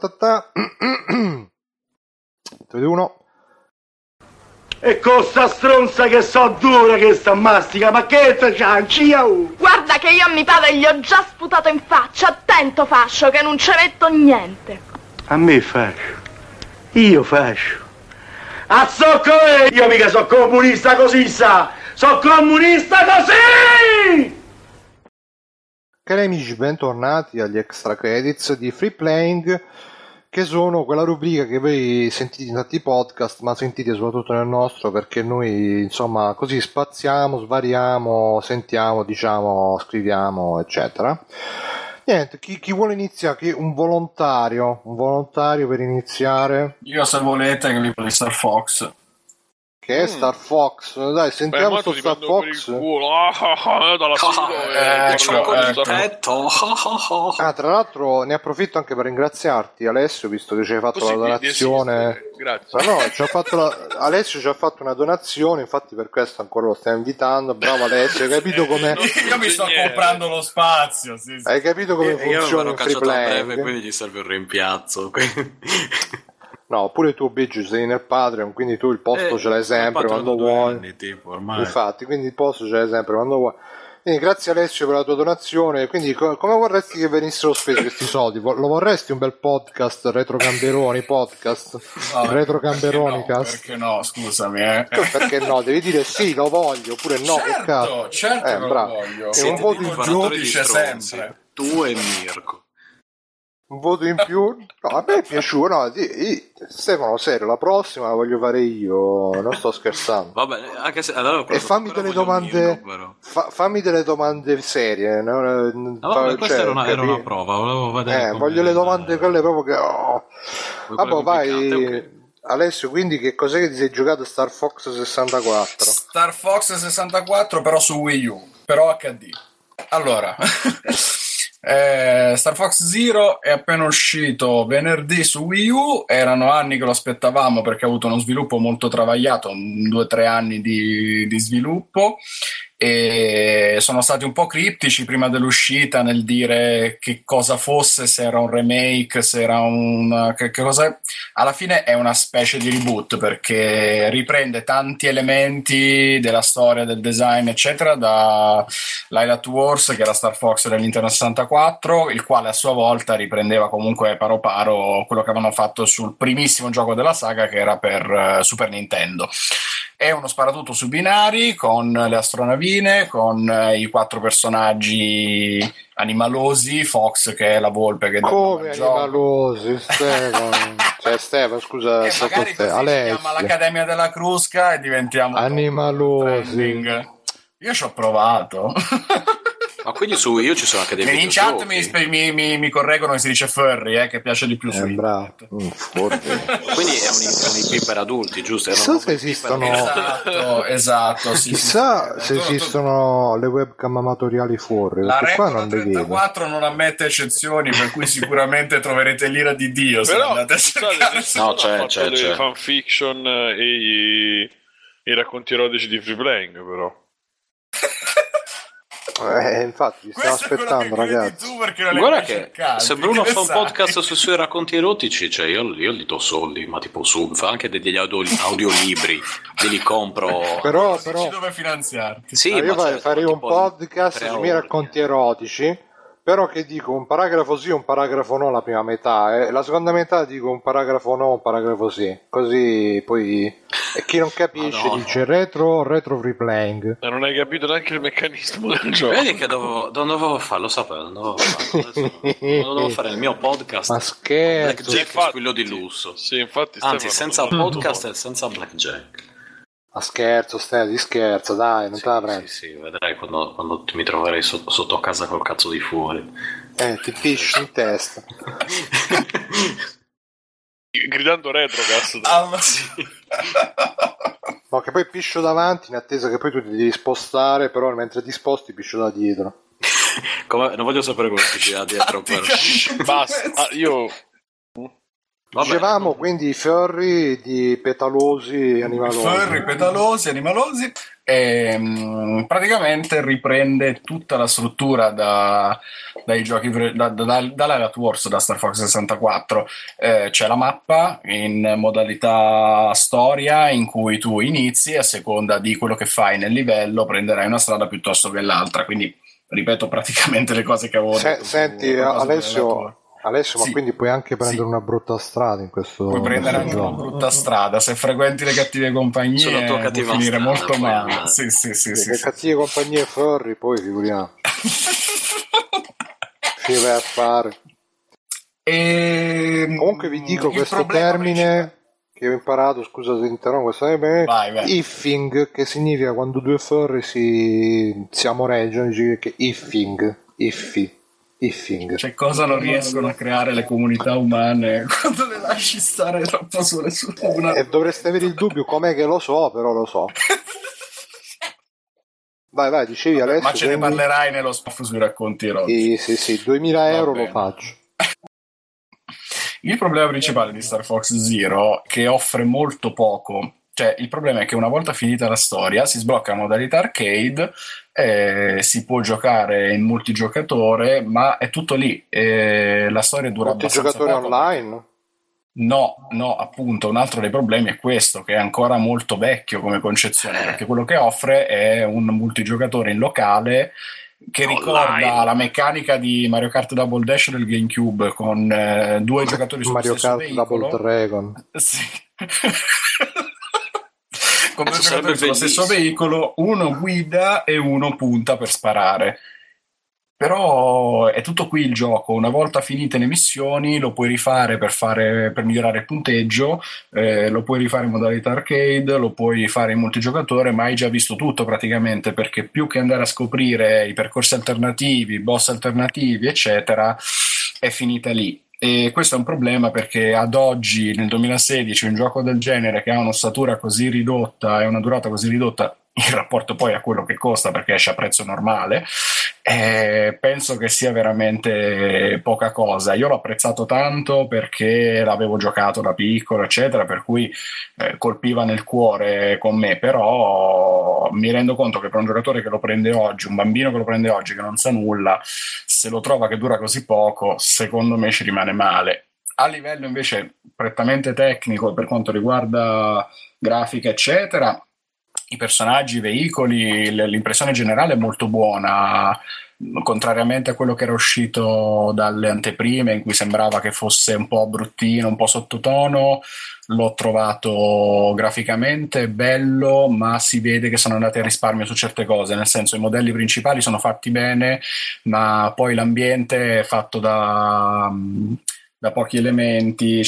2, 1. E con sta stronza che so dura che sta mastica, ma che te cianci? Guarda che io a mi padre gli ho già sputato in faccia, attento fascio che non ci metto niente. A me fascio, io fascio. A zocco io mica so comunista così sa, so comunista così! Cari amici, bentornati agli extra credits di Free Playing, che sono quella rubrica che voi sentite in tanti podcast, ma sentite soprattutto nel nostro, perché noi insomma così spaziamo, svariamo, sentiamo, diciamo, scriviamo, eccetera. Niente, chi vuole iniziare? Un volontario per iniziare? Io, se volete, che vi parli Star Fox. Che è Star Fox? Dai, sentiamo sto Star Fox. Dalla Tra l'altro ne approfitto anche per ringraziarti, Alessio, visto che ci hai fatto la donazione. Grazie. No, Alessio ci ha fatto una donazione, infatti per questo ancora lo stiamo invitando. Bravo Alessio, hai capito come? Io mi sto comprando lo spazio. Sì. Hai capito come funziona il Free Playing? Quindi gli serve un rimpiazzo. No, pure tu Biggio sei nel Patreon, quindi tu il posto ce l'hai sempre quando vuoi. Infatti, quindi il posto ce l'hai sempre quando vuoi. Quindi grazie Alessio per la tua donazione. Quindi come vorresti che venissero spesi questi soldi? Lo vorresti un bel podcast Retro Gamberoni podcast? No, Retro Gamberoni cast? Perché no, scusami. Perché no? Devi dire sì, lo voglio, oppure no, che cazzo. Certo, lo voglio. E un voto in più dice sempre. Tu e Mirko. Un voto in più? No, a me è piaciuto. No, Stefano, serio, la prossima la voglio fare io. Non sto scherzando. Vabbè, anche se allora e fammi delle domande. Fammi delle domande serie. Questa era una prova. Volevo vedere. Voglio le domande quelle proprio che. Vabbè, vai. Okay. Alessio, quindi che cos'è che ti sei giocato Star Fox 64? Star Fox 64, però su Wii U, però HD. Allora. Star Fox Zero è appena uscito venerdì su Wii U, erano anni che lo aspettavamo perché ha avuto uno sviluppo molto travagliato, 2 o 3 anni di sviluppo, e sono stati un po' criptici prima dell'uscita nel dire che cosa fosse, se era un remake, se era che cosa. Alla fine è una specie di reboot perché riprende tanti elementi della storia, del design eccetera da Light Wars, che era Star Fox del Nintendo 64, il quale a sua volta riprendeva comunque paro paro quello che avevano fatto sul primissimo gioco della saga, che era per Super Nintendo. È uno sparatutto su binari con le astronavine, con i 4 personaggi animalosi, Fox che è la volpe che come animalosi, Stefano, scusa, magari così si chiama l'Accademia della Crusca e diventiamo animalosi. Io ci ho provato. Ma quindi su io ci sono anche dei in chat mi correggono che si dice furry, che piace di più su internet. Quindi è un IP per adulti, giusto? Chissà se esistono. Esatto. Chissà se esistono le webcam amatoriali furry. La Regola 34 non ammette eccezioni, per cui sicuramente troverete l'ira di Dio se andate a cercare. No, c'è le fanfiction e i racconti erotici di Free Playing, però. Infatti ci stiamo aspettando, ragazzi. Guarda che se Bruno fa un podcast sui suoi racconti erotici, cioè io gli do soldi, ma tipo fa anche degli audiolibri, li compro. Però dove finanziarti. Sì, io farei un podcast sui miei racconti erotici, però che dico un paragrafo sì, un paragrafo no la prima metà, la seconda metà dico un paragrafo no, un paragrafo sì, così poi e chi non capisce dice retro Free Playing. Ma non hai capito neanche il meccanismo del gioco. Vedi che non dovevo farlo, sapevo, dovevo fare il mio podcast. Ma scherzo, Blackjack è quello di lusso. Sì, infatti anzi senza podcast e senza Blackjack. A scherzo, Stella, scherza, dai, non te la prendi. Sì, vedrai quando mi troverai sotto casa col cazzo di fuori. Ti pisci in testa. Gridando retrocast. Ma sì. No, che poi piscio davanti in attesa che poi tu ti devi spostare, però mentre ti sposti piscio da dietro. Non voglio sapere quello che ci ha dietro. Basta, io... Vabbè, Dicevamo quindi i furry di petalosi animalosi. Furry, petalosi, animalosi, e praticamente riprende tutta la struttura dai giochi dall'Allied Wars, da Star Fox 64. C'è la mappa in modalità storia in cui tu inizi, a seconda di quello che fai nel livello prenderai una strada piuttosto che l'altra, quindi ripeto praticamente le cose che avevo detto. Senti Alessio, ma sì, quindi puoi anche prendere una brutta strada in questo puoi prendere anche gioco. una brutta strada se frequenti le cattive compagnie. Sulla tua può cattiva finire strada, molto poi, male. no. Sì, Le cattive compagnie furry, poi figuriamo. Si va a fare. Comunque vi dico questo termine che ho imparato, scusa se interrompo, questo è vai. Iffing, che significa quando due furry si amoreggiano, dici che iffing. Cioè, cosa non riescono a creare le comunità umane quando le lasci stare troppo sole su una. E dovreste avere il dubbio, com'è che lo so, però lo so. Vai, dicevi Alessio. Ma ce ne parlerai nello spazio sui racconti erotici. Sì, 2000 euro lo faccio. Il problema principale di Star Fox Zero è che offre molto poco. Cioè, il problema è che una volta finita la storia si sblocca la modalità arcade, si può giocare in multigiocatore, ma è tutto lì. La storia dura abbastanza poco. Multigiocatore online? No, appunto, un altro dei problemi è questo, che è ancora molto vecchio come concezione, perché quello che offre è un multigiocatore in locale che ricorda la meccanica di Mario Kart Double Dash del GameCube, con due giocatori sullo Mario stesso Kart veicolo. Double Dragon. Sì. Con due giocatori sullo stesso veicolo, uno guida e uno punta per sparare. Però è tutto qui il gioco. Una volta finite le missioni lo puoi rifare per migliorare il punteggio, lo puoi rifare in modalità arcade, lo puoi fare in multigiocatore, ma hai già visto tutto praticamente, perché più che andare a scoprire i percorsi alternativi, i boss alternativi eccetera, è finita lì. E questo è un problema perché ad oggi, nel 2016, un gioco del genere che ha un'ossatura così ridotta e una durata così ridotta in rapporto poi a quello che costa, perché esce a prezzo normale, penso che sia veramente poca cosa. Io l'ho apprezzato tanto perché l'avevo giocato da piccolo eccetera, per cui colpiva nel cuore con me, però mi rendo conto che per un giocatore che lo prende oggi, un bambino che lo prende oggi che non sa nulla, se lo trova che dura così poco, secondo me ci rimane male. A livello invece prettamente tecnico, per quanto riguarda grafica eccetera, i personaggi, i veicoli, l'impressione generale è molto buona, contrariamente a quello che era uscito dalle anteprime in cui sembrava che fosse un po' bruttino, un po' sottotono. L'ho trovato graficamente bello, ma si vede che sono andati a risparmio su certe cose, nel senso i modelli principali sono fatti bene, ma poi l'ambiente è fatto da pochi elementi,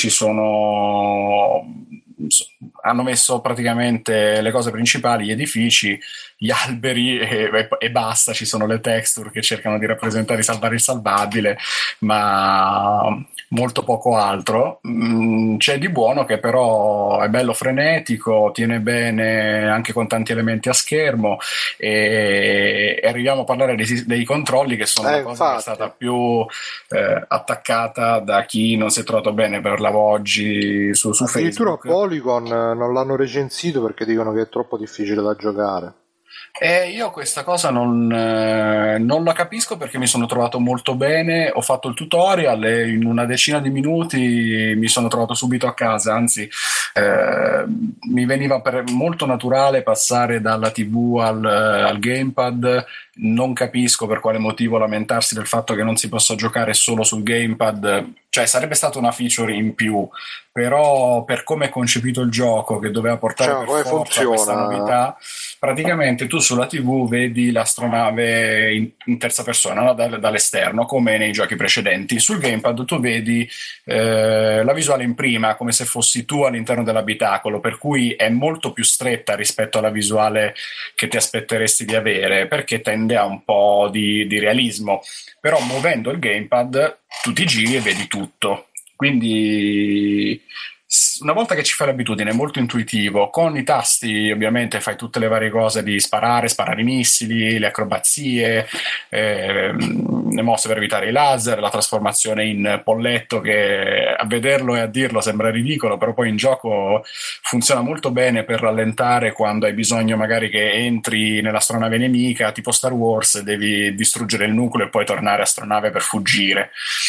hanno messo praticamente le cose principali, gli edifici, gli alberi e basta. Ci sono le texture che cercano di rappresentare e salvare il salvabile, ma molto poco altro. C'è di buono che però è bello frenetico, tiene bene anche con tanti elementi a schermo, e arriviamo a parlare dei controlli, che sono la cosa che è stata più attaccata da chi non si è trovato bene per oggi su addirittura Facebook. Polygon non l'hanno recensito perché dicono che è troppo difficile da giocare. Io questa cosa non la capisco, perché mi sono trovato molto bene, ho fatto il tutorial e in una decina di minuti mi sono trovato subito a casa, anzi mi veniva molto naturale passare dalla TV al gamepad. Non capisco per quale motivo lamentarsi del fatto che non si possa giocare solo sul gamepad cioè sarebbe stata una feature in più, però per come è concepito il gioco, che doveva portare per forza questa novità, praticamente tu sulla TV vedi l'astronave in terza persona, no? Dall'esterno, come nei giochi precedenti. Sul gamepad tu vedi la visuale in prima, come se fossi tu all'interno dell'abitacolo, per cui è molto più stretta rispetto alla visuale che ti aspetteresti di avere, perché tende a un po' di realismo. Però muovendo il gamepad tu ti giri e vedi tutto, quindi una volta che ci fai l'abitudine è molto intuitivo. Con i tasti ovviamente fai tutte le varie cose di sparare i missili, le acrobazie, le mosse per evitare i laser, la trasformazione in polletto, che a vederlo e a dirlo sembra ridicolo, però poi in gioco funziona molto bene per rallentare quando hai bisogno magari che entri nell'astronave nemica, tipo Star Wars, e devi distruggere il nucleo e poi tornare astronave per fuggire.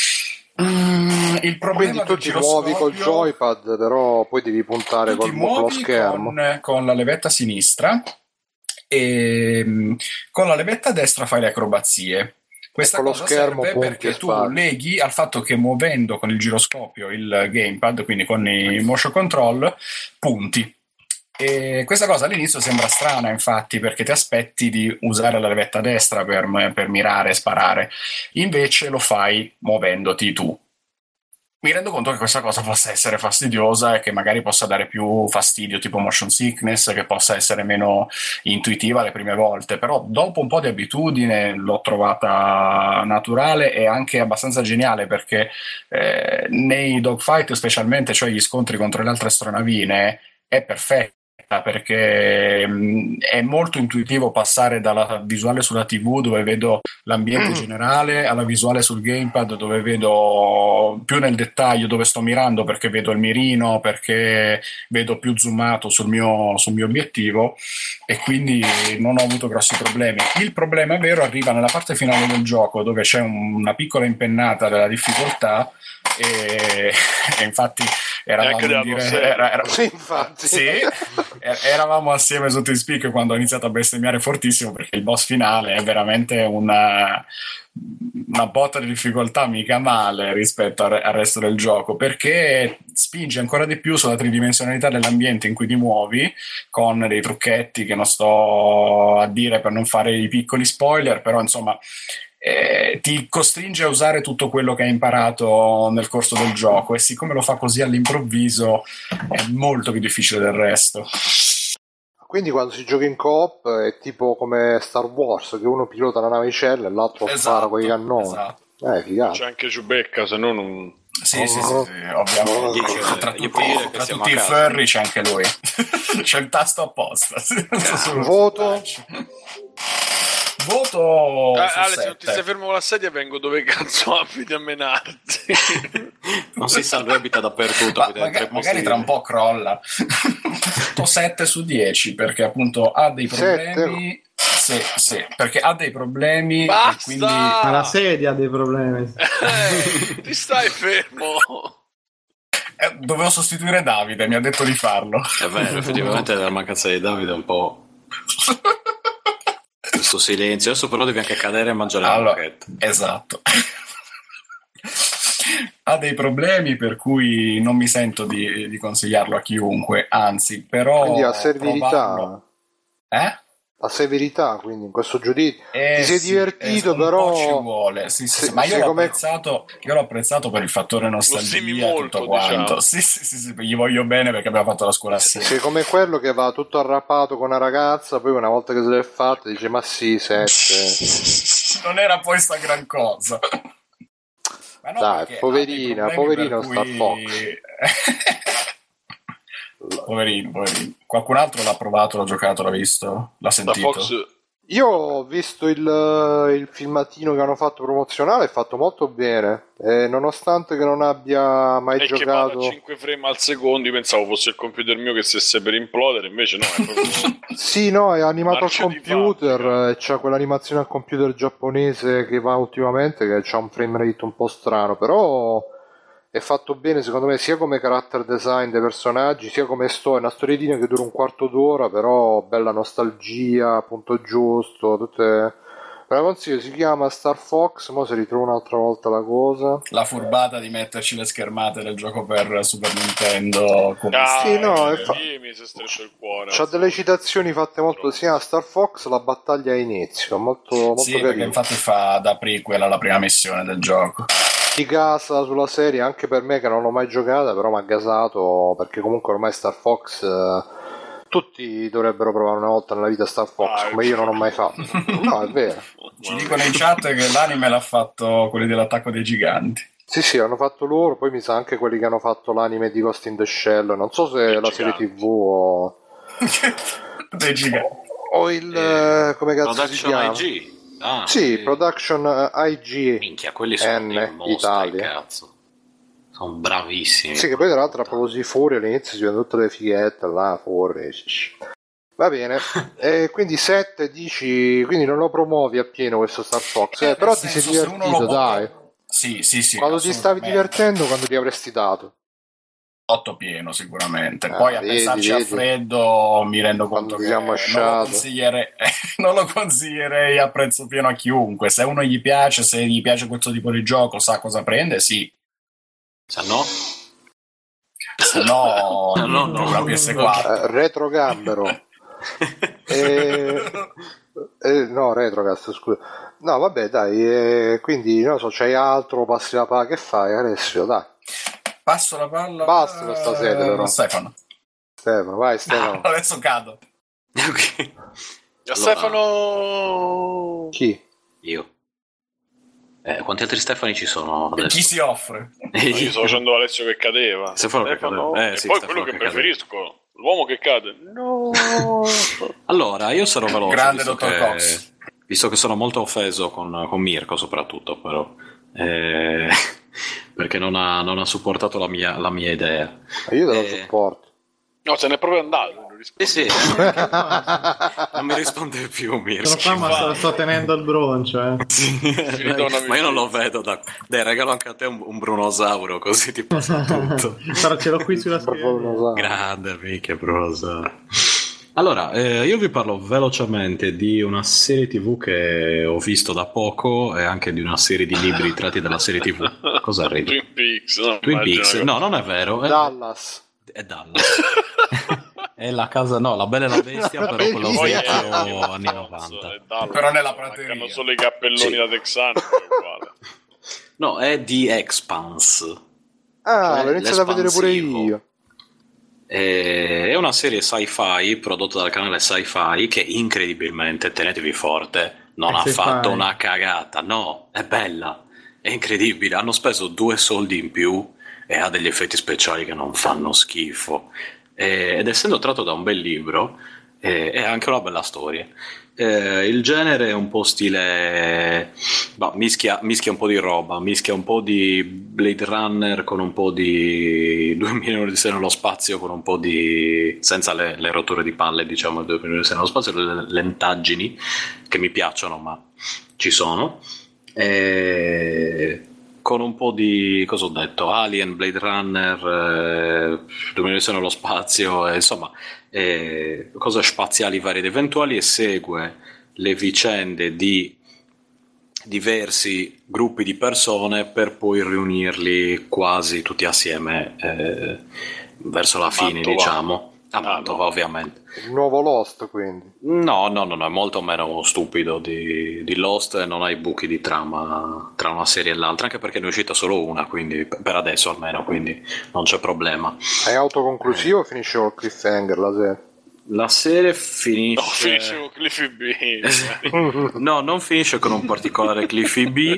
Il problema, quindi tu ti muovi col joypad, però poi devi puntare con lo schermo con la levetta sinistra, e con la levetta destra fai le acrobazie. Questa con lo cosa schermo serve perché tu leghi al fatto che muovendo con il giroscopio il gamepad, quindi con i motion control, punti. E questa cosa all'inizio sembra strana, infatti, perché ti aspetti di usare la levetta destra per mirare e sparare, invece lo fai muovendoti tu. Mi rendo conto che questa cosa possa essere fastidiosa e che magari possa dare più fastidio, tipo motion sickness, che possa essere meno intuitiva le prime volte, però dopo un po' di abitudine l'ho trovata naturale e anche abbastanza geniale, perché nei dogfight specialmente, cioè gli scontri contro le altre astronavine, è perfetta, perché è molto intuitivo passare dalla visuale sulla TV, dove vedo l'ambiente generale, alla visuale sul gamepad, dove vedo più nel dettaglio dove sto mirando, perché vedo il mirino, perché vedo più zoomato sul mio obiettivo, e quindi non ho avuto grossi problemi. Il problema vero arriva nella parte finale del gioco, dove c'è una piccola impennata della difficoltà, e infatti eravamo assieme sotto il speaker quando ho iniziato a bestemmiare fortissimo, perché il boss finale è veramente una botta di difficoltà mica male rispetto al resto del gioco, perché spinge ancora di più sulla tridimensionalità dell'ambiente in cui ti muovi, con dei trucchetti che non sto a dire per non fare i piccoli spoiler, però insomma ti costringe a usare tutto quello che hai imparato nel corso del gioco, e siccome lo fa così all'improvviso è molto più difficile del resto. Quindi quando si gioca in coop è tipo come Star Wars, che uno pilota la navicella e l'altro spara con i cannoni. Esatto. Figata. C'è anche Chewbacca, se no non... Sì, ovviamente. Tra tutti i furry c'è anche lui. C'è il tasto apposta. Voto Ale, se non ti stai fermo con la sedia vengo dove cazzo abiti a menarti. Non si sa, lui abita dappertutto. Magari tra un po' crolla. 7 su 10, perché appunto ha dei problemi. Sì, perché ha dei problemi. Basta! E quindi... Ma la sedia ha dei problemi. Ti stai fermo. Dovevo sostituire Davide, mi ha detto di farlo. È vero, effettivamente la mancanza di Davide è un po'... questo silenzio. Adesso però devi anche cadere e mangiare la moquette. Esatto. Ha dei problemi per cui non mi sento di consigliarlo a chiunque, anzi, però... Quindi ha severità. Provarlo... La severità, quindi in questo giudizio ti sei divertito, però un po' ci vuole. Sì. Ma io l'ho apprezzato per il fattore nostalgia e tutto quanto. Sì, gli voglio bene perché abbiamo fatto la scuola assieme. Sei come quello che va tutto arrappato con una ragazza, poi una volta che se l'è fatta dice ma sì, 7. Non era poi sta gran cosa. Ma no, dai, poverino sta Fox. Poverino. Qualcun altro l'ha provato, l'ha giocato, l'ha visto, l'ha sentito? Io ho visto il filmatino che hanno fatto promozionale, è fatto molto bene, e nonostante che non abbia mai giocato, che va a 5 frame al secondo, io pensavo fosse il computer mio che stesse per implodere, invece no, è proprio sì, no, è animato al computer, e c'ha quell'animazione al computer giapponese che va ultimamente, che c'ha un frame rate un po' strano, però è fatto bene secondo me, sia come character design dei personaggi, sia come una storietina che dura un quarto d'ora, però bella nostalgia, punto giusto, tutte Me la consiglio, si chiama Star Fox, mo si ritrova un'altra volta la cosa. La furbata di metterci le schermate del gioco per Super Nintendo. Sì, no, mi si è stretto il cuore. C'ha delle citazioni fatte molto, si chiama Star Fox, la battaglia inizio, molto sì, carino. perché infatti fa da prequel alla prima missione del gioco. Di casa sulla serie, anche per me che non l'ho mai giocata, però mi ha gasato, perché comunque ormai Star Fox tutti dovrebbero provare una volta nella vita Star Fox, come io non ho mai fatto. No, è vero. Ci dicono in chat che l'anime l'ha fatto quelli dell'Attacco dei Giganti. Sì, hanno fatto loro, poi mi sa anche quelli che hanno fatto l'anime di Ghost in the Shell, non so se la serie TV o dei giganti o il come cazzo Production si chiama? IG. Sì, Production IG. Minchia, quelli sono dei mostri, Italia. cazzo. Sono bravissimi. Sì, che poi tra l'altro a proposito di fuori all'inizio si vedono tutte le fighette là fuori. Va bene. E quindi 7 dici, quindi non lo promuovi appieno questo Star Fox, però ti sei divertito, dai. Sì. Quando ti stavi divertendo, quando ti avresti dato? 8 pieno sicuramente. Poi a pensarci a freddo mi rendo conto che non lo consiglierei a prezzo pieno a chiunque. Se uno gli piace, se gli piace questo tipo di gioco, sa cosa prende, sì. Se no una PS4 Retro Gambero. No, Retrocast, scusa. No, vabbè, dai, quindi non so, c'hai altro, passi la palla, che fai Alessio, dai. Passo la palla. Basta questa sede, però. Stefano, vai Stefano. No, adesso cado. Okay. Allora... Stefano. Chi? Io. Quanti altri Stefani ci sono adesso? Chi si offre? Io sto facendo Alessio che cadeva. Stefano che cadeva. E sì, poi Stefano quello che preferisco, l'uomo che cade. No. Allora, io sarò veloce. Grande Dottor Cox. Visto che sono molto offeso con Mirko soprattutto, però. Perché non ha supportato la mia idea. Io te lo supporto. No, se n'è proprio andato. Sì. Non mi risponde più Mirko. Sono qua, ma sto tenendo il broncio. Sì. Ma io non lo vedo. Dai, regalo anche a te un brunosauro, così ti passa tutto. Però ce l'ho qui sulla scrivania. Grande, minchia brunosauro. Allora, io vi parlo velocemente di una serie TV che ho visto da poco e anche di una serie di libri tratti dalla serie TV. Cosa ridi? Twin Peaks. No, Twin Peaks. No, non è vero. Dallas. È Dallas. È la casa, no, La Bella e la Bestia, però quello vecchio anni 90. Però nella prateria. Hanno solo i cappelloni da texano, è uguale. No, è The Expanse. L'ho iniziato a vedere pure io. È una serie sci-fi prodotta dal canale Sci-Fi che incredibilmente, tenetevi forte, non ha fatto una cagata. No, è bella, è incredibile. Hanno speso 2 soldi in più e ha degli effetti speciali che non fanno schifo. Ed essendo tratto da un bel libro, è anche una bella storia. Il genere è un po' stile mischia un po' di roba, mischia un po' di Blade Runner con un po' di 2001 Odissea nello spazio, con un po' di senza le rotture di palle, diciamo, 2001 Odissea nello spazio, le lentaggini che mi piacciono ma ci sono, con un po' di, cosa ho detto, Alien, Blade Runner, 2001 Odissea nello spazio, insomma cose spaziali varie ed eventuali, e segue le vicende di diversi gruppi di persone per poi riunirli quasi tutti assieme verso la fine, diciamo. A Mantova, ovviamente. Il nuovo Lost, quindi? No, è molto meno stupido di Lost e non hai buchi di trama tra una serie e l'altra, anche perché ne è uscita solo una, quindi per adesso almeno, quindi non c'è problema. È autoconclusivo o finisce col cliffhanger la serie? La serie finisce... No, finisce con Cliffy B. No, non finisce con un particolare Cliffy B.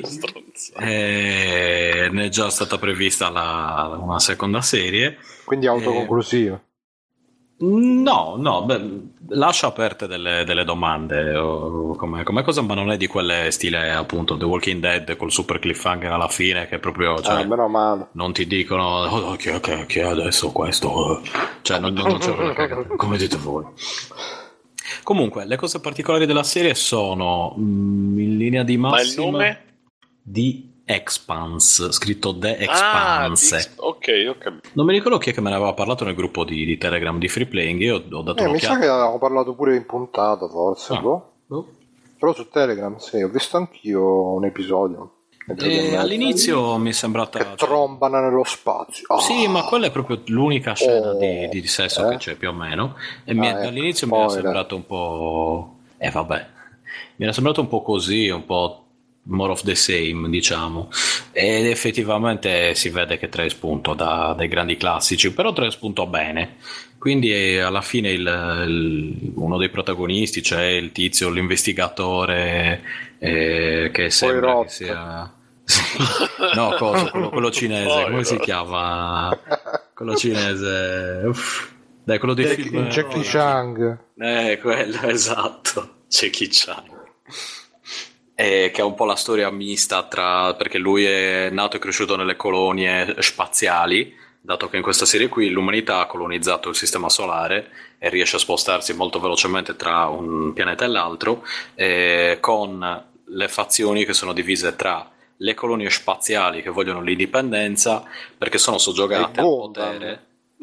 Ne è già stata prevista una seconda serie. Quindi autoconclusiva. No, lascia aperte delle domande come cosa, ma non è di quelle stile appunto The Walking Dead col super cliffhanger alla fine, che proprio meno male. Non ti dicono che è adesso questo, cioè non c'è come dite voi. Comunque le cose particolari della serie sono in linea di massima. Ma il nome? Di Expanse, scritto The Expanse. Ok. Non mi ricordo chi è che me ne aveva parlato nel gruppo di Telegram di Free Playing. Io ho dato un'occhiata. Mi sa che avevamo parlato pure in puntata, forse. Però su Telegram, sì, ho visto anch'io un episodio. E all'inizio mi è sembrata che trombano nello spazio. Sì, ma quella è proprio l'unica scena di sesso che c'è più o meno. E all'inizio mi era sembrato un po'. Vabbè, mi era sembrato un po' così, un po' more of the same, diciamo. Ed effettivamente si vede che Trace spunto da dei grandi classici, però Trace spunto bene. Quindi alla fine uno dei protagonisti, cioè il tizio, l'investigatore, che sembra che sia. No, quello cinese, come si chiama? Quello cinese. Dai, quello dei film. Jackie Chan. Quello, esatto. Jackie Chan. Che è un po' la storia mista perché lui è nato e cresciuto nelle colonie spaziali, dato che in questa serie qui l'umanità ha colonizzato il sistema solare e riesce a spostarsi molto velocemente tra un pianeta e l'altro, con le fazioni che sono divise tra le colonie spaziali che vogliono l'indipendenza perché sono soggiogate al potere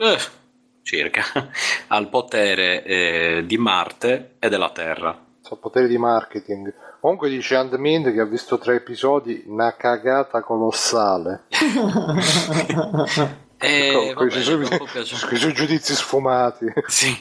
al potere di Marte e della Terra. Sono poteri di marketing. Comunque dice Andmind che ha visto 3 episodi, una cagata colossale. Con i suoi giudizi sfumati. Sì,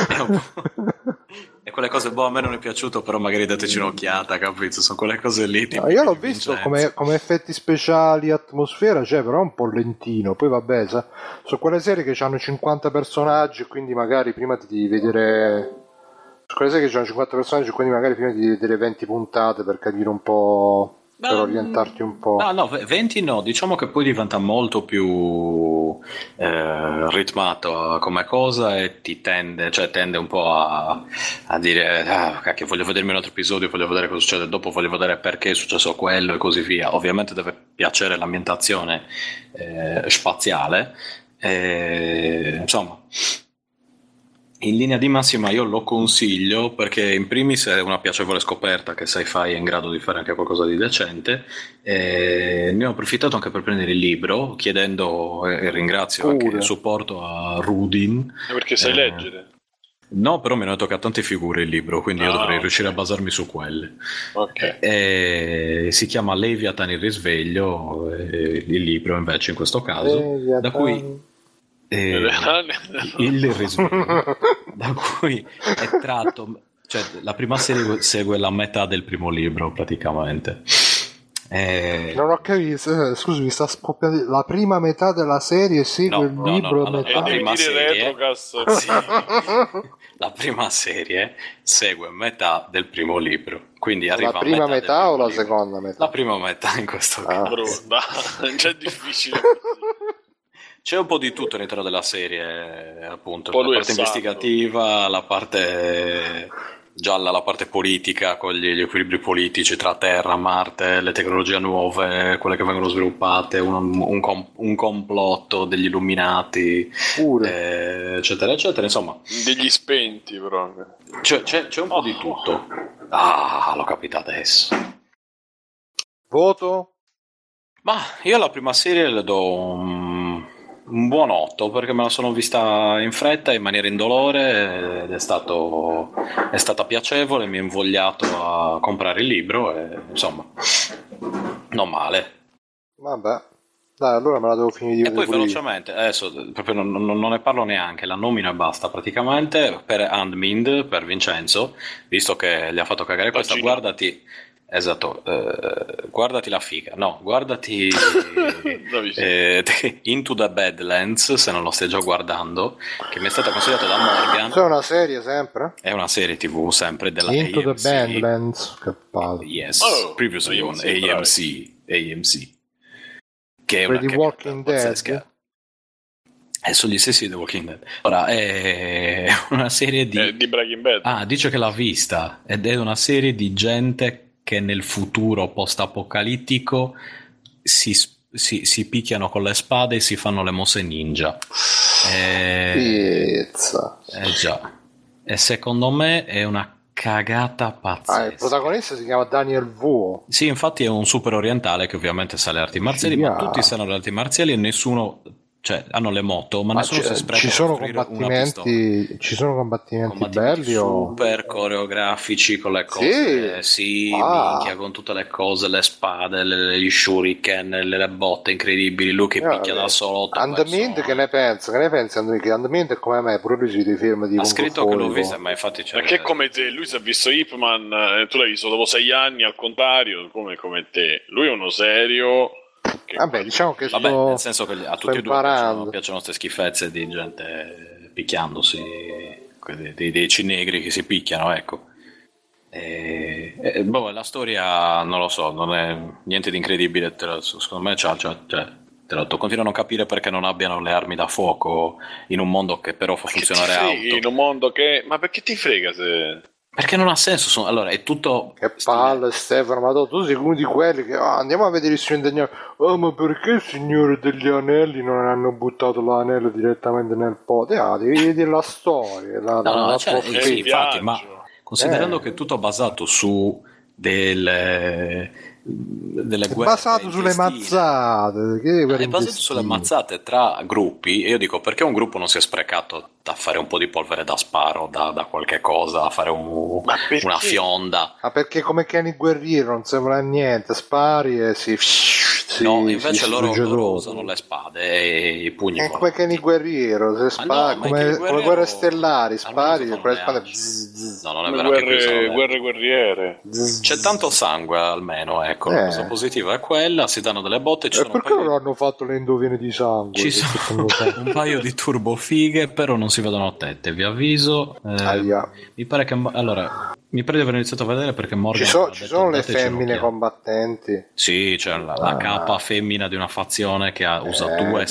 e quelle cose, a me non è piaciuto, però magari dateci un'occhiata, capito? Sono quelle cose lì. No, io l'ho visto come effetti speciali, atmosfera, però è un po' lentino. Poi vabbè, sono quelle serie che hanno 50 personaggi, quindi magari prima ti devi vedere. Quelle serie che hanno 50 personaggi, quindi magari prima ti devi vedere 20 puntate per capire un po'. Per orientarti un po'. No, 20 no, diciamo che poi diventa molto più ritmato come cosa e ti tende un po' a dire cacchio, voglio vedermi un altro episodio, voglio vedere cosa succede dopo, voglio vedere perché è successo quello e così via. Ovviamente deve piacere l'ambientazione spaziale, insomma. In linea di massima io lo consiglio perché in primis è una piacevole scoperta che Sci-Fi è in grado di fare anche qualcosa di decente. Ne ho approfittato anche per prendere il libro, chiedendo e ringrazio anche il supporto a Rudin. Perché sai leggere? No, però mi hanno detto che ha tante figure il libro, quindi io dovrei riuscire a basarmi su quelle. Si chiama Leviathan il risveglio, il libro invece in questo caso, da cui... il risveglio da cui è tratto, cioè la prima serie segue la metà del primo libro praticamente. Non ho capito, scusi, mi sta scoppiando la prima metà della serie segue il libro metà. La prima serie segue metà del primo libro, quindi arriva la prima metà o la libro. Seconda metà? La prima metà in questo caso. Già difficile. C'è un po' di tutto all'interno della serie, appunto, la parte investigativa, la parte gialla, la parte politica con gli equilibri politici tra Terra, Marte, le tecnologie nuove, quelle che vengono sviluppate, un complotto degli illuminati, eccetera eccetera, insomma degli spenti, però c'è un po' di tutto. L'ho capito adesso. Voto? Ma io alla prima serie le do un buon 8 perché me la sono vista in fretta, in maniera indolore, ed è stata piacevole, mi ha invogliato a comprare il libro e insomma non male. Vabbè, dai, allora me la devo finire di vedere. E poi velocemente adesso proprio non ne parlo neanche, la nomino e basta praticamente per Andmind, per Vincenzo, visto che gli ha fatto cagare questa. Guardati la figa, no, guardati Into the Badlands, se non lo stai già guardando, che mi è stata consigliata da Morgan. C'è una serie sempre? È una serie TV sempre della Into AMC. the Badlands, che palle. Yes, previously on AMC, che è una The Walking Dead. Sugli stessi The Walking Dead. Ora è una serie di Breaking Bad. Dice che l'ha vista ed è una serie di gente che nel futuro post-apocalittico si picchiano con le spade e si fanno le mosse ninja. Già. E secondo me è una cagata pazzesca. Il protagonista si chiama Daniel Wu. Sì, infatti è un super orientale che ovviamente sa le arti marziali, ma tutti sanno le arti marziali e nessuno cioè hanno le moto, ma nessuno si spreca. Ci sono combattimenti belli super coreografici con le cose, minchia, con tutte le cose, le spade, gli shuriken, le botte incredibili, lui che picchia da solo. Andamint, che ne pensi? Che Andamint è come me, pure lui si dei film di ha scritto che l'ho visto, ma infatti perché è come te, lui si è visto Ip Man, tu l'hai visto dopo 6 anni, al contrario, come te. Lui è uno serio. Vabbè, diciamo che nel senso che a tutti e due piacciono queste schifezze di gente picchiandosi, dei cinegri che si picchiano, ecco. La storia non lo so, non è niente di incredibile, secondo me continuo a non capire perché non abbiano le armi da fuoco in un mondo che però fa funzionare auto. In un mondo che... Ma perché ti frega se... Perché non ha senso, allora è tutto... Che palle, Stefano, ma tu sei uno di quelli che andiamo a vedere il Signore degli Anelli. Ma perché il Signore degli Anelli non hanno buttato l'anello direttamente nel pote? Devi vedere la storia, infatti, ma considerando che è tutto basato su delle guerre basato sulle mazzate, è basato sulle mazzate tra gruppi, e io dico, perché un gruppo non si è sprecato da fare un po' di polvere da sparo, da qualche cosa, a fare una fionda? Ma perché come Kenny Guerriero non sembra niente, spari e no, invece loro usano le spade e i pugni. È come Kenny Guerriero, se spari, come Guerre Stellari, spari e poi spade. No, non è vero, guerre guerriere. C'è tanto sangue almeno, ecco. La cosa positiva è quella, si danno delle botte. Perché non hanno fatto le indovine di sangue? Ci sono un paio di turbofighe, però non si vedono tette, vi avviso. Mi pare che mi pare di aver iniziato a vedere perché Morgan ci sono le femmine combattenti. Sì, c'è la capa femmina di una fazione che usa 2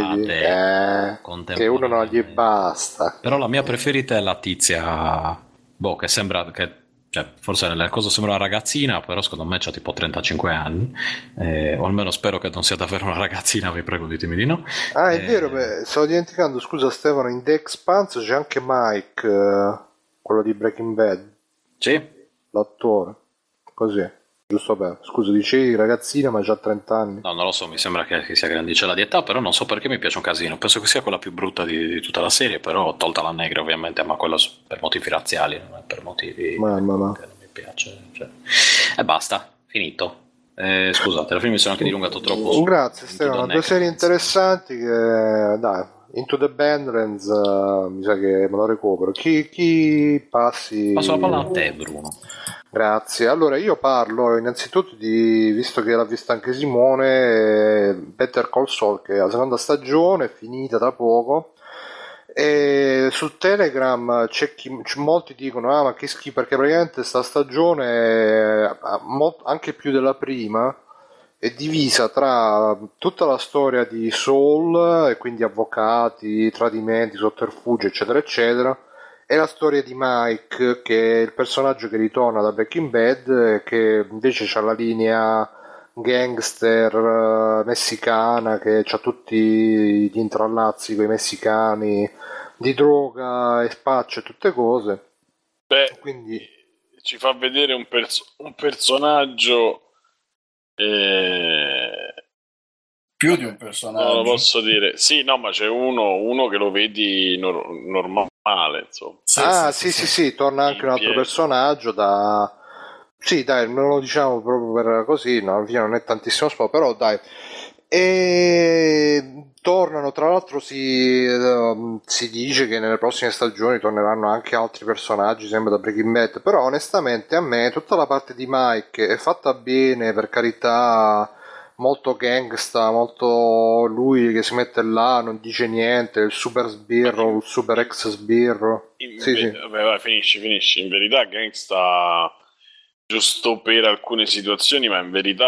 spade che uno non gli basta. Però la mia preferita è la tizia che sembra che, cioè, forse nel coso sembra una ragazzina, però secondo me c'ha tipo 35 anni, o almeno spero che non sia davvero una ragazzina, vi prego ditemi di no. È vero, stavo dimenticando, scusa Stefano, in The Expanse c'è anche Mike, quello di Breaking Bad. Sì, l'attore, così, giusto per... Scusa, dicevi ragazzina ma già 30 anni. No, non lo so, mi sembra che sia grandicella di età, però non so perché mi piace un casino. Penso che sia quella più brutta di tutta la serie, però tolta la negra ovviamente, ma quello per motivi razziali, non è per motivi che non mi piace. E basta, finito. Scusate, alla fine mi sono anche dilungato troppo. Grazie Stefano, 2 serie interessanti che... Dai, Into the Badlands, mi sa che me lo recupero. Chi passi? Passo la palla a te, Bruno. Grazie. Allora io parlo innanzitutto visto che l'ha vista anche Simone, Better Call Saul, che è la seconda stagione, è finita da poco. E su Telegram molti dicono ma che schifo, perché praticamente sta stagione anche più della prima è divisa tra tutta la storia di Saul, e quindi avvocati, tradimenti, sotterfugi, eccetera eccetera, e la storia di Mike, che è il personaggio che ritorna da Breaking Bad, che invece c'ha la linea gangster messicana, che c'ha tutti gli intrallazzi con i messicani di droga e spaccio e tutte cose. Quindi ci fa vedere un personaggio più di un personaggio, non lo posso dire. Sì, no, ma c'è uno che lo vedi normale, insomma. Sì, torna anche un altro personaggio sì, dai, non lo diciamo proprio per così, no, alla fine non è tantissimo spazio, però dai. E tornano, tra l'altro si dice che nelle prossime stagioni torneranno anche altri personaggi, sempre da Breaking Bad, però onestamente a me tutta la parte di Mike è fatta bene, per carità, molto gangsta, molto lui che si mette là, non dice niente, il super sbirro, il super ex sbirro. Sì. Vabbè, vai, finisci. In verità gangsta giusto per alcune situazioni, ma in verità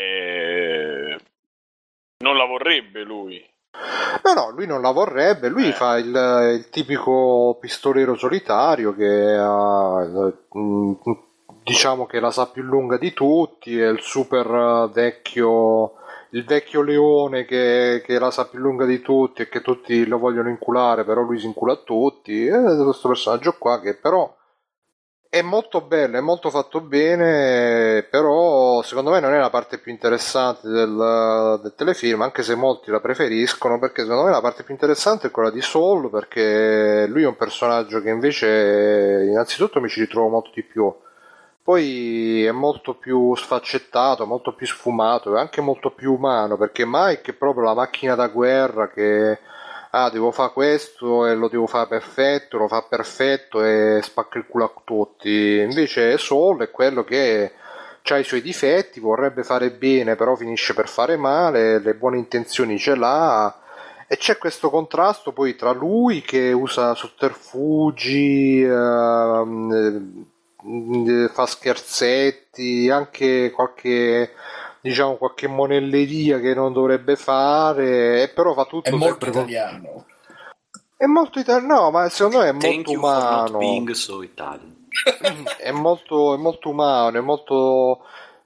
non la vorrebbe lui. No, lui non la vorrebbe, lui fa il tipico pistolero solitario che diciamo che la sa più lunga di tutti, è il super vecchio, il vecchio leone che la sa più lunga di tutti e che tutti lo vogliono inculare, però lui si incula a tutti. È questo personaggio qua che però è molto bello, è molto fatto bene, però secondo me non è la parte più interessante del telefilm, anche se molti la preferiscono, perché secondo me la parte più interessante è quella di Saul, perché lui è un personaggio che invece innanzitutto mi ci ritrovo molto di più, poi è molto più sfaccettato, molto più sfumato e anche molto più umano, perché Mike è proprio la macchina da guerra che devo fare questo e lo devo fare perfetto, lo fa perfetto e spacca il culo a tutti. Invece Saul è quello che ha i suoi difetti, vorrebbe fare bene però finisce per fare male, le buone intenzioni ce l'ha, e c'è questo contrasto poi tra lui che usa sotterfugi, fa scherzetti, anche qualche monelleria che non dovrebbe fare, e però fa tutto. È molto italiano. È molto italiano, no, ma secondo me è molto umano. For not being so Italian. È molto umano, è molto.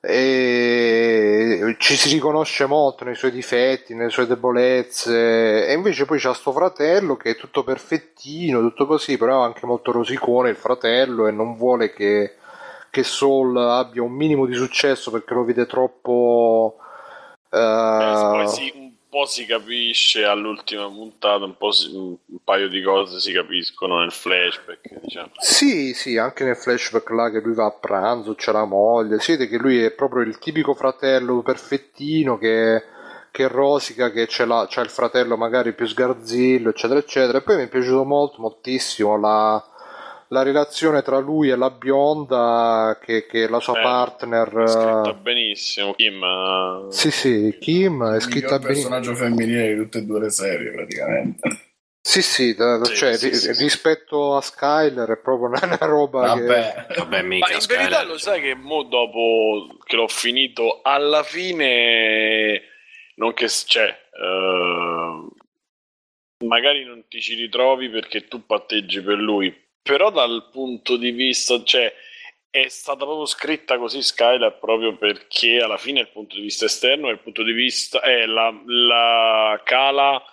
Ci si riconosce molto nei suoi difetti, nelle sue debolezze, e invece poi c'ha sto fratello che è tutto perfettino, tutto così, però è anche molto rosicone il fratello e non vuole che Saul abbia un minimo di successo perché lo vede troppo poi un po' si capisce all'ultima puntata, un paio di cose si capiscono nel flashback, diciamo. Sì, anche nel flashback là che lui va a pranzo, c'è la moglie, si vede che lui è proprio il tipico fratello perfettino che rosica, che c'è il fratello magari più sgarzillo, eccetera eccetera. E poi mi è piaciuto moltissimo la relazione tra lui e la bionda che è la sua partner. È scritta benissimo, Kim. Sì, Kim è scritta benissimo. Il personaggio femminile di tutte e due le serie praticamente. Sì, rispetto a Skyler è proprio una roba Vabbè, mica. Ma in verità lo sai che mo dopo che l'ho finito, alla fine non che magari non ti ci ritrovi perché tu patteggi per lui, però dal punto di vista, è stata proprio scritta così Skylar proprio perché alla fine il punto di vista esterno è il punto di vista la cala,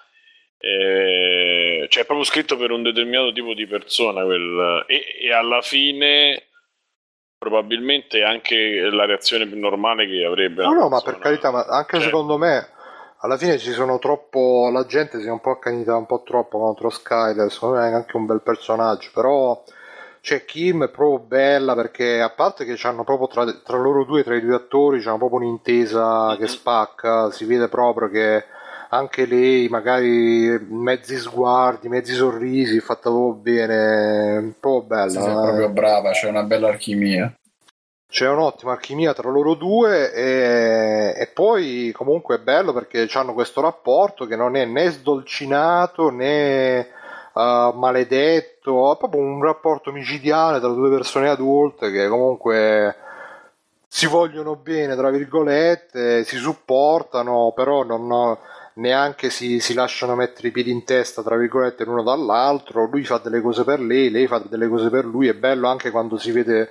è proprio scritto per un determinato tipo di persona e alla fine probabilmente anche la reazione più normale che avrebbe no, ma per carità, ma anche secondo me alla fine la gente si è un po' accanita un po' troppo contro Skyler, secondo me è anche un bel personaggio, però Kim è proprio bella perché a parte che c'hanno proprio tra loro due, tra i due attori, c'hanno proprio un'intesa che spacca, si vede proprio che anche lei magari mezzi sguardi, mezzi sorrisi, fatta proprio bene, un po' bella. Sì, è proprio brava, c'è una bella alchimia. C'è un'ottima alchimia tra loro due e poi comunque è bello perché hanno questo rapporto che non è né sdolcinato né maledetto, è proprio un rapporto micidiale tra due persone adulte che comunque si vogliono bene, tra virgolette, si supportano, però neanche si lasciano mettere i piedi in testa, tra virgolette, l'uno dall'altro. Lui fa delle cose per lei fa delle cose per lui. È bello anche quando si vede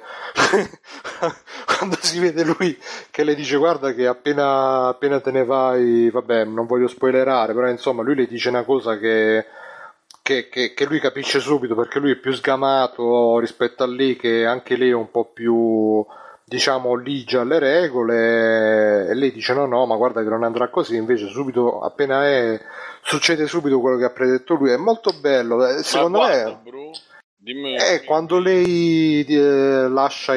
lui che le dice guarda che appena te ne vai, vabbè, non voglio spoilerare, però insomma lui le dice una cosa che lui capisce subito perché lui è più sgamato rispetto a lei, che anche lei è un po' più, diciamo, ligia alle regole, e lei dice no ma guarda che non andrà così, invece subito appena succede subito quello che ha predetto lui. È molto bello, secondo me. Bro, quando lei lascia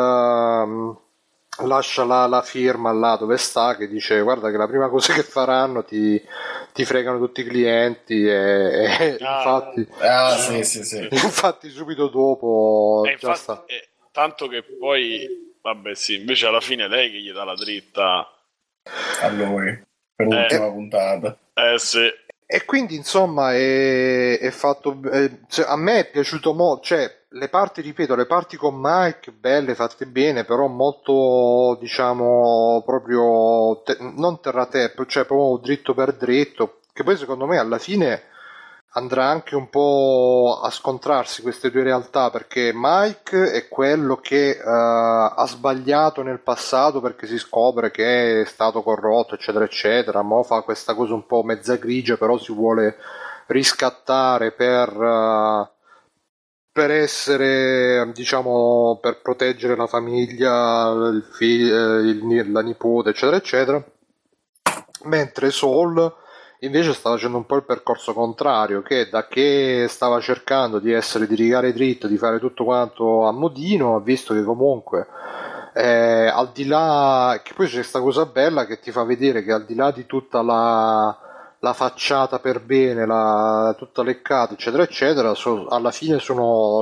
la firma là dove sta, che dice guarda che la prima cosa che faranno ti fregano tutti i clienti infatti sì. Infatti subito dopo già sta. Tanto che poi vabbè sì, invece alla fine è lei che gli dà la dritta a lui per l'ultima puntata. Sì. E quindi insomma è fatto, a me è piaciuto molto, le parti con Mike belle, fatte bene, però molto, diciamo, proprio non terra-terra, proprio dritto per dritto, che poi secondo me alla fine andrà anche un po' a scontrarsi queste due realtà, perché Mike è quello che ha sbagliato nel passato perché si scopre che è stato corrotto eccetera eccetera, mo fa questa cosa un po' mezza grigia, però si vuole riscattare per per essere, diciamo, per proteggere la famiglia, la nipote, eccetera, eccetera, mentre Saul invece sta facendo un po' il percorso contrario, che da che stava cercando di rigare dritto, di fare tutto quanto a modino, ha visto che comunque al di là, che poi c'è questa cosa bella che ti fa vedere che al di là di tutta la facciata per bene, tutta leccata, eccetera, eccetera, alla fine sono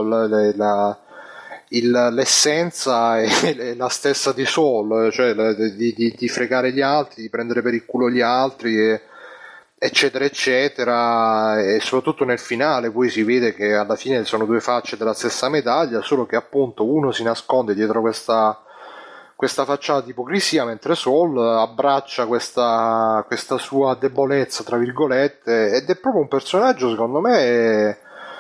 l'essenza è la stessa di Saul, cioè di fregare gli altri, di prendere per il culo gli altri, eccetera, eccetera, e soprattutto nel finale poi si vede che alla fine sono due facce della stessa medaglia, solo che appunto uno si nasconde dietro questa facciata di ipocrisia, mentre Saul abbraccia questa sua debolezza, tra virgolette, ed è proprio un personaggio, secondo me,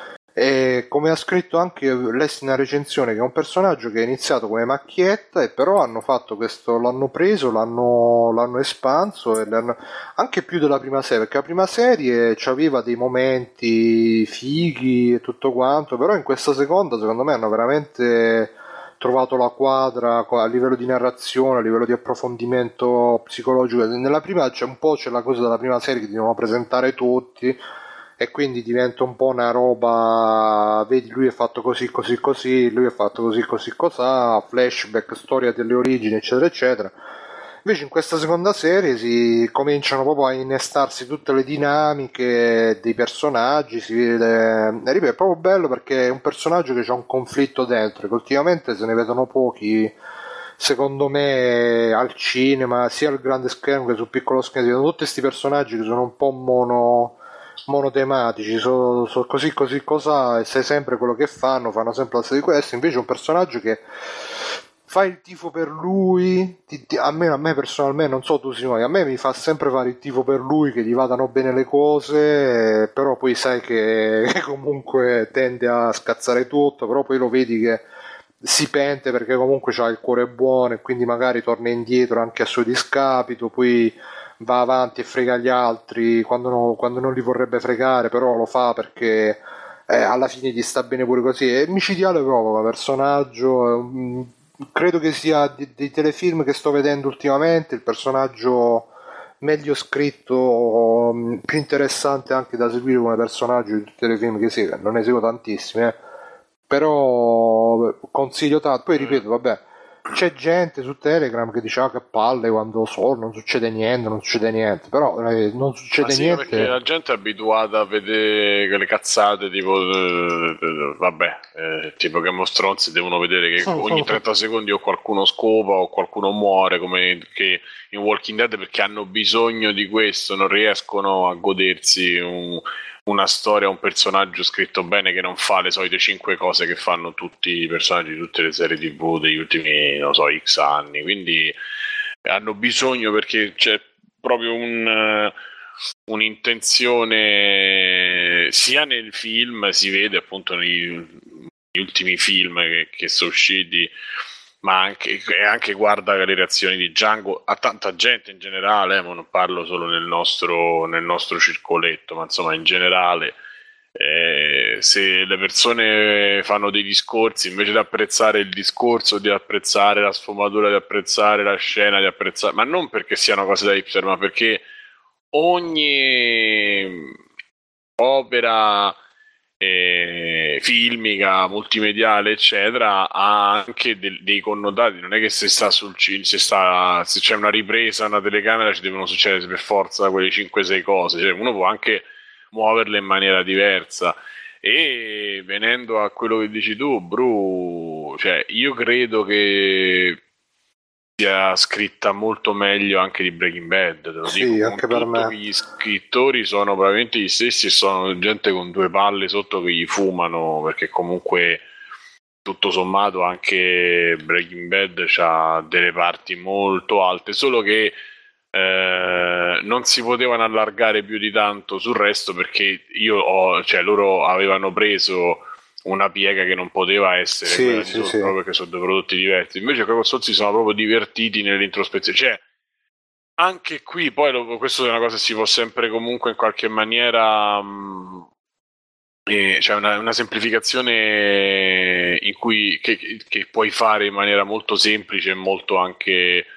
come ha scritto anche, lessi una recensione, che è un personaggio che è iniziato come macchietta e però hanno fatto questo, l'hanno preso, l'hanno espanso, e anche più della prima serie, perché la prima serie aveva dei momenti fighi e tutto quanto, però in questa seconda secondo me hanno veramente trovato la quadra a livello di narrazione, a livello di approfondimento psicologico. Nella prima c'è la cosa della prima serie che ti devono presentare tutti e quindi diventa un po' una roba, vedi, lui è fatto così così così, lui è fatto così così cosà, flashback, storia delle origini, eccetera eccetera. Invece in questa seconda serie si cominciano proprio a innestarsi tutte le dinamiche dei personaggi, si vede, e ripeto, è proprio bello perché è un personaggio che ha un conflitto dentro, che ultimamente se ne vedono pochi, secondo me, al cinema, sia al grande schermo che sul piccolo schermo. Sono tutti questi personaggi che sono un po' monotematici, sono così così cosa, e sai sempre quello che fanno sempre la stessa di questo. Invece è un personaggio che fai il tifo per lui, a me personalmente, non so tu Simone, a me mi fa sempre fare il tifo per lui, che gli vadano bene le cose, però poi sai che comunque tende a scazzare tutto, però poi lo vedi che si pente perché comunque c'ha il cuore buono e quindi magari torna indietro anche a suo discapito, poi va avanti e frega gli altri quando non li vorrebbe fregare, però lo fa perché alla fine gli sta bene pure così. È micidiale proprio come personaggio. Credo che sia dei telefilm che sto vedendo ultimamente il personaggio meglio scritto, più interessante anche da seguire come personaggio di tutti i telefilm che seguo. Non ne seguo tantissimi, però consiglio tanto. Poi ripeto, vabbè, c'è gente su Telegram che dice che palle quando non succede niente, però non succede niente perché la gente è abituata a vedere quelle cazzate tipo tipo Game of Thrones, devono vedere che ogni 30 secondi o qualcuno scopa o qualcuno muore, come che in Walking Dead, perché hanno bisogno di questo, non riescono a godersi una storia, un personaggio scritto bene che non fa le solite 5 cose che fanno tutti i personaggi di tutte le serie TV degli ultimi, non so, X anni. Quindi hanno bisogno, perché c'è proprio un'intenzione sia nel film, si vede appunto negli ultimi film che sono usciti, ma anche guarda le reazioni di Django, a tanta gente in generale, ma non parlo solo nel nostro circoletto, ma insomma in generale, se le persone fanno dei discorsi, invece di apprezzare il discorso, di apprezzare la sfumatura, di apprezzare la scena, di apprezzare, ma non perché siano cose da hipster, ma perché ogni opera filmica, multimediale, eccetera, ha anche dei connotati. Non è che se c'è una ripresa, una telecamera, ci devono succedere per forza quelle 5-6 cose, cioè uno può anche muoverle in maniera diversa. E venendo a quello che dici tu, Bru, cioè io credo che sia scritta molto meglio anche di Breaking Bad, te lo dico, anche per me. Gli scrittori sono probabilmente gli stessi e sono gente con due palle sotto che gli fumano, perché comunque tutto sommato anche Breaking Bad c'ha delle parti molto alte, solo che non si potevano allargare più di tanto sul resto, perché loro avevano preso una piega che non poteva essere proprio perché sono due prodotti diversi. Invece Coco si sono proprio divertiti nell'introspezione, cioè anche qui poi questo è una cosa che si può sempre comunque in qualche maniera c'è una semplificazione in cui che puoi fare in maniera molto semplice e molto anche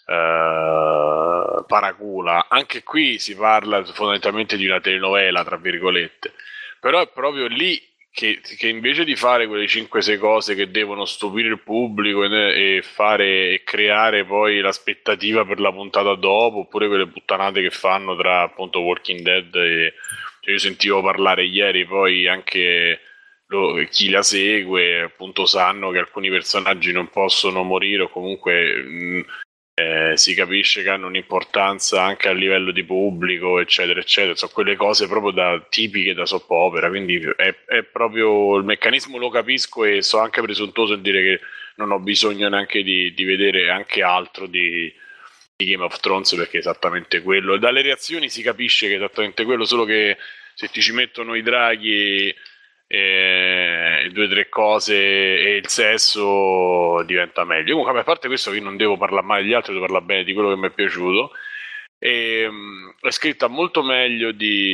paracula. Anche qui si parla fondamentalmente di una telenovela, tra virgolette, però è proprio lì che invece di fare quelle 5-6 cose che devono stupire il pubblico e fare e creare poi l'aspettativa per la puntata dopo, oppure quelle puttanate che fanno tra appunto Walking Dead e io sentivo parlare ieri, poi anche chi la segue appunto sanno che alcuni personaggi non possono morire o comunque si capisce che hanno un'importanza anche a livello di pubblico, eccetera, eccetera. Sono quelle cose proprio tipiche da soap opera, quindi è proprio il meccanismo, lo capisco e so anche presuntuoso nel dire che non ho bisogno neanche di vedere anche altro di Game of Thrones, perché è esattamente quello. E dalle reazioni si capisce che è esattamente quello, solo che se ti ci mettono i draghi e 2-3 cose e il sesso diventa meglio. Comunque, a parte questo, che io non devo parlare male degli altri, devo parlare bene di quello che mi è piaciuto. È scritta molto meglio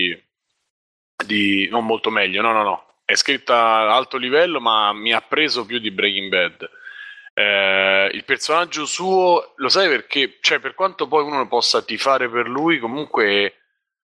non molto meglio, no, è scritta ad alto livello, ma mi ha preso più di Breaking Bad. Il personaggio suo, lo sai perché? Cioè, per quanto poi uno possa tifare per lui, comunque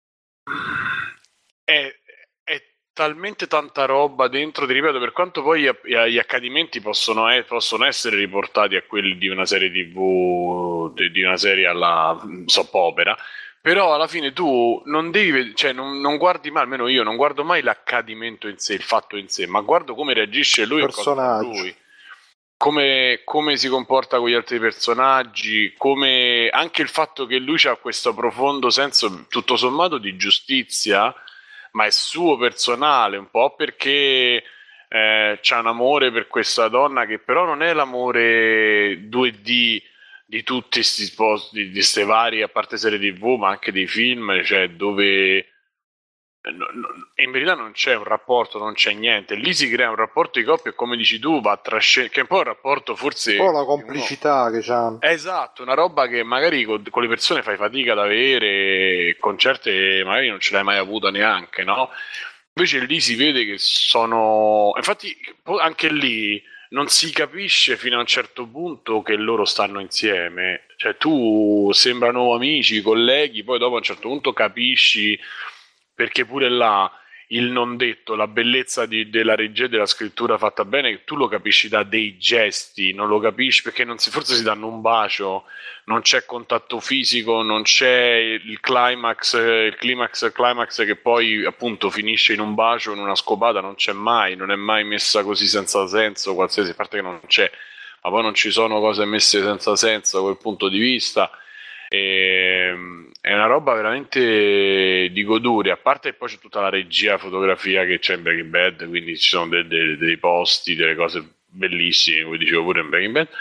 è talmente tanta roba dentro, ti ripeto, per quanto poi gli accadimenti possono essere riportati a quelli di una serie TV, di una serie alla soap opera, però alla fine tu non devi, cioè non guardi mai, almeno io non guardo mai l'accadimento in sé, il fatto in sé, ma guardo come reagisce lui, personaggio, come si comporta con gli altri personaggi, come anche il fatto che lui ha questo profondo senso tutto sommato di giustizia, ma è suo personale, un po' perché c'ha un amore per questa donna che però non è l'amore 2D di tutti di queste varie, a parte serie TV, ma anche dei film, cioè dove in verità non c'è un rapporto, non c'è niente. Lì si crea un rapporto di coppia e, come dici tu, va a trascendere, che è un po' un rapporto forse un po' la complicità che c'hanno. Esatto, una roba che magari con le persone fai fatica ad avere, con certe magari non ce l'hai mai avuta neanche, no? Invece lì si vede che sono, infatti anche lì non si capisce fino a un certo punto che loro stanno insieme, cioè tu sembrano amici, colleghi, poi dopo a un certo punto capisci, perché pure là il non detto, la bellezza della regia e della scrittura fatta bene, che tu lo capisci da dei gesti, non lo capisci perché forse si danno un bacio, non c'è contatto fisico, non c'è il climax che poi appunto finisce in un bacio, in una scopata, non c'è mai, non è mai messa così senza senso, qualsiasi, a parte che non c'è, ma poi non ci sono cose messe senza senso da quel punto di vista. È una roba veramente di goduria, a parte che poi c'è tutta la regia, fotografia che c'è in Breaking Bad, quindi ci sono dei posti, delle cose bellissime, come dicevo pure in Breaking Bad,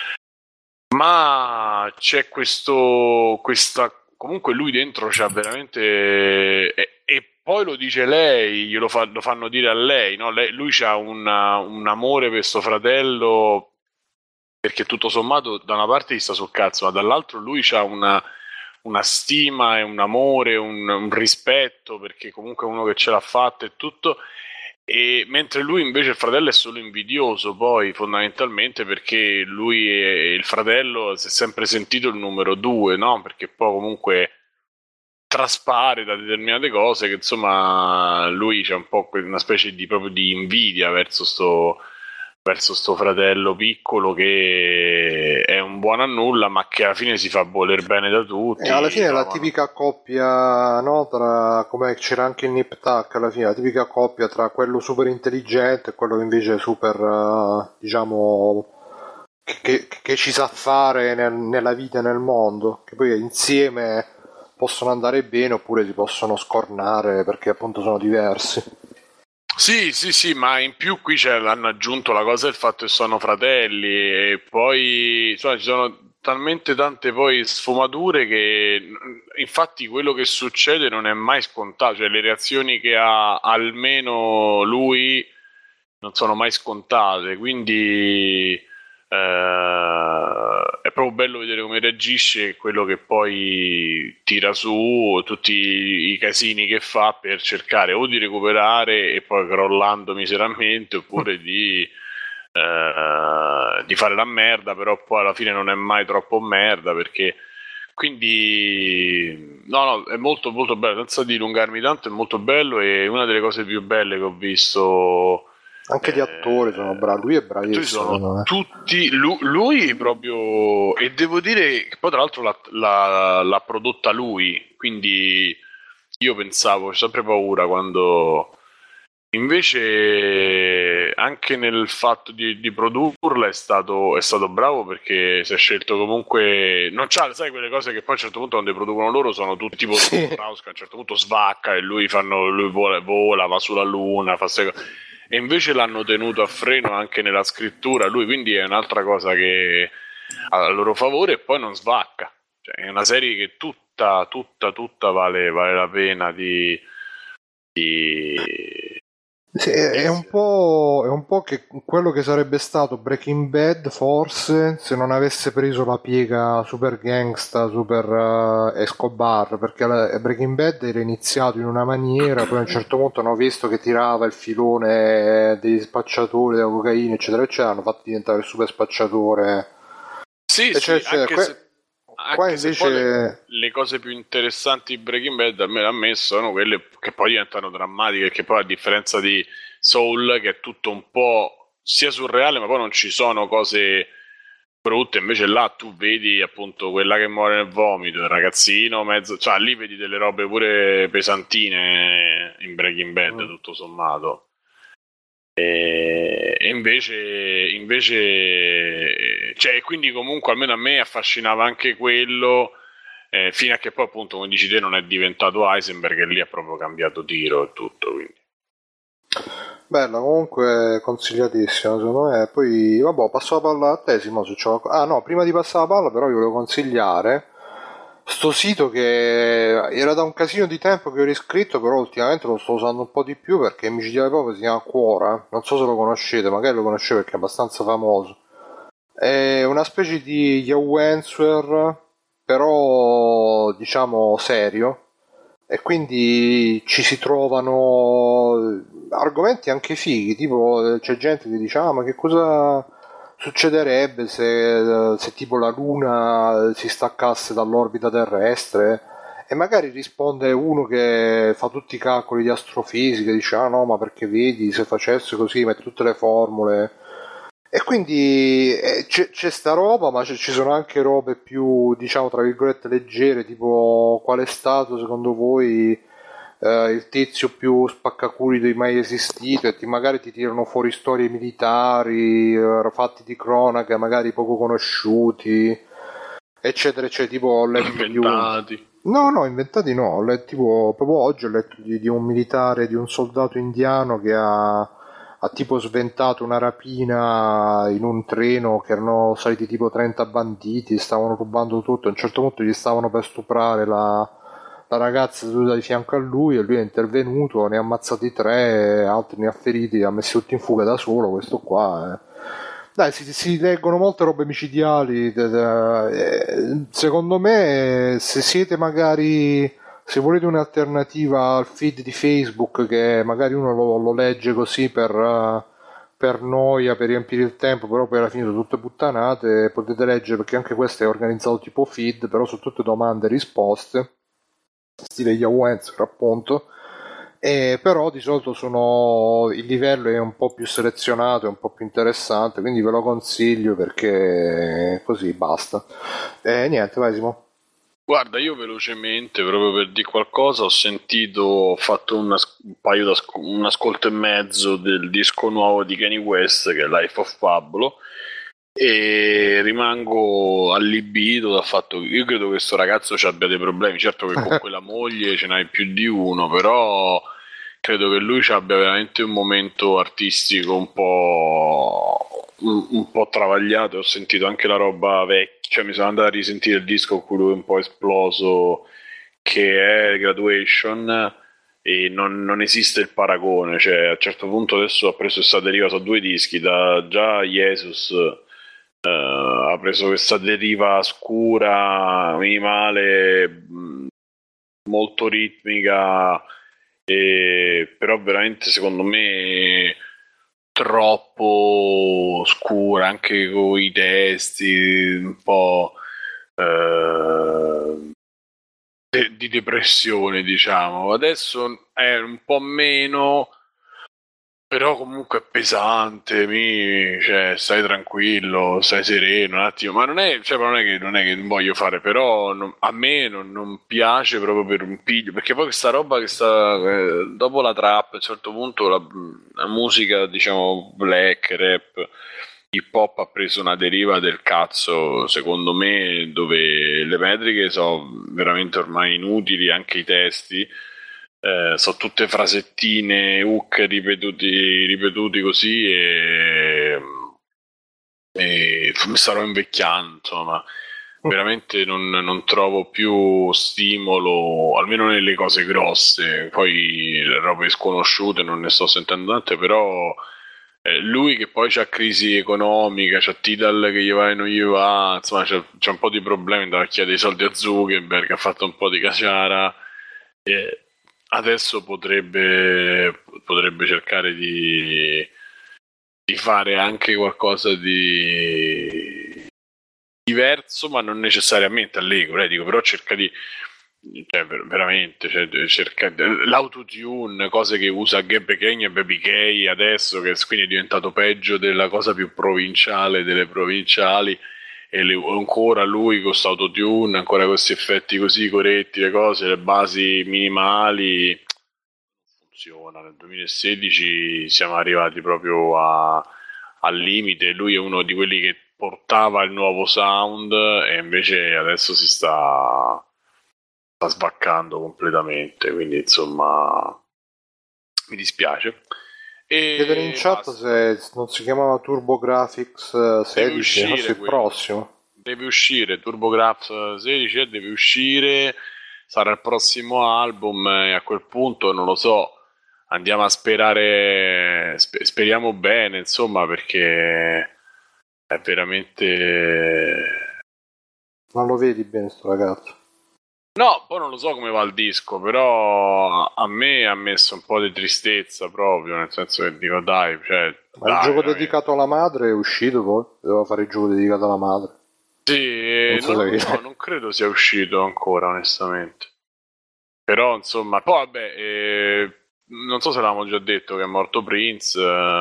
ma c'è questa comunque lui dentro c'ha veramente e poi lo dice lei, lo fanno dire a lei, no? Lui c'ha un amore per suo fratello, perché tutto sommato da una parte gli sta sul cazzo, ma dall'altro lui c'ha una stima e un amore, un rispetto, perché comunque è uno che ce l'ha fatta e tutto, e mentre lui invece, il fratello, è solo invidioso poi fondamentalmente, perché lui il fratello si è sempre sentito il numero 2, no? Perché poi comunque traspare da determinate cose che insomma lui c'è un po' una specie di proprio di invidia verso sto fratello piccolo che è un buon a nulla, ma che alla fine si fa voler bene da tutti. E alla fine è la tipica coppia, no? Come c'era anche in Nip Tuck, alla fine la tipica coppia tra quello super intelligente e quello che invece è super, diciamo, che ci sa fare nella vita e nel mondo, che poi insieme possono andare bene oppure si possono scornare perché appunto sono diversi. Sì, ma in più qui hanno aggiunto la cosa del fatto che sono fratelli, e poi insomma, ci sono talmente tante poi sfumature che infatti quello che succede non è mai scontato, cioè le reazioni che ha almeno lui non sono mai scontate, quindi è proprio bello vedere come reagisce e quello che poi tira su tutti i casini che fa per cercare o di recuperare e poi crollando miseramente, oppure di fare la merda, però poi alla fine non è mai troppo merda, perché quindi no, è molto molto bello, senza dilungarmi tanto, è molto bello, e una delle cose più belle che ho visto. Anche gli attori sono bravi, lui è bravissimo. Sono tutti, lui proprio, e devo dire che poi tra l'altro l'ha prodotta lui, quindi io pensavo, ho sempre paura quando invece anche nel fatto di produrla è stato bravo, perché si è scelto comunque, non c'ha, sai, quelle cose che poi a un certo punto quando producono loro sono tutti tipo Sì. Strauss, che a un certo punto svacca e lui vola, va sulla luna, fa queste cose. E invece l'hanno tenuto a freno anche nella scrittura lui, quindi è un'altra cosa che ha a loro favore, e poi non svacca, cioè è una serie che tutta vale la pena di Sì, è un po' che quello che sarebbe stato Breaking Bad, forse, se non avesse preso la piega super gangsta, super Escobar, perché Breaking Bad era iniziato in una maniera, poi a un certo punto hanno visto che tirava il filone degli spacciatori della cocaina, eccetera, eccetera, hanno fatto diventare il super spacciatore. Sì, Eccetera, anche se qua anche se invece... poi le cose più interessanti di Breaking Bad a me sono quelle che poi diventano drammatiche, che poi a differenza di Soul, che è tutto un po' sia surreale, ma poi non ci sono cose brutte, invece là tu vedi appunto quella che muore nel vomito, il ragazzino mezzo, cioè lì vedi delle robe pure pesantine in Breaking Bad, tutto sommato. E invece cioè, quindi comunque almeno a me affascinava anche quello, fino a che poi appunto, come dici te, non è diventato Heisenberg, e lì ha proprio cambiato tiro e tutto, quindi. Bella, comunque consigliatissima secondo me. Poi vabbè, passo la palla a te, Simo, se c'è ah no, prima di passare la palla però vi volevo consigliare sto sito che era da un casino di tempo che ho riscritto, però ultimamente lo sto usando un po' di più perché è micidiale proprio, si chiama Quora, non so se lo conoscete, magari lo conoscete perché è abbastanza famoso. È una specie di Yahoo Answer, però diciamo serio, e quindi ci si trovano argomenti anche fighi, tipo c'è gente che dice ma che cosa succederebbe se tipo la Luna si staccasse dall'orbita terrestre, e magari risponde uno che fa tutti i calcoli di astrofisica, dice no, ma perché vedi, se facesse così, mette tutte le formule. E quindi c'è sta roba, ma ci sono anche robe più, diciamo, tra virgolette, leggere, tipo qual è stato secondo voi il tizio più spaccaculo mai esistito, e magari ti tirano fuori storie militari, fatti di cronaca, magari poco conosciuti, eccetera, eccetera. Tipo ho letto inventati. No, inventati no, ho letto, tipo, proprio oggi ho letto di un militare, di un soldato indiano che ha tipo sventato una rapina in un treno, che erano saliti tipo 30 banditi, stavano rubando tutto, a un certo punto gli stavano per stuprare la ragazza seduta di fianco a lui, e lui è intervenuto, ne ha ammazzati 3, altri ne ha feriti, li ha messi tutti in fuga da solo, questo qua. Dai, si leggono molte robe micidiali, secondo me se siete magari... Se volete un'alternativa al feed di Facebook, che magari uno lo legge così per noia, per riempire il tempo, però poi alla fine sono tutte puttanate, potete leggere, perché anche questo è organizzato tipo feed, però sono tutte domande e risposte, stile Yahoo Answer appunto, e però di solito il livello è un po' più selezionato, è un po' più interessante, quindi ve lo consiglio, perché così basta. E niente, vai Simo. Guarda, io velocemente, proprio per dire qualcosa, ho fatto un ascolto e mezzo del disco nuovo di Kanye West, che è Life of Pablo, e rimango allibito dal fatto che io credo che questo ragazzo ci abbia dei problemi. Certo che con quella moglie ce n'hai più di uno, però credo che lui ci abbia veramente un momento artistico un po' travagliato. Ho sentito anche la roba vecchia, cioè mi sono andato a risentire il disco con cui lui è un po' esploso, che è Graduation, e non esiste il paragone. Cioè a un certo punto adesso ha preso questa deriva su 2 dischi, da già Jesus ha preso questa deriva scura, minimale, molto ritmica, però veramente secondo me troppo scura, anche con i testi un po' di depressione, diciamo. Adesso è un po' meno, però comunque è pesante. Cioè, stai tranquillo, stai sereno un attimo, ma non è che non voglio fare, però a me non piace proprio per un piglio, perché poi questa roba che sta dopo la trap, a un certo punto la musica, diciamo, black, rap, hip hop ha preso una deriva del cazzo, secondo me, dove le metriche sono veramente ormai inutili, anche i testi sono tutte frasettine, hook ripetuti così, e mi starò invecchiando, insomma. Veramente non trovo più stimolo, almeno nelle cose grosse. Poi le robe sconosciute non ne sto sentendo tante, però lui che poi c'ha crisi economica, c'ha Tidal che gli va e non gli va, insomma c'è un po' di problemi, andava a chiedere i soldi a Zuckerberg, ha fatto un po' di caciara, e adesso potrebbe cercare di fare anche qualcosa di diverso, ma non necessariamente allegro, dico, però cerca di, cioè, veramente, cioè, cerca l'autotune, cose che usa Gabby Kane e Baby K adesso, che quindi è diventato peggio della cosa più provinciale delle provinciali, e ancora lui con questo autotune, ancora con questi effetti così corretti, le cose, le basi minimali, funziona. Nel 2016 siamo arrivati proprio al limite. Lui è uno di quelli che portava il nuovo sound, e invece adesso si sta sbaccando completamente, quindi insomma mi dispiace. Chiedono in chat se non si chiamava TurboGrafx 16, non il prossimo. Deve uscire TurboGrafx 16 e deve uscire, sarà il prossimo album, e a quel punto non lo so, andiamo a sperare, speriamo bene, insomma, perché è veramente... Non lo vedi bene sto ragazzo? No, poi non lo so come va il disco, però a me ha messo un po' di tristezza proprio, nel senso che dico dai, cioè... Ma il gioco dedicato alla madre è uscito poi? Doveva fare il gioco dedicato alla madre? Sì, non credo sia uscito ancora, onestamente. Però, insomma, poi vabbè, non so se l'avevamo già detto che è morto Prince.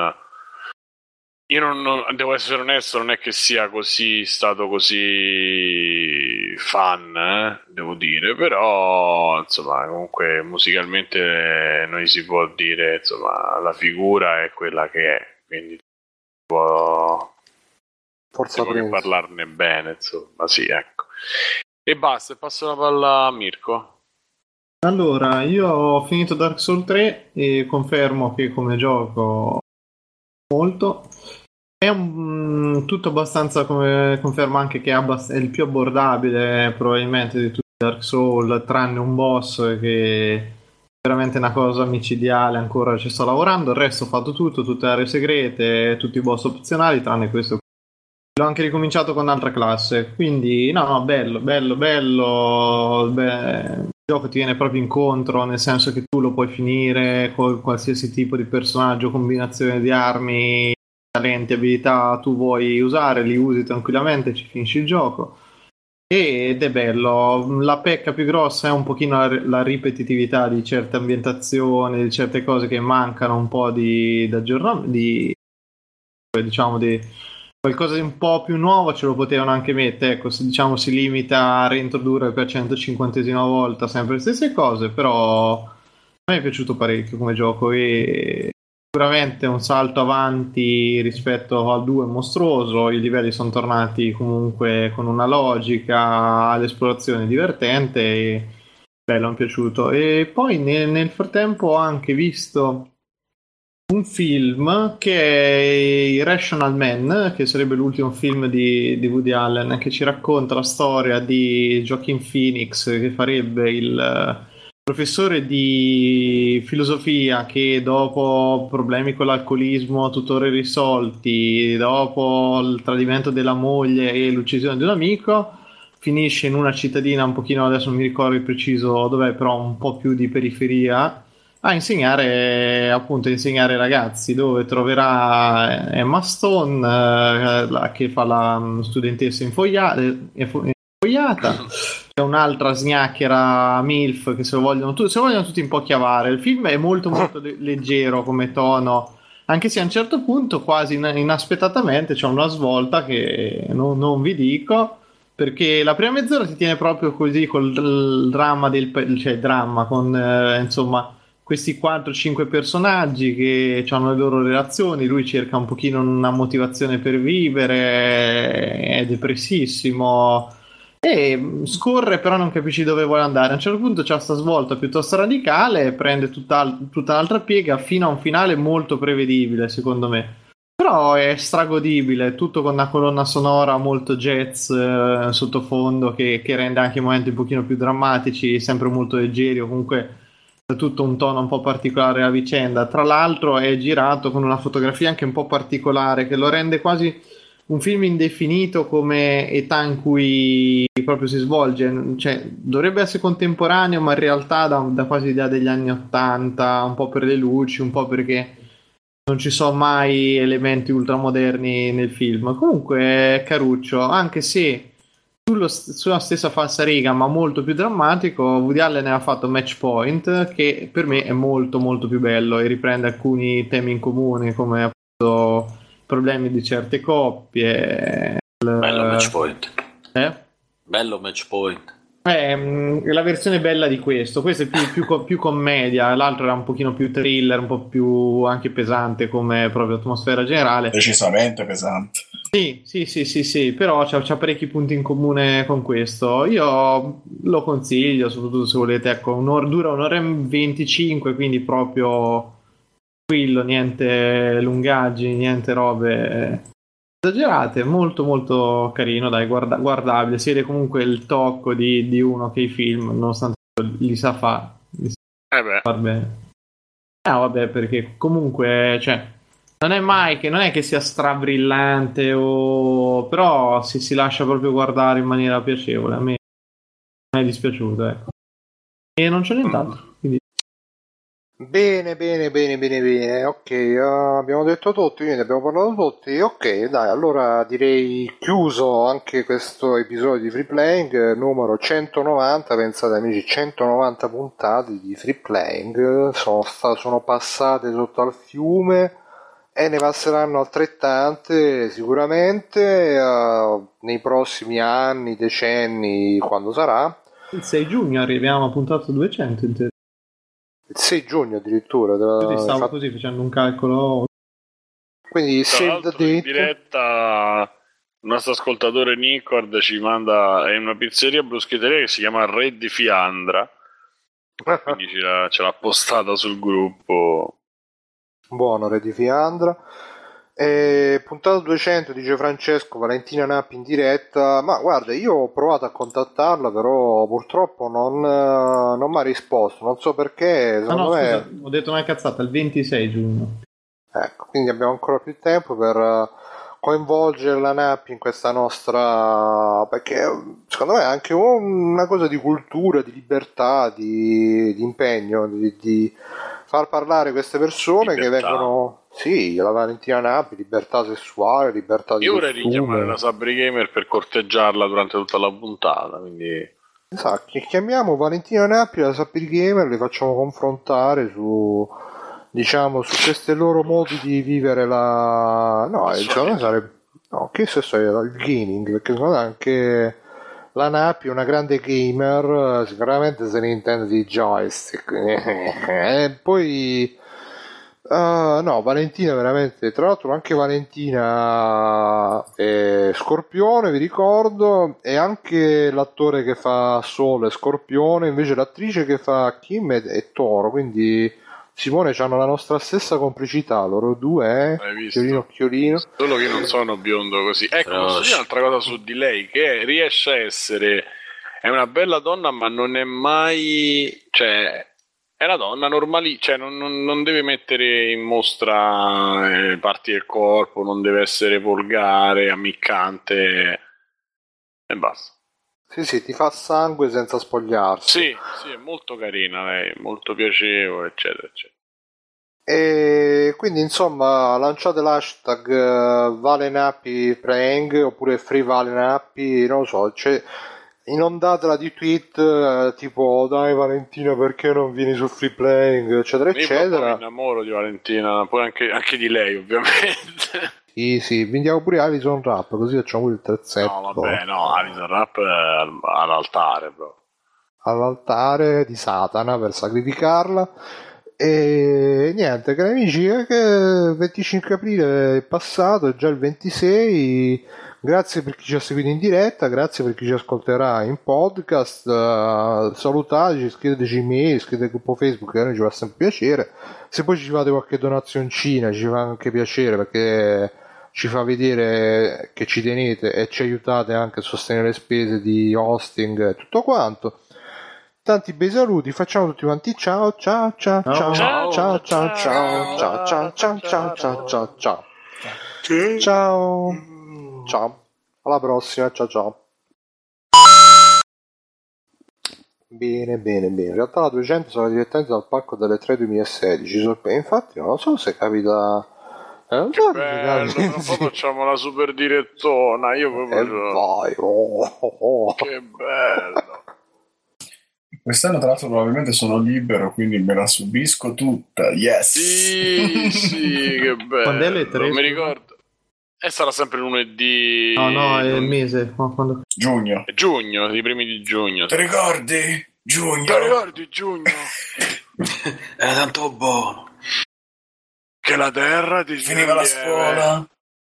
Io non devo essere onesto, non è che sia stato così fan, devo dire, però insomma comunque musicalmente noi si può dire, insomma, la figura è quella che è, quindi può parlarne bene, insomma, sì, ecco. E basta, passo la palla a Mirko. Allora, io ho finito Dark Souls 3 e confermo che come gioco molto. È tutto abbastanza, come conferma anche che è il più abbordabile probabilmente di tutti i Dark Souls, tranne un boss che è veramente una cosa micidiale, ancora ci sto lavorando. Il resto ho fatto tutto, tutte le aree segrete, tutti i boss opzionali, tranne questo. L'ho anche ricominciato con un'altra classe, quindi no, bello. Il gioco ti viene proprio incontro, nel senso che tu lo puoi finire con qualsiasi tipo di personaggio, combinazione di armi, talenti, abilità tu vuoi usare, li usi tranquillamente, ci finisci il gioco ed è bello. La pecca più grossa è un pochino la ripetitività di certe ambientazioni, di certe cose che mancano un po' di diciamo di qualcosa di un po' più nuovo ce lo potevano anche mettere, ecco, se diciamo si limita a reintrodurre per 150esima volta sempre le stesse cose, però a me è piaciuto parecchio come gioco e sicuramente un salto avanti rispetto al 2 mostruoso. I livelli sono tornati comunque con una logica, l'esplorazione divertente e bello, mi è piaciuto. E poi nel frattempo ho anche visto un film che è Irrational Man, che sarebbe l'ultimo film di Woody Allen, che ci racconta la storia di Joaquin Phoenix, che farebbe il professore di filosofia che dopo problemi con l'alcolismo tuttora irrisolti, dopo il tradimento della moglie e l'uccisione di un amico, finisce in una cittadina un pochino, adesso non mi ricordo il preciso dov'è, però un po' più di periferia, a insegnare ai ragazzi, dove troverà Emma Stone che fa la studentessa infogliata. C'è un'altra sgnacchera MILF che se vogliono tutti un po' chiavare. Il film è molto molto leggero come tono, anche se a un certo punto quasi inaspettatamente c'è una svolta che non vi dico, perché la prima mezz'ora ti tiene proprio così col dramma con insomma questi 4-5 personaggi che hanno le loro relazioni. Lui cerca un pochino una motivazione per vivere, è depressissimo e scorre, però non capisci dove vuole andare. A un certo punto c'è questa svolta piuttosto radicale e prende tutta un'altra piega fino a un finale molto prevedibile, secondo me. Però è stragodibile, tutto con una colonna sonora molto jazz sottofondo che rende anche i momenti un pochino più drammatici, sempre molto leggeri, o comunque tutto un tono un po' particolare la vicenda. Tra l'altro è girato con una fotografia anche un po' particolare che lo rende quasi un film indefinito come età in cui proprio si svolge, cioè dovrebbe essere contemporaneo, ma in realtà da quasi l'idea degli anni ’80, un po' per le luci, un po' perché non ci sono mai elementi ultramoderni nel film. Comunque è caruccio, anche se sulla stessa falsariga ma molto più drammatico. Woody Allen ha fatto Match Point, che per me è molto molto più bello e riprende alcuni temi in comune, come appunto problemi di certe coppie. Bello Match Point. Bello Match Point. È la versione bella di questo è più commedia, l'altro era un pochino più thriller, un po' più anche pesante come proprio atmosfera generale. Decisamente pesante. Sì, però c'ha parecchi punti in comune con questo. Io lo consiglio, soprattutto se volete, ecco, dura 1 ora e 25, quindi proprio tranquillo, niente lungaggini, niente robe esagerate, molto molto carino, dai, guardabile. Si vede comunque il tocco di uno che i film, nonostante li sa fare, bene. Vabbè, perché comunque, cioè, non è che sia strabrillante, però si lascia proprio guardare in maniera piacevole. A me non è dispiaciuto, ecco. E non c'è nient'altro, quindi... Bene, ok, abbiamo detto tutti, quindi abbiamo parlato tutti, ok, dai, allora direi chiuso anche questo episodio di Free Playing numero 190. Pensate amici, 190 puntate di Free Playing sono passate sotto al fiume e ne passeranno altrettante sicuramente nei prossimi anni, decenni, quando sarà. Il 6 giugno arriviamo a puntato 200 in teoria. Il 6 giugno addirittura. Stavo così facendo un calcolo. Quindi in diretta il nostro ascoltatore Nicord ci manda in una pizzeria bruschetteria che si chiama Re di Fiandra. Quindi ce l'ha postata sul gruppo. Buono, Re di Fiandra. Puntata 200, dice Francesco, Valentina Nappi in diretta. Ma guarda, io ho provato a contattarla, però purtroppo non mi ha risposto, non so perché. Scusa, ho detto una cazzata, il 26 giugno. Ecco, quindi abbiamo ancora più tempo per coinvolgere la Nappi in questa nostra, perché secondo me è anche una cosa di cultura, di libertà, di impegno, di far parlare queste persone che vengono. Sì, la Valentina Nappi, libertà sessuale, libertà di io vorrei richiamare la Sabri Gamer per corteggiarla durante tutta la puntata, quindi esatto, chiamiamo Valentina Nappi e la Sabri Gamer, le facciamo confrontare su questi loro modi di vivere secondo me sarebbe che il gaming, perché secondo me anche la Nappi è una grande gamer, sicuramente se ne intende di joystick e poi Valentina veramente, tra l'altro anche Valentina è Scorpione, vi ricordo, e anche l'attore che fa Sole è Scorpione, invece l'attrice che fa Kim è Toro, quindi Simone c'hanno la nostra stessa complicità, loro due, occhiolino. Solo che non sono biondo così. Ecco, posso dire un'altra cosa su di lei, che riesce a essere è una bella donna, ma non è mai, cioè è una donna normali, cioè non deve mettere in mostra parti del corpo, non deve essere volgare, ammiccante e basta. Sì, ti fa sangue senza spogliarsi. Sì, è molto carina lei, molto piacevole, eccetera, eccetera. E quindi insomma lanciate l'hashtag Valenappi Playing oppure Free Valenappi, non lo so, inondatela di tweet tipo dai Valentina perché non vieni su Free Playing, eccetera eccetera. Mi innamoro di Valentina, poi anche di lei ovviamente. Sì, vendiamo pure Alison Rap, così facciamo il terzetto. No, vabbè, no, Alison Rap all'altare, bro. All'altare di Satana per sacrificarla. E niente, cari amici, che il 25 aprile è passato, è già il 26. Grazie per chi ci ha seguito in diretta, grazie per chi ci ascolterà in podcast. Salutateci, scriveteci email, iscrivetevi al gruppo Facebook, che a noi ci fa sempre piacere. Se poi ci fate qualche donazioncina ci fa anche piacere, perché ci fa vedere che ci tenete e ci aiutate anche a sostenere le spese di hosting e tutto quanto. Tanti bei saluti, facciamo tutti quanti ciao ciao ciao ciao ciao ciao ciao ciao ciao ciao ciao ciao ciao ciao ciao ciao, alla prossima, ciao. Bene, in realtà la 200 sarà direttamente dal palco delle 3 2016, infatti non lo so se capita. Non so bello, poi facciamo la super direttona, io proprio vai, che bello. Quest'anno tra l'altro probabilmente sono libero, quindi me la subisco tutta. Yes! Sì, che bello. Quando è le 3? Non mi ricordo. E sarà sempre lunedì. No, è il mese. Quando... Giugno. È giugno, i primi di giugno. Ti ricordi? Giugno. Ti ricordi giugno? Era tanto buono. Che la terra ti finiva la scuola.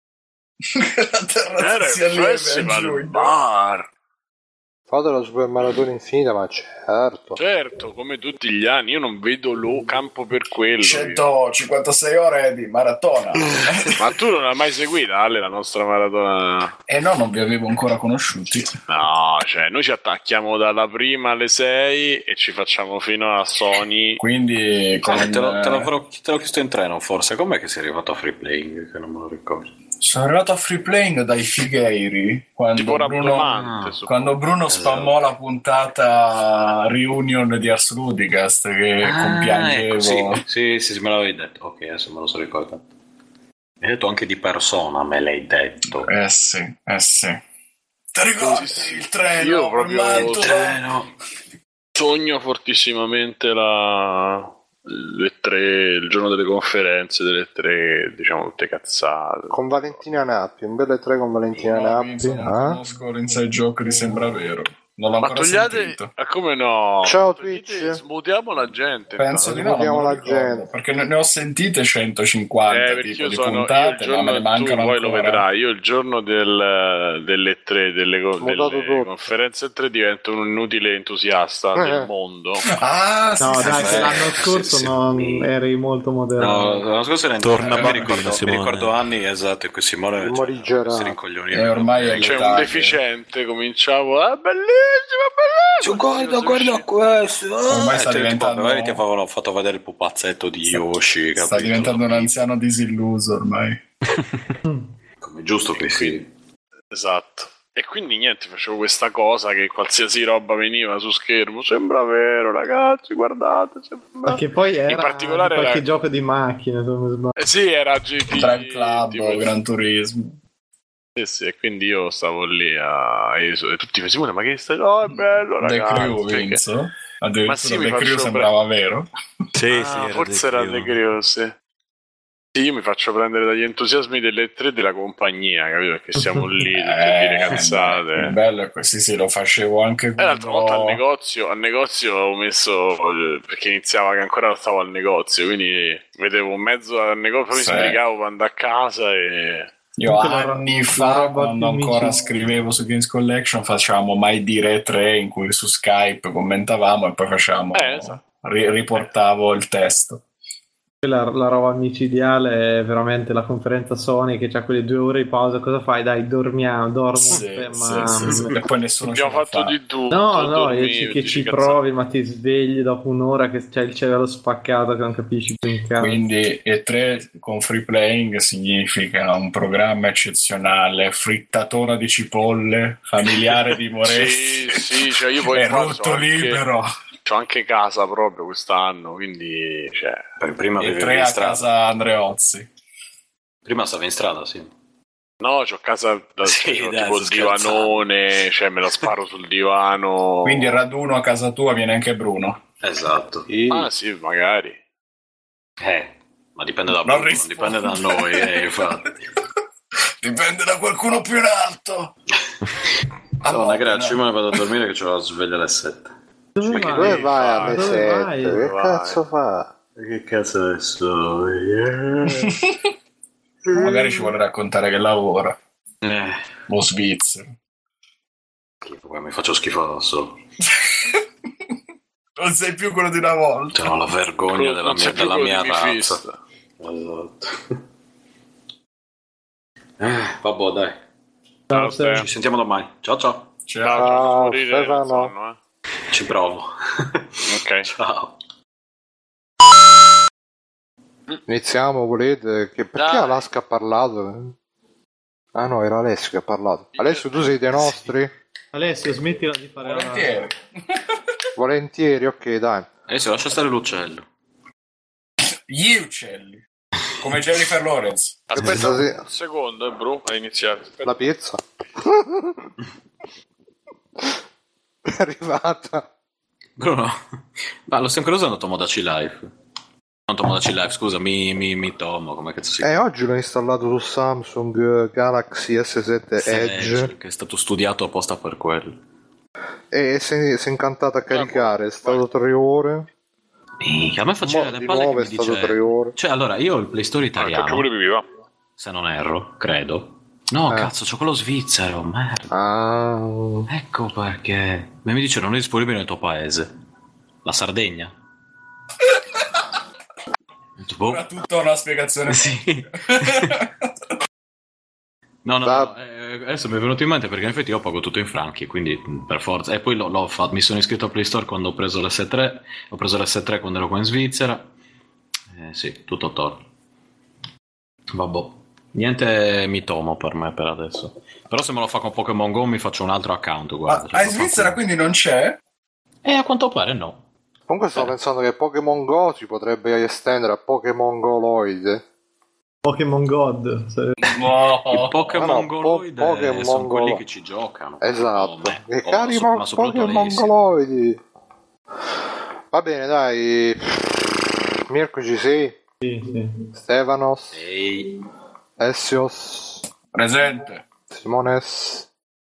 La terra era ti il festival bar. Fate la super maratona infinita, ma certo, come tutti gli anni, io non vedo lo campo per quello. 156 ore di maratona. Ma tu non l'hai mai seguita, Ale, la nostra maratona? No, non vi avevo ancora conosciuti. No, cioè noi ci attacchiamo dalla prima alle 6 e ci facciamo fino a Sony. Quindi te l'ho chiesto in treno, forse. Com'è che sei arrivato a Free Playing? Che non me lo ricordo. Sono arrivato a Free Playing dai Figheiri quando Bruno spammò la puntata reunion di Ars Ludicast che compiangevo. Ecco, sì, me l'avevi detto. Ok, adesso me lo so ricordato. Mi hai detto anche di persona, me l'hai detto. Sì. Ti ricordi il treno? Io proprio il treno. Sogno fortissimamente le 3, il giorno delle conferenze, delle 3, diciamo tutte cazzate. Con Valentina Nappi, un bel 3 con Valentina Nappi. Non conosco l'inside joke di Sembra Vero. Non l'ho ancora sentito. Come no? Ciao Twitch. Smutiamo la gente. Penso di no, la gente. perché ne ho sentite 150 tipo di puntate, ma me ne mancano poi ancora. Lo vedrai, io il giorno delle 3 delle conferenze 3 divento un inutile entusiasta del mondo. Sì, dai, l'anno scorso non eri molto moderno. No, l'anno scorso era torna mi ricordo anni, esatto, in cui Simone si rincoglioniva. Ormai c'è un deficiente, cominciavo bellissimo. Guarda questo. Ormai sta diventando. Magari ti avevano fatto vedere il pupazzetto di Yoshi. Sta capito? diventando un anziano disilluso ormai. Come giusto che sì. Esatto. E quindi niente, facevo questa cosa che qualsiasi roba veniva su schermo. Sembra vero, ragazzi, guardate. Perché poi era in particolare qualche gioco di macchine. Sì, era GT Drive Club, tipo Gran Turismo. Sì, e quindi io stavo lì e tutti mi Simone, ma che stai? Oh, è bello, ragazzi. The Crew, Vinzo? Ma sì, The Crew sembrava vero. Sì, forse era The Crew, sì. Sì, io mi faccio prendere dagli entusiasmi delle 3 della compagnia, capito? Perché siamo lì tutti a dire cazzate. Bello è così, sì, lo facevo anche l'altra volta al negozio avevo messo, perché iniziava che ancora non stavo al negozio, quindi vedevo un mezzo al negozio, mi spiegavo quando a casa e... Io anni fa, quando ancora scrivevo su Games Collection, facevamo Mai Dire 3 in cui su Skype commentavamo e poi facevamo riportavo il testo. La roba micidiale è veramente la conferenza Sony che c'ha quelle 2 ore di pausa. Cosa fai? Dai, dormo. Sì. E poi nessuno abbiamo fatto di tutto. No, che ci provi, ma ti svegli dopo un'ora che c'hai il cervello spaccato che non capisci più un cazzo. Quindi E3 con free playing significa un programma eccezionale, frittatona di cipolle, familiare di Moresti. sì, cioè io poi è rotto libero. C'ho anche casa proprio quest'anno, quindi prima E 3 a casa Andreozzi. Prima stava in strada, sì. No, c'ho casa tipo il divanone, cioè me la sparo sul divano. Quindi il raduno a casa tua viene anche Bruno. Esatto. Ah sì, magari. Ma dipende da Bruno, non dipende da noi, infatti. Dipende da qualcuno più in alto. Allora, grazie, me ne vado a dormire che c'ho la sveglia alle 7. Dove vai alle 7? Che cazzo fa? Che cazzo adesso? Magari ci vuole raccontare che lavora. O svizzero. Mi faccio schifo da solo. Non sei più quello di una volta. C'ho la vergogna della mia razza. Esatto. Vabbè, dai. Ciao, ci sentiamo domani. Ciao. Ciao, Stefano. Ci provo. Ok. Ciao. Iniziamo, volete? Perché Alaska ha parlato? Ah no, era Alessio che ha parlato. Alessio, tu sei dei nostri? Alessio, smettila di fare Volentieri, ok, dai. Alessio, lascia stare l'uccello. Gli uccelli. Come Jennifer Lawrence. Aspetta un secondo, bro, hai iniziato. Aspetta. La pizza. È arrivata. Bruno, ma lo stiamo ancora usando Tomodachi Life? Non Tomodachi Life, scusa, mi Tomo, come cazzo si chiama? Oggi l'ho installato su Samsung Galaxy S7 Edge. Che è stato studiato apposta per quello. E si è incantato a caricare, è stato 3 ore. A me faceva le palle che mi è stato dice... 3 ore. Cioè, allora, io ho il Play Store italiano. Pure viva. Se non erro, credo. No, cazzo, c'ho quello svizzero, merda. Ecco perché. Mi dice non è disponibile nel tuo paese. La Sardegna. Ora tutta una spiegazione. Sì. No, adesso mi è venuto in mente perché in effetti io pago tutto in franchi, quindi per forza. E poi l'ho fatto, mi sono iscritto a Play Store quando ho preso l'S3, ho preso l'S3 quando ero qua in Svizzera. Sì, tutto torno. Vabbè. Niente mi tomo per me per adesso. Però se me lo fa con Pokémon Go mi faccio un altro account, guarda. In Svizzera quindi non c'è? A quanto pare no. Comunque stavo pensando che Pokémon Go si potrebbe estendere a Pokémon Goloid. Pokémon God. I Pokémon Goloid sono quelli che ci giocano. Esatto. E cari Pokémon Goloidi. Va bene, dai. Mirko, ci sei? Sì. Stefanos. Ehi. Essios. Presente. Simones.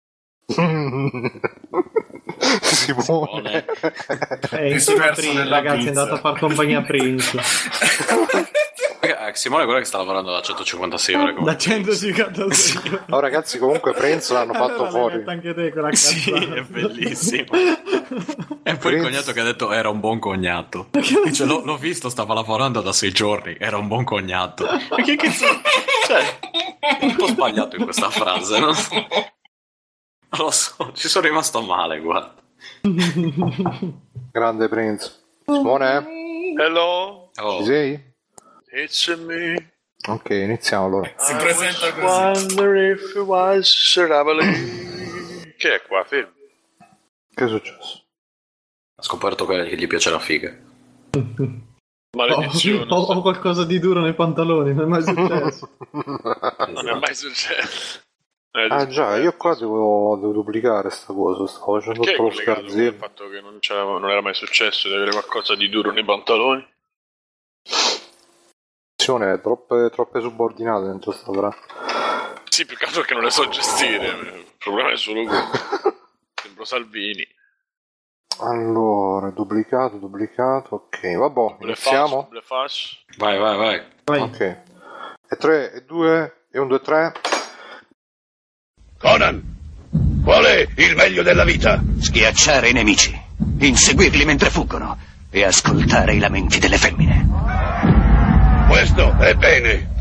Simone. Ragazzi, è andato a far compagnia a Prince. Simone è quello che sta lavorando da 156 ore. Da 156 ore. Oh, ragazzi, comunque Prince l'hanno fatto fuori. Anche te quella cazzata. Sì, è bellissimo. E poi il cognato che ha detto era un buon cognato. Dice, l'ho visto, stava lavorando da 6 giorni, era un buon cognato. Ma che cazzo? Cioè, un po' sbagliato in questa frase, no? Lo so, ci sono rimasto male, guarda. Grande Prince. Simone? Hello? Ci sei? It's me. Ok, iniziamo allora. Si presenta così. Wonder if it was Sir Che è qua, fermo? Che è successo? Ha scoperto che gli piace la figa. Maledizione. Ho qualcosa di duro nei pantaloni, non è mai successo. Non è mai successo. Già, io qua devo duplicare sta cosa. Stavo facendo tutto lo scarzino. Il fatto che non era mai successo di avere qualcosa di duro nei pantaloni. Troppe subordinate dentro sta frase. Sì, più che altro che non le so gestire. Il problema è solo quello. Sembro Salvini. Allora, duplicato, ok, vabbè, iniziamo? Vai. Ok. E 3, e 2, e 1, 2, 3. Conan, qual è il meglio della vita? Schiacciare i nemici, inseguirli mentre fuggono e ascoltare i lamenti delle femmine. Questo è bene.